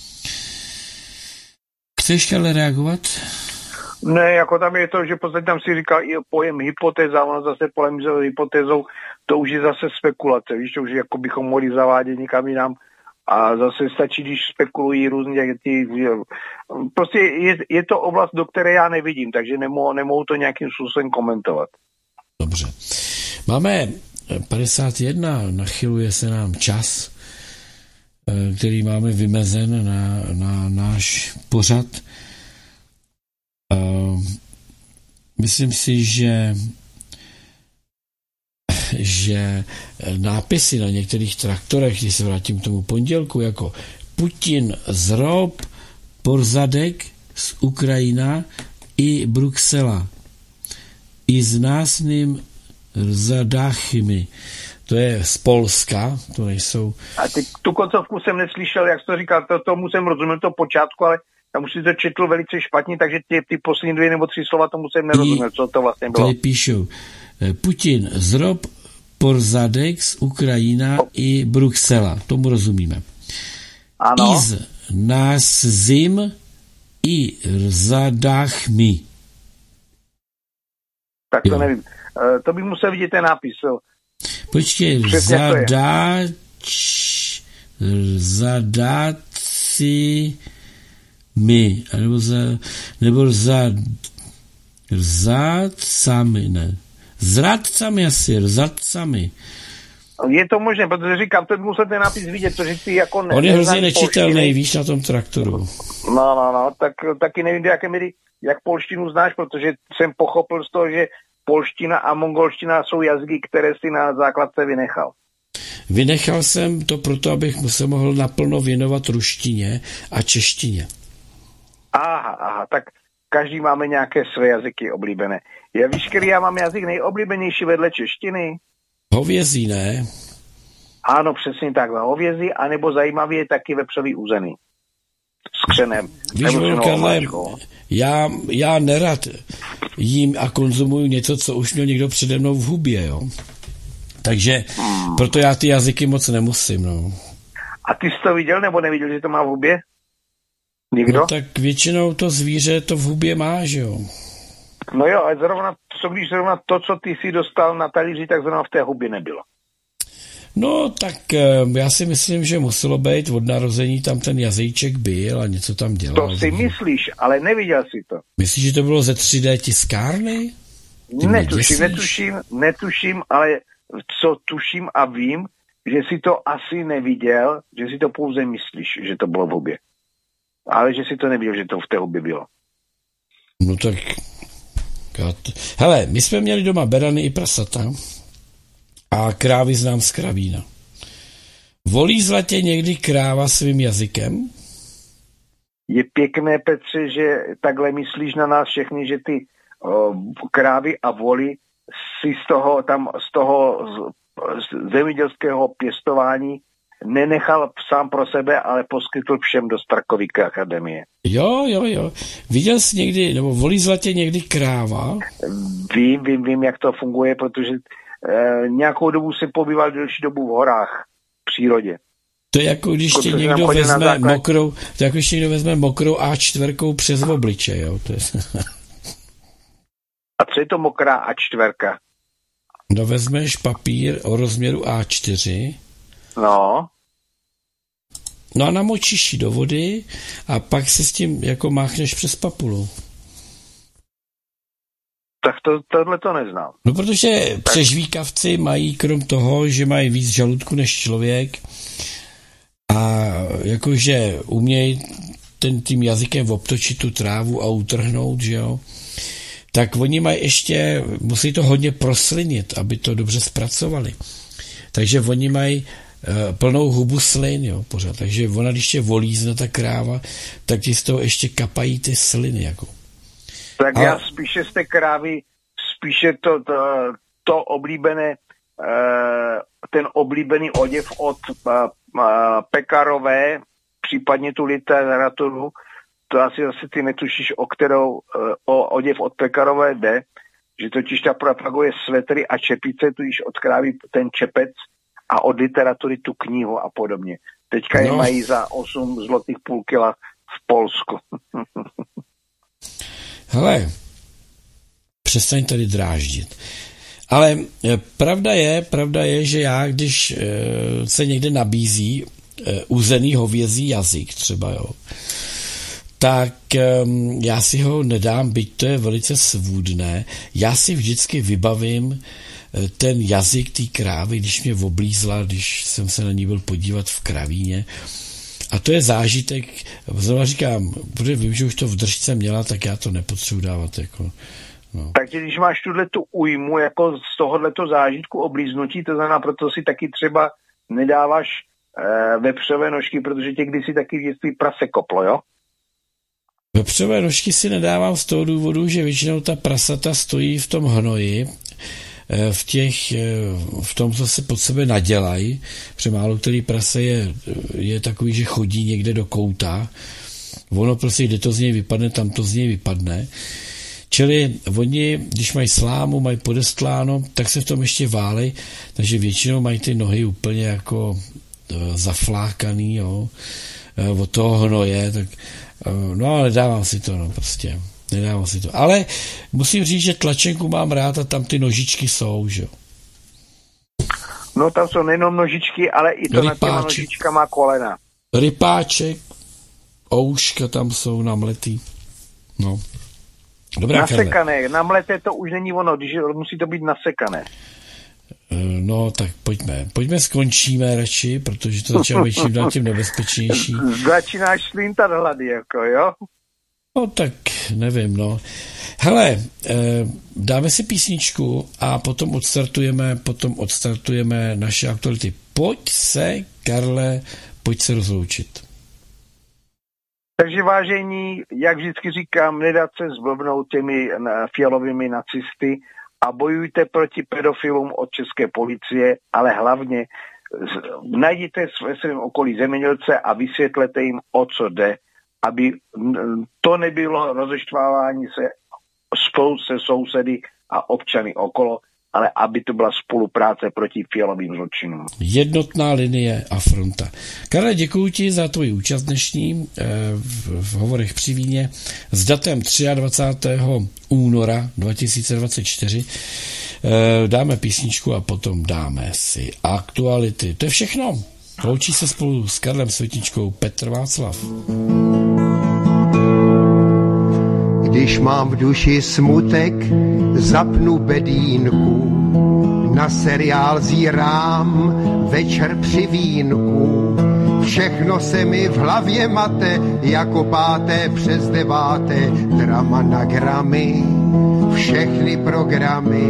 Chceš, Karle, reagovat? Ne, jako tam je to, že v podstatě tam si říkal i pojem hypotéza, ono zase polemizuje hypotézou, to už je zase spekulace, víš, to už jako bychom mohli zavádět někam jinam. A zase stačí, když spekulují různě prostě je to oblast, do které já nevidím, takže nemohu to nějakým způsobem komentovat. Dobře. Máme 51, nachyluje se nám čas, který máme vymezen na náš pořad. Myslím si, že že nápisy na některých traktorech, když se vrátím k tomu pondělku, jako Putin zrob porzadek z Ukrajina i Bruxela. I s násným zadachymi. To je z Polska, to nejsou... A tu koncovku jsem neslyšel, jak jsi to říkal, tomu jsem rozuměl to počátku, ale tam už si to četl velice špatně, takže ty poslední 2 nebo 3 slova tomu jsem nerozuměl, co to vlastně bylo. Tady píšou, Putin zrob porzadek z Ukrajina i Bruxela, tomu rozumíme. Ano. Iz nás zim i zadachmi. Tak to nevím. To bych musel vidět ten nápis. Počkej, zadáci my, nebo zradcami, ne. Zradcami asi, zradcami. Je to možné, protože říkám, to musel ten nápis vidět, protože ty jako... On je hrozně nečitelný, víš, na tom traktoru. No, tak taky nevím, do jaké míry, jak polštinu znáš, protože jsem pochopil z toho, že polština a mongolština jsou jazyky, které si na základce vynechal. Vynechal jsem to proto, abych se mohl naplno věnovat ruštině a češtině. Aha, tak každý máme nějaké své jazyky oblíbené. Víš, který já mám jazyk nejoblíbenější vedle češtiny? Hovězí, ne? Ano, přesně tak, hovězí, anebo zajímavý je taky vepřový uzený. S křenem. Víš, Karle, já nerad jím a konzumuju něco, co už měl někdo přede mnou v hubě, jo. Takže proto já ty jazyky moc nemusím, no. A ty jsi to viděl, nebo neviděl, že to má v hubě? Nikdo? No tak většinou to zvíře to v hubě má, že jo. No jo, ale když zrovna to, co ty si dostal na talíři, tak zrovna v té hubě nebylo. No, tak já si myslím, že muselo být od narození, tam ten jazyček byl a něco tam dělal. To si myslíš, ale neviděl si to. Myslíš, že to bylo ze 3D tiskárny? Netuším, ale co tuším a vím, že si to asi neviděl, že si to pouze myslíš, že to bylo v hubě. Ale že si to neviděl, že to v té hubě bylo. No tak... Hele, my jsme měli doma berany i prasata a krávy znám z kravína. Volí zlatě někdy kráva svým jazykem? Je pěkné, Petře, že takhle myslíš na nás všechny, že ty krávy a voly si z toho zemědělského pěstování nenechal sám pro sebe, ale poskytl všem do Strakovíky akademie. Jo. Viděl jsi někdy, nebo volí zlatě někdy kráva? Vím, jak to funguje, protože nějakou dobu se pobýval delší dobu v horách, v přírodě. To je jako když tě někdo vezme mokrou A4 přes obliče, jo. To je... A co je to mokrá A4? No vezmeš papír o rozměru A4. No a namočíš ji do vody a pak si s tím jako máchneš přes papulu. Tak tohle to neznám. No protože přežvíkavci mají krom toho, že mají víc žaludku než člověk a jakože umějí tím jazykem obtočit tu trávu a utrhnout, že jo, tak oni mají ještě, musí to hodně proslinit, aby to dobře zpracovali. Takže oni mají plnou hubu slin, jo, pořád. Takže ona, když tě volízne ta kráva, tak ti z toho ještě kapají ty sliny, jako. Tak já spíše z té krávy, spíše to oblíbené, ten oblíbený oděv od Pekarové, případně tu literaturu, to asi zase ty netušíš, o oděv od Pekarové jde, že totiž ta propaguje svetry a čepice, tudíž od krávy ten čepec a od literatury tu knihu a podobně. Teďka je mají za 8 zlotých půl kila v Polsku. Hele, přestaň tady dráždit. Ale pravda je, že já, když se někde nabízí uzený hovězí jazyk třeba, jo, tak já si ho nedám, byť to je velice svůdné. Já si vždycky vybavím ten jazyk té krávy, když mě oblízla, když jsem se na ní byl podívat v kravíně. A to je zážitek, znovu říkám, protože vím, že už to v držce měla, tak já to nepotřebuji dávat jako No. Takže když máš tu újmu jako z tohohleto zážitku oblíznutí, to znamená, proto si taky třeba nedáváš vepřové nožky, protože tě kdysi taky v dětství prase koplo, jo? Vepřové nožky si nedávám z toho důvodu, že většinou ta prasata stojí v tom hnoji, v tom, co si pod sebe nadělají, protože málo který prase je takový, že chodí někde do kouta. Ono prostě, kde to z něj vypadne, tam to z něj vypadne. Čili oni, když mají slámu, mají podestláno, tak se v tom ještě válej, takže většinou mají ty nohy úplně jako zaflákaný, jo, od toho hnoje, tak no ale nedávám si to, no prostě. Nedávám si to. Ale musím říct, že tlačenku mám rád a tam ty nožičky jsou, že jo. No tam jsou nejenom nožičky, ale i to nad těma nožičkama kolena. Rypáček, ouška tam jsou namletý. No. Dobrá, nasekané, Karle. Namleté to už není ono, když musí to být nasekané. No tak pojďme skončíme radši, protože to začíná být čím dál tím nebezpečnější. Začínáš slintat hlady, jako jo? No tak nevím, no. Hele, dáme si písničku a potom odstartujeme naše aktuality. Pojď se, Karle, rozloučit. Takže vážení, jak vždycky říkám, nedat se zblbnout těmi fialovými nacisty a bojujte proti pedofilům od české policie, ale hlavně najděte ve svém okolí zemědělce a vysvětlete jim, o co jde, aby to nebylo rozeštvávání se spolu se sousedy a občany okolo, ale aby to byla spolupráce proti fialovým zločinům. Jednotná linie a fronta. Karle, děkuji ti za tvoji účast dnešní v Hovorech při víně s datem 23. února 2024. Dáme písničku a potom dáme si aktuality. To je všechno. Loučí se spolu s Karlem Světničkou Petr Václav. Když mám v duši smutek, zapnu bedínku, na seriál zírám večer při vínku. Všechno se mi v hlavě mate, jako 5. přes 9. drama na gramy, všechny programy.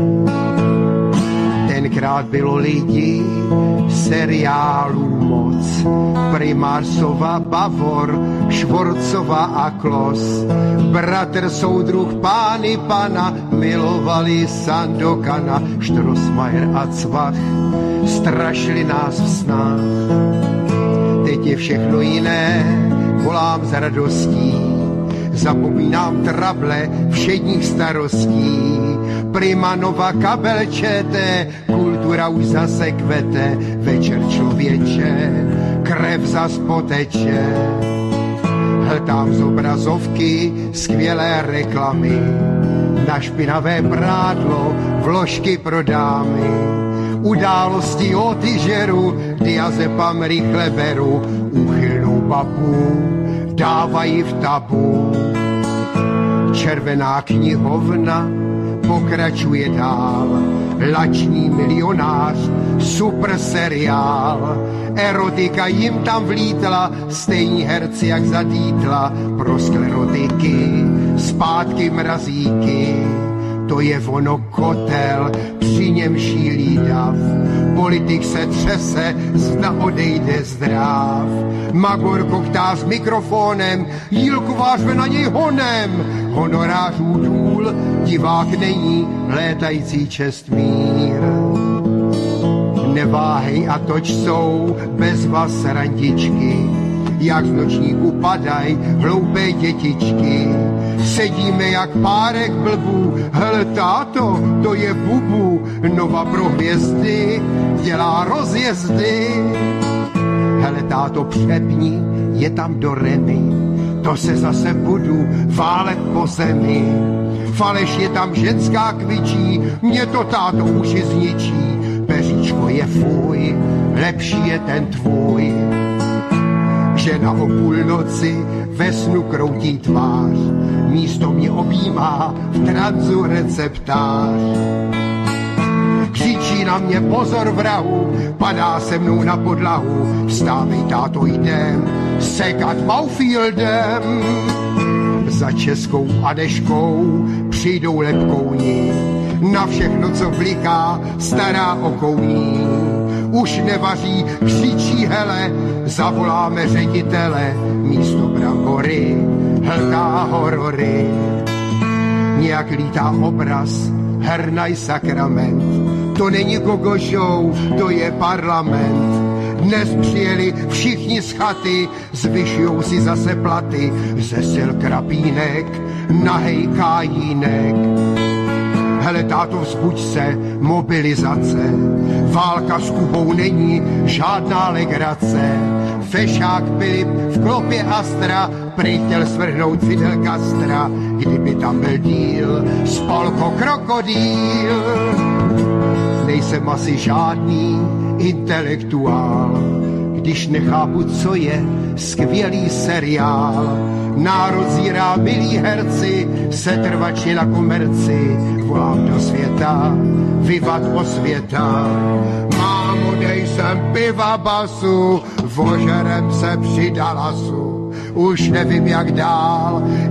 Tenkrát bylo lidi, seriálů moc, Primářova, Bavor, Švorcova a Klos. Bratr, soudruh, pány pana, milovali Sandokana, Štrosmajer a Cvach, strašili nás v snách. Teď je všechno jiné, volám s radostí, zapomínám trable všedních starostí. Prima, Nova, kabel, ČT, kultura už zase kvete, večer člověče, krev zas poteče. Hltám z obrazovky skvělé reklamy, na špinavé prádlo vložky pro dámy. Události o tyžeru, diazepam rychle beru, úchylnou babu dávají v tabu. Červená knihovna pokračuje dál, lačný milionář, super seriál. Erotika jim tam vlítla, stejní herci jak za Dítla, pro sklerotiky, zpátky mrazíky. To je ono kotel, při něm šílí dav. Politik se třese, zda odejde zdráv. Magor koktá s mikrofonem, Jílku vážme na něj honem. Honorářů důl, divák není, létající čestmír. Neváhej a toč jsou bez vás randičky, jak z nočníku padaj hloupé dětičky. Sedíme jak párek blbů, hele táto, to je bubu, Nova pro hvězdy, dělá rozjezdy. Hele táto, přepni, je tam do Remy, to se zase budu válet po zemi. Faleš je tam ženská kvičí, mě to táto uši zničí. Peříčko je fuj, lepší je ten tvůj. Žena o půlnoci ve snu kroutí tvář, místo mě objímá v tranzu receptář. Křičí na mě pozor vrahu, padá se mnou na podlahu. Vstávej táto, jdem sekat Baufieldem. za Českou Anežkou přijdou lepkouni, na všechno, co bliká stará okouní. Už nevaří, křičí hele, zavoláme ředitele, místo brambory hltá horory. Nějak lítá obraz, hernaj sakrament, to není gogo show, to je parlament. Dnes přijeli všichni z chaty, zvyšujou si zase platy, ze sil Krapínek, nahej Kajínek. Hele táto, vzbuď se, mobilizace, válka s Kubou není žádná legrace. Fešák Filip v klopě Astra prý chtěl svrhnout Fidel Castra, kdyby tam byl díl, spolko krokodýl. Nejsem asi žádný intelektuál, když nechápu, co je skvělý seriál. Národ zírá, milí herci, setrvačně na komerci, volám do světa, vivat osvěta. Mámo, dej sem piva basu, vožerem se při Dallasu. Už nevím jak dál,